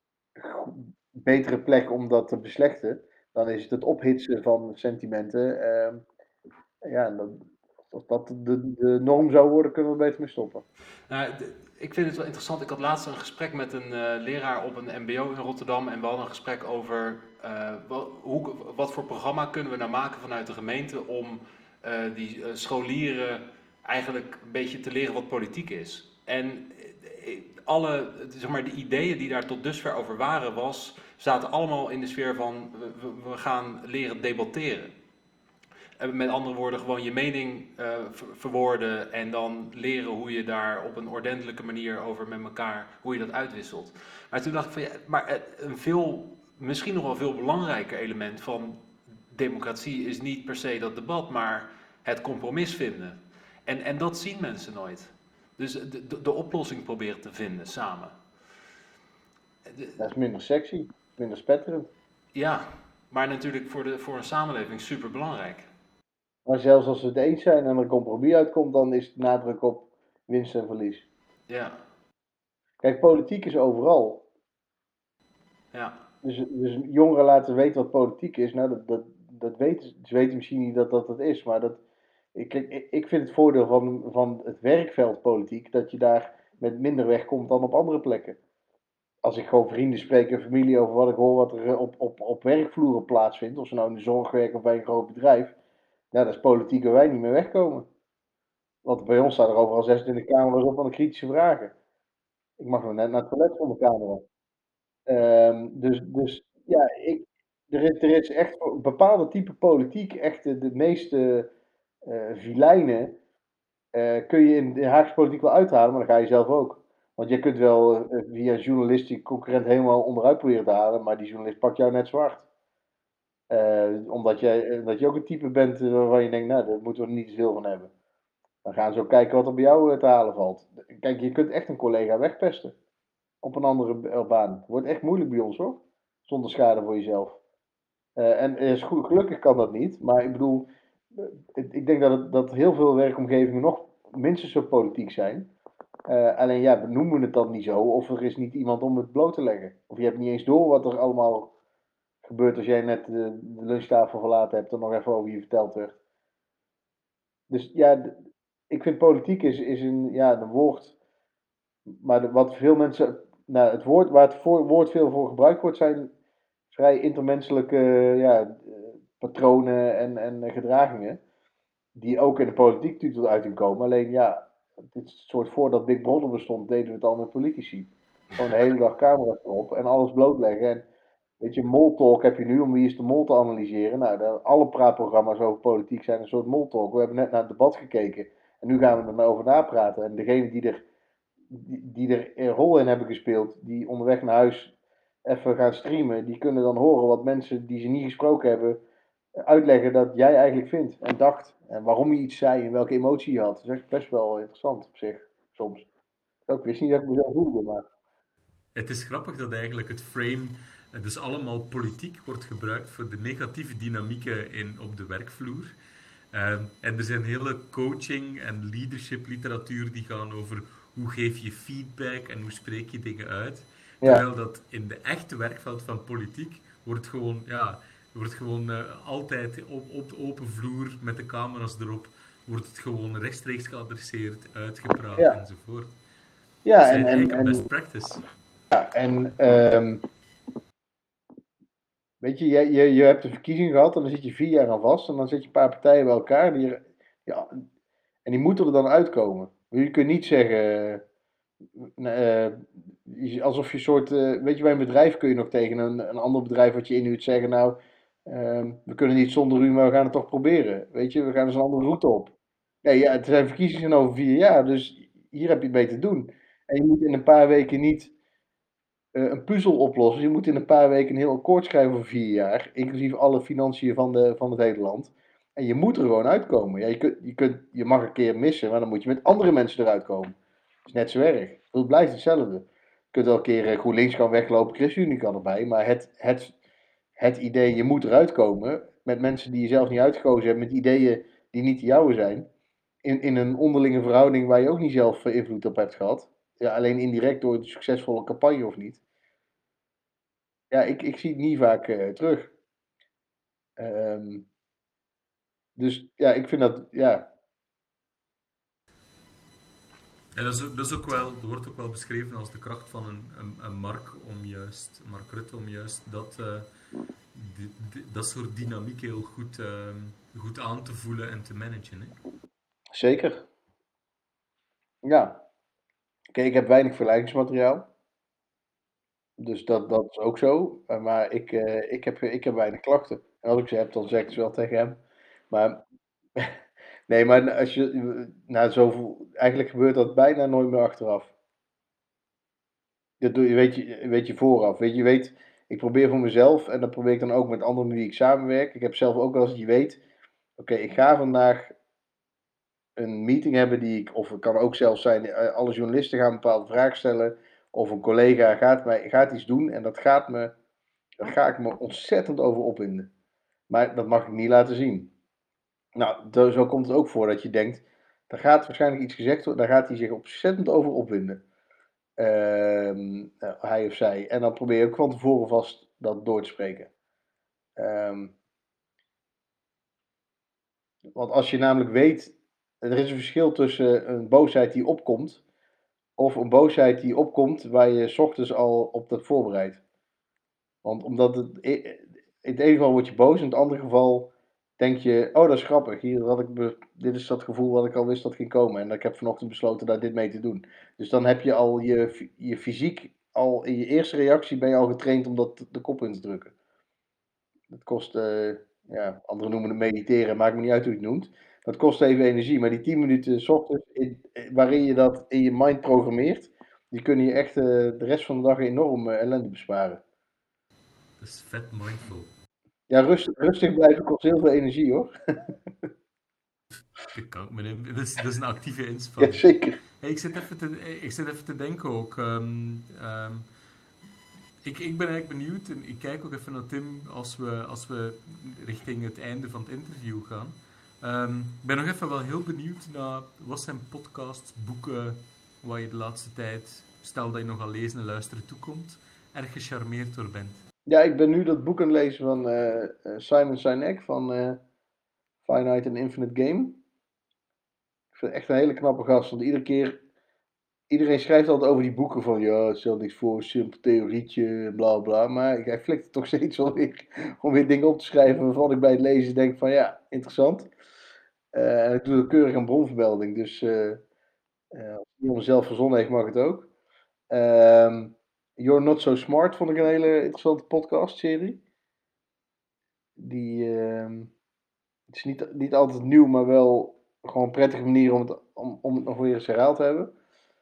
betere plek om dat te beslechten. Dan is het het ophitsen van sentimenten. Uh, ja, dat, als dat de, de norm zou worden, kunnen we beter mee stoppen. Nou, de, ik vind het wel interessant. Ik had laatst een gesprek met een uh, leraar op een mbo in Rotterdam. En we hadden een gesprek over uh, wat, hoe, wat voor programma kunnen we nou maken vanuit de gemeente om uh, die uh, scholieren eigenlijk een beetje te leren wat politiek is. En alle, zeg maar, de ideeën die daar tot dusver over waren, was, zaten allemaal in de sfeer van we, we gaan leren debatteren. Met andere woorden, gewoon je mening uh, verwoorden en dan leren hoe je daar op een ordentelijke manier over met elkaar, hoe je dat uitwisselt. Maar toen dacht ik van ja, maar een veel, misschien nog wel veel belangrijker element van democratie is niet per se dat debat, maar het compromis vinden. En, en dat zien mensen nooit. Dus de, de, de oplossing proberen te vinden samen. De, dat is minder sexy, minder spetterend. Ja, maar natuurlijk voor, de, voor een samenleving super belangrijk. Maar zelfs als we het eens zijn en er een compromis uitkomt, dan is het nadruk op winst en verlies. Ja. Kijk, politiek is overal. Ja. Dus, dus jongeren laten weten wat politiek is. Nou, dat, dat, dat weten ze weten misschien niet dat dat het is. Maar dat, ik, ik, ik vind het voordeel van, van het werkveld politiek dat je daar met minder wegkomt dan op andere plekken. Als ik gewoon vrienden spreek en familie over wat ik hoor wat er op, op, op werkvloeren plaatsvindt, of ze nou in de zorg werken of bij een groot bedrijf, ja, dat is politiek waar wij niet meer wegkomen. Want bij ons staan er overal zesentwintig camera's op van de kritische vragen. Ik mag nog net naar het toilet van de camera. Um, dus, dus ja, ik, er, is, er is echt voor een bepaalde type politiek echt de, de meeste uh, vilijnen uh, kun je in de Haagse politiek wel uithalen, maar dan ga je zelf ook. Want je kunt wel uh, via een journalist die concurrent helemaal onderuit proberen te halen, maar die journalist pakt jou net zwart. Uh, omdat, jij, omdat je ook een type bent waarvan je denkt, nou, daar moeten we er niet te veel van hebben. Dan gaan ze ook kijken wat er bij jou te halen valt. Kijk, je kunt echt een collega wegpesten op een andere baan. Het wordt echt moeilijk bij ons hoor. Zonder schade voor jezelf. Uh, en is goed, gelukkig kan dat niet. Maar ik bedoel, ik denk dat, het, dat heel veel werkomgevingen nog minstens zo politiek zijn. Uh, alleen ja, we noemen het dan niet zo. Of er is niet iemand om het bloot te leggen. Of je hebt niet eens door wat er allemaal gebeurt als jij net de, de lunchtafel verlaten hebt. En nog even over je verteld werd. Dus ja, ik vind politiek is, is een, ja, een woord. Maar de, wat veel mensen. Nou, het woord waar het voor, woord veel voor gebruikt wordt zijn vrij intermenselijke ja, patronen en, en gedragingen. Die ook in de politiek natuurlijk tot uiting komen. Alleen ja, dit soort voordat Big Brother bestond, deden we het al met politici. Gewoon de hele dag camera's erop en alles blootleggen. En weet je, Moltalk heb je nu om wie is de mol te analyseren. Nou, de, alle praatprogramma's over politiek zijn een soort Moltalk. We hebben net naar het debat gekeken en nu gaan we er over napraten. En degene die er, die, die er een rol in hebben gespeeld, die onderweg naar huis even gaan streamen, die kunnen dan horen wat mensen die ze niet gesproken hebben uitleggen dat jij eigenlijk vindt en dacht. En waarom je iets zei en welke emotie je had. Dat is echt best wel interessant op zich, soms. Ik wist niet dat ik mezelf voelde, maar... Het is grappig dat eigenlijk het frame, dus allemaal politiek, wordt gebruikt voor de negatieve dynamieken in, op de werkvloer. Uh, en er zijn hele coaching- en leadership literatuur die gaan over hoe geef je feedback en hoe spreek je dingen uit. Ja. Terwijl dat in de echte werkveld van politiek wordt gewoon, ja, wordt gewoon uh, altijd op, op de open vloer met de camera's erop, wordt het gewoon rechtstreeks geadresseerd, uitgepraat ja. enzovoort. Ja, dat is en, eigenlijk en, een en, best practice. Ja, en um, weet je, je, je, je hebt een verkiezing gehad en dan zit je vier jaar aan vast en dan zit je een paar partijen bij elkaar die, ja, en die moeten er dan uitkomen. Je kunt niet zeggen, uh, alsof je een soort, uh, weet je, bij een bedrijf kun je nog tegen een, een ander bedrijf wat je inhuurt zeggen, nou, uh, we kunnen niet zonder u, maar we gaan het toch proberen. Weet je, we gaan dus een andere route op. Nee, ja, het zijn verkiezingen over vier jaar, dus hier heb je het mee te doen. En je moet in een paar weken niet uh, een puzzel oplossen. Je moet in een paar weken een heel akkoord schrijven voor vier jaar, inclusief alle financiën van, de, van het hele land. En je moet er gewoon uitkomen. Ja, je, kunt, je, kunt, je mag een keer missen, maar dan moet je met andere mensen eruit komen. Dat is net zo erg. Het blijft hetzelfde. Je kunt wel een keer uh, GroenLinks kan weglopen, ChristenUnie kan erbij, maar het, het, het idee, je moet eruit komen met mensen die je zelf niet uitgekozen hebt, met ideeën die niet de jouwe zijn, in, in een onderlinge verhouding waar je ook niet zelf uh, invloed op hebt gehad. Ja, alleen indirect door een succesvolle campagne of niet. Ja, ik, ik zie het niet vaak uh, terug. Um, dus ja, ik vind dat, ja. En dat is, ook, dat is ook wel, dat wordt ook wel beschreven als de kracht van een, een, een Mark om juist, Mark Rutte om juist dat, uh, die, die, dat soort dynamiek heel goed, uh, goed aan te voelen en te managen. Hè? Zeker. Ja. Kijk, ik heb weinig vergelijkingsmateriaal. Dus dat, dat is ook zo. Uh, maar ik, uh, ik, heb, ik heb weinig klachten. En als ik ze heb, dan zeg ik ze wel tegen hem. Maar nee, maar als je, nou, zoveel, eigenlijk gebeurt dat bijna nooit meer achteraf. Dat doe je, weet je, weet je vooraf. Weet je, je weet, ik probeer voor mezelf en dat probeer ik dan ook met anderen met wie ik samenwerk. Ik heb zelf ook wel eens, je weet, oké, okay, ik ga vandaag een meeting hebben die ik, of het kan ook zelfs zijn, alle journalisten gaan een bepaalde vraag stellen, of een collega gaat, mij, gaat iets doen en dat gaat me, daar ga ik me ontzettend over opwinden. Maar dat mag ik niet laten zien. Nou, zo komt het ook voor dat je denkt, er gaat waarschijnlijk iets gezegd worden, daar gaat hij zich ontzettend over opwinden. Uh, nou, hij of zij. En dan probeer je ook van tevoren vast dat door te spreken. Um, want als je namelijk weet, er is een verschil tussen een boosheid die opkomt, of een boosheid die opkomt waar je 's ochtends al op hebt voorbereid. Want omdat het, in het ene geval word je boos, in het andere geval denk je, oh dat is grappig, hier had ik be, dit is dat gevoel wat ik al wist dat ging komen. En ik heb vanochtend besloten daar dit mee te doen. Dus dan heb je al je, je fysiek, al in je eerste reactie ben je al getraind om dat de kop in te drukken. Dat kost, uh, ja, anderen noemen het mediteren, maakt me niet uit hoe je het noemt. Dat kost even energie, maar die tien minuten 's ochtends, in, waarin je dat in je mind programmeert, die kunnen je echt uh, de rest van de dag enorm uh, ellende besparen. Dat is vet mindful. Ja, rustig, rustig blijven kost heel veel energie hoor. Dat, kan, dat, is, dat is een actieve inspanning. Ja, zeker. Hey, ik, zit even te, ik zit even te denken ook. Um, um, ik, ik ben eigenlijk benieuwd en ik kijk ook even naar Tim als we, als we richting het einde van het interview gaan. Um, ik ben nog even wel heel benieuwd naar wat zijn podcasts, boeken waar je de laatste tijd, stel dat je nog aan lezen en luisteren toekomt, erg gecharmeerd door bent. Ja, ik ben nu dat boek aan het lezen van uh, Simon Sinek van uh, Finite and Infinite Game. Ik vind het echt een hele knappe gast, want iedere keer, iedereen schrijft altijd over die boeken van ja, stel niks voor, simpel theorietje, bla bla. Maar hij flikt het toch steeds wel weer om weer dingen op te schrijven waarvan ik bij het lezen denk van ja, interessant. Uh, en ik doe er keurig een bronvermelding, dus uh, uh, als iemand zelf verzonnen heeft, mag het ook. Um, You're Not So Smart vond ik een hele interessante podcastserie. Die, uh, het is niet, niet altijd nieuw, maar wel gewoon een prettige manier om het, om, om het nog weer eens herhaald te hebben.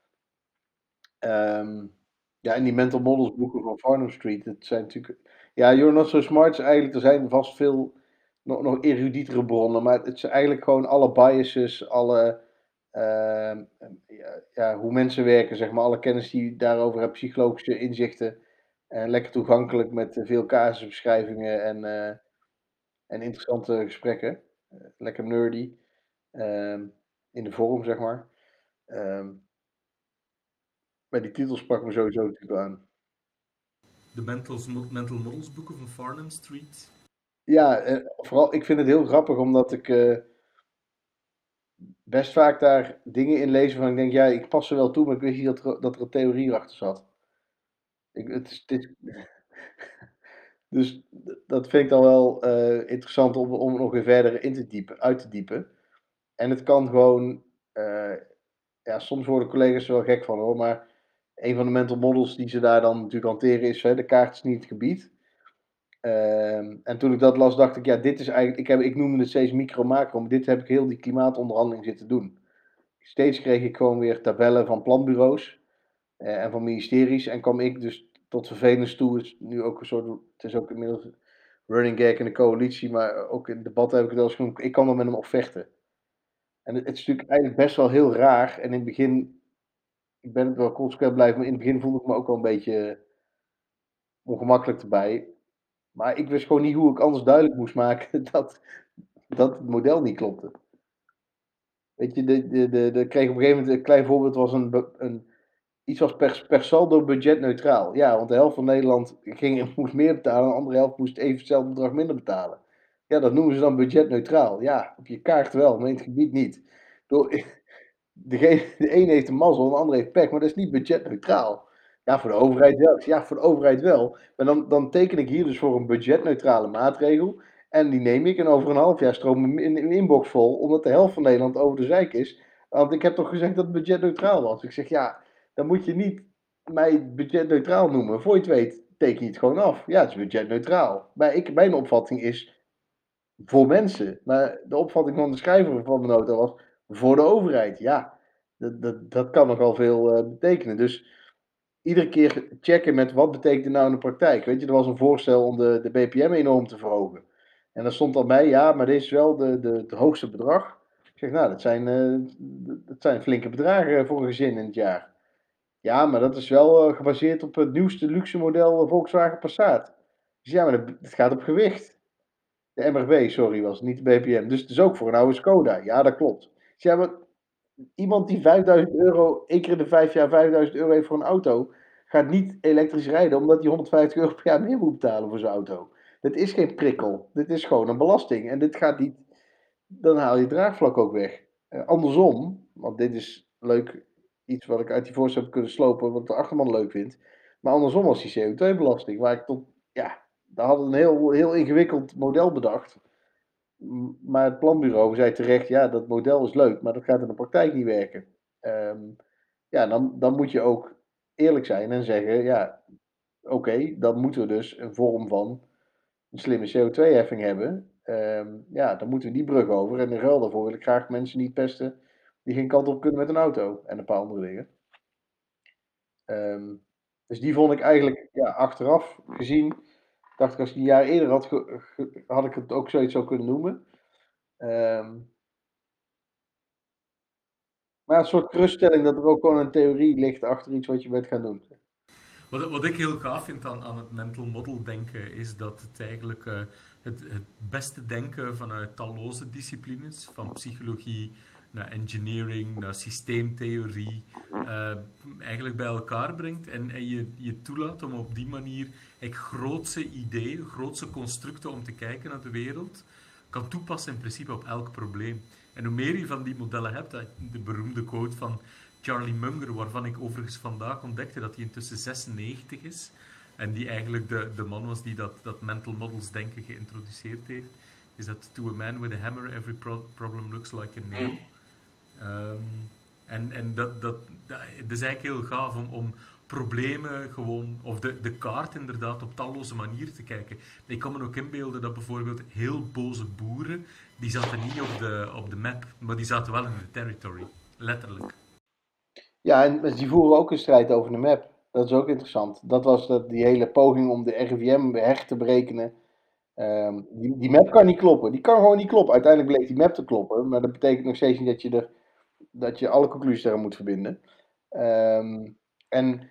Um, ja, en die mental models boeken van Farnham Street, dat zijn natuurlijk... Ja, You're Not So Smart is eigenlijk, er zijn vast veel nog, nog erudietere bronnen, maar het is eigenlijk gewoon alle biases, alle... Uh, ja, ja, hoe mensen werken, zeg maar, alle kennis die je daarover hebt, psychologische inzichten. En lekker toegankelijk met veel casusbeschrijvingen en, uh, en interessante gesprekken. Uh, lekker nerdy. Um, in de vorm, zeg maar. Um, maar die titels pakken me sowieso natuurlijk aan. De mental, mental models boeken van Farnham Street. Ja, uh, vooral, ik vind het heel grappig omdat ik uh, best vaak daar dingen in lees van ik denk, ja, ik pas er wel toe, maar ik wist niet dat er, dat er een theorie achter zat. Ik, het is, het is... Dus dat vind ik dan wel uh, interessant om, om nog weer verder in te diepen, uit te diepen. En het kan gewoon, uh, ja, soms worden collega's er wel gek van hoor, maar een van de mental models die ze daar dan natuurlijk hanteren is, hè, de kaart is niet het gebied. Uh, en toen ik dat las, dacht ik, ja, dit is eigenlijk, ik, heb, ik noemde het steeds micro-macro, maar dit heb ik heel die klimaatonderhandeling zitten doen. Steeds kreeg ik gewoon weer tabellen van planbureaus uh, en van ministeries en kwam ik dus tot vervelens toe is nu ook een soort, het is ook inmiddels running gag in de coalitie, maar ook in debatten heb ik het wel eens genoemd, ik kan er met hem op vechten. En het, het is natuurlijk eigenlijk best wel heel raar. En in het begin, ik ben het wel consequent blijven, maar in het begin voelde ik me ook wel een beetje ongemakkelijk erbij. Maar ik wist gewoon niet hoe ik anders duidelijk moest maken dat, dat het model niet klopte. Weet je, de, de, de, de kreeg op een gegeven moment een klein voorbeeld, was een, be- een iets was per, per saldo budgetneutraal. Ja, want de helft van Nederland ging, moest meer betalen en de andere helft moest even hetzelfde bedrag minder betalen. Ja, dat noemen ze dan budgetneutraal. Ja, op je kaart wel, maar in het gebied niet. Door, degene, de een heeft een mazzel en de ander heeft pech, maar dat is niet budgetneutraal. Ja, voor de overheid wel. Ja, voor de overheid wel. Maar dan, dan teken ik hier dus voor een budgetneutrale maatregel. En die neem ik en over een half jaar stroom mijn in, in inbox vol, omdat de helft van Nederland over de zeik is. Want ik heb toch gezegd dat het budgetneutraal was. Ik zeg, ja, dan moet je niet mij budgetneutraal noemen. Voor je het weet, teken je het gewoon af. Ja, het is budgetneutraal. Maar ik, mijn opvatting is voor mensen. Maar de opvatting van de schrijver van de nota was voor de overheid. Ja, dat, dat, dat kan nogal veel uh, betekenen. Dus iedere keer checken met wat betekent het nou in de praktijk. Weet je, er was een voorstel om de, de B P M enorm te verhogen. En dan stond al bij, ja, maar dit is wel de, de, het hoogste bedrag. Ik zeg, nou, dat zijn, uh, dat zijn flinke bedragen voor een gezin in het jaar. Ja, maar dat is wel uh, gebaseerd op het nieuwste luxe model Volkswagen Passat. Dus ja, maar het gaat op gewicht. De M R B, sorry, was het, niet de B P M. Dus het is ook voor een oude Skoda. Ja, dat klopt. Dus ja, maar iemand die vijfduizend euro, één keer in de vijf jaar vijfduizend euro heeft voor een auto, gaat niet elektrisch rijden omdat hij honderdvijftig euro per jaar meer moet betalen voor zijn auto. Dit is geen prikkel. Dit is gewoon een belasting. En dit gaat niet, dan haal je het draagvlak ook weg. Uh, andersom, want dit is leuk, iets wat ik uit die voorstel heb kunnen slopen, wat de achterman leuk vindt. Maar andersom was die C O twee belasting, waar ik tot, ja, daar hadden we een heel, heel ingewikkeld model bedacht. Maar het planbureau zei terecht, ja, dat model is leuk, maar dat gaat in de praktijk niet werken. Um, ja, dan, dan moet je ook eerlijk zijn en zeggen, ja, oké, okay, dan moeten we dus een vorm van een slimme C O twee heffing hebben. Um, ja, dan moeten we die brug over. En in ruil daarvoor wil ik graag mensen niet pesten die geen kant op kunnen met een auto en een paar andere dingen. Um, dus die vond ik eigenlijk, ja, achteraf gezien, dacht ik als ik die jaar eerder had, ge, ge, had ik het ook zoiets zo kunnen noemen. Um, maar een soort geruststelling dat er ook gewoon een theorie ligt achter iets wat je bent gaan doen. Wat, wat ik heel gaaf vind aan, aan het mental model denken, is dat het eigenlijk uh, het, het beste denken vanuit talloze disciplines, van psychologie naar engineering, naar systeemtheorie, uh, eigenlijk bij elkaar brengt en, en je, je toelaat om op die manier grootse ideeën, grootse constructen om te kijken naar de wereld, kan toepassen in principe op elk probleem. En hoe meer je van die modellen hebt, de beroemde quote van Charlie Munger, waarvan ik overigens vandaag ontdekte dat hij intussen zesennegentig is. En die eigenlijk de, de man was die dat, dat mental models denken geïntroduceerd heeft. Is dat to a man with a hammer, every pro- problem looks like a nail. Um, en en dat, dat, dat, dat is eigenlijk heel gaaf om, om problemen gewoon, of de, de kaart inderdaad, op talloze manieren te kijken. Ik kan me ook inbeelden dat bijvoorbeeld heel boze boeren, die zaten niet op de, op de map, maar die zaten wel in de territory. Letterlijk. Ja, en die voeren ook een strijd over de map. Dat is ook interessant. Dat was dat, die hele poging om de R I V M-heg te berekenen. Um, die, die map kan niet kloppen. Die kan gewoon niet kloppen. Uiteindelijk bleek die map te kloppen. Maar dat betekent nog steeds niet dat je, er, dat je alle conclusies eraan moet verbinden. Um, en,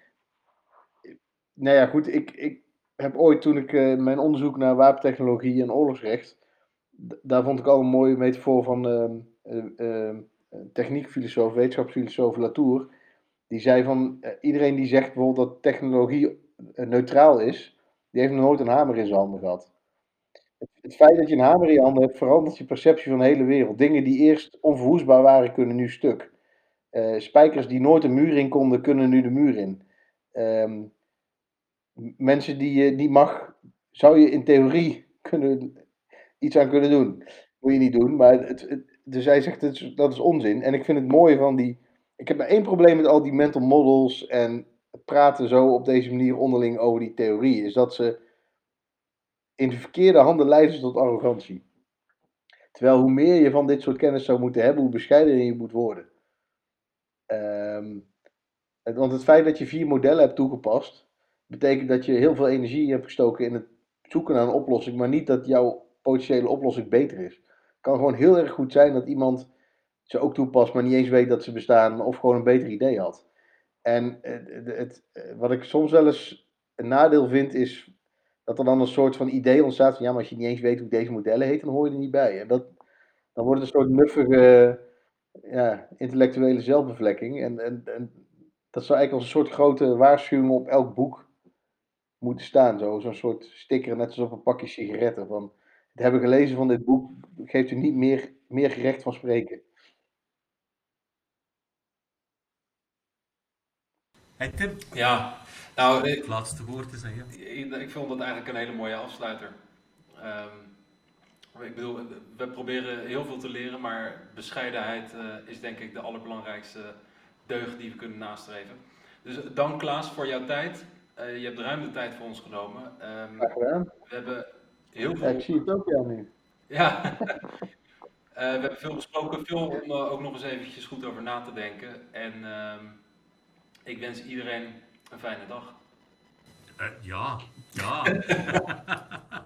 nou ja, goed. Ik, ik heb ooit, toen ik uh, mijn onderzoek naar wapentechnologie en oorlogsrecht. D- daar vond ik al een mooie metafoor van uh, uh, uh, techniekfilosoof, wetenschapsfilosoof Latour. Die zei van, uh, iedereen die zegt bijvoorbeeld dat technologie uh, neutraal is, die heeft nog nooit een hamer in zijn handen gehad. Het, het feit dat je een hamer in je handen hebt, verandert je perceptie van de hele wereld. Dingen die eerst onverwoestbaar waren, kunnen nu stuk. Uh, spijkers die nooit een muur in konden, kunnen nu de muur in. Um, mensen die je niet mag, zou je in theorie kunnen, iets aan kunnen doen. Moet je niet doen, maar het, het, dus hij zegt dat is, dat is onzin. En ik vind het mooie van die. Ik heb maar één probleem met al die mental models en praten zo op deze manier onderling over die theorie. Is dat ze in de verkeerde handen leiden tot arrogantie. Terwijl hoe meer je van dit soort kennis zou moeten hebben, hoe bescheidener je moet worden. Um, want het feit dat je vier modellen hebt toegepast, betekent dat je heel veel energie hebt gestoken in het zoeken naar een oplossing, maar niet dat jouw potentiële oplossing beter is. Het kan gewoon heel erg goed zijn dat iemand ze ook toepast, maar niet eens weet dat ze bestaan, of gewoon een beter idee had. En het, het, wat ik soms wel eens een nadeel vind, is dat er dan een soort van idee ontstaat van ja, maar als je niet eens weet hoe deze modellen heet, dan hoor je er niet bij. En dat, dan wordt het een soort nuffige, ja, intellectuele zelfbevlekking. En, en, en dat zou eigenlijk als een soort grote waarschuwing op elk boek moeten staan. Zo, zo'n soort sticker, net zoals op een pakje sigaretten. Van, het hebben gelezen van dit boek geeft u niet meer, meer recht van spreken. Hey Tim, Ja, nou, ik, het laatste woord te zeggen. ik, ik vond dat eigenlijk een hele mooie afsluiter. Ehm, ik bedoel, we proberen heel veel te leren, maar bescheidenheid uh, is denk ik de allerbelangrijkste deugd die we kunnen nastreven. Dus dank Klaas voor jouw tijd. Uh, je hebt ruim de tijd voor ons genomen. Um, Graag gedaan. we hebben heel Ja, veel... ik zie het ook, ja, nu. Ja, uh, we hebben veel besproken, veel om uh, ook nog eens eventjes goed over na te denken. En uh, ik wens iedereen een fijne dag. Uh, ja, ja.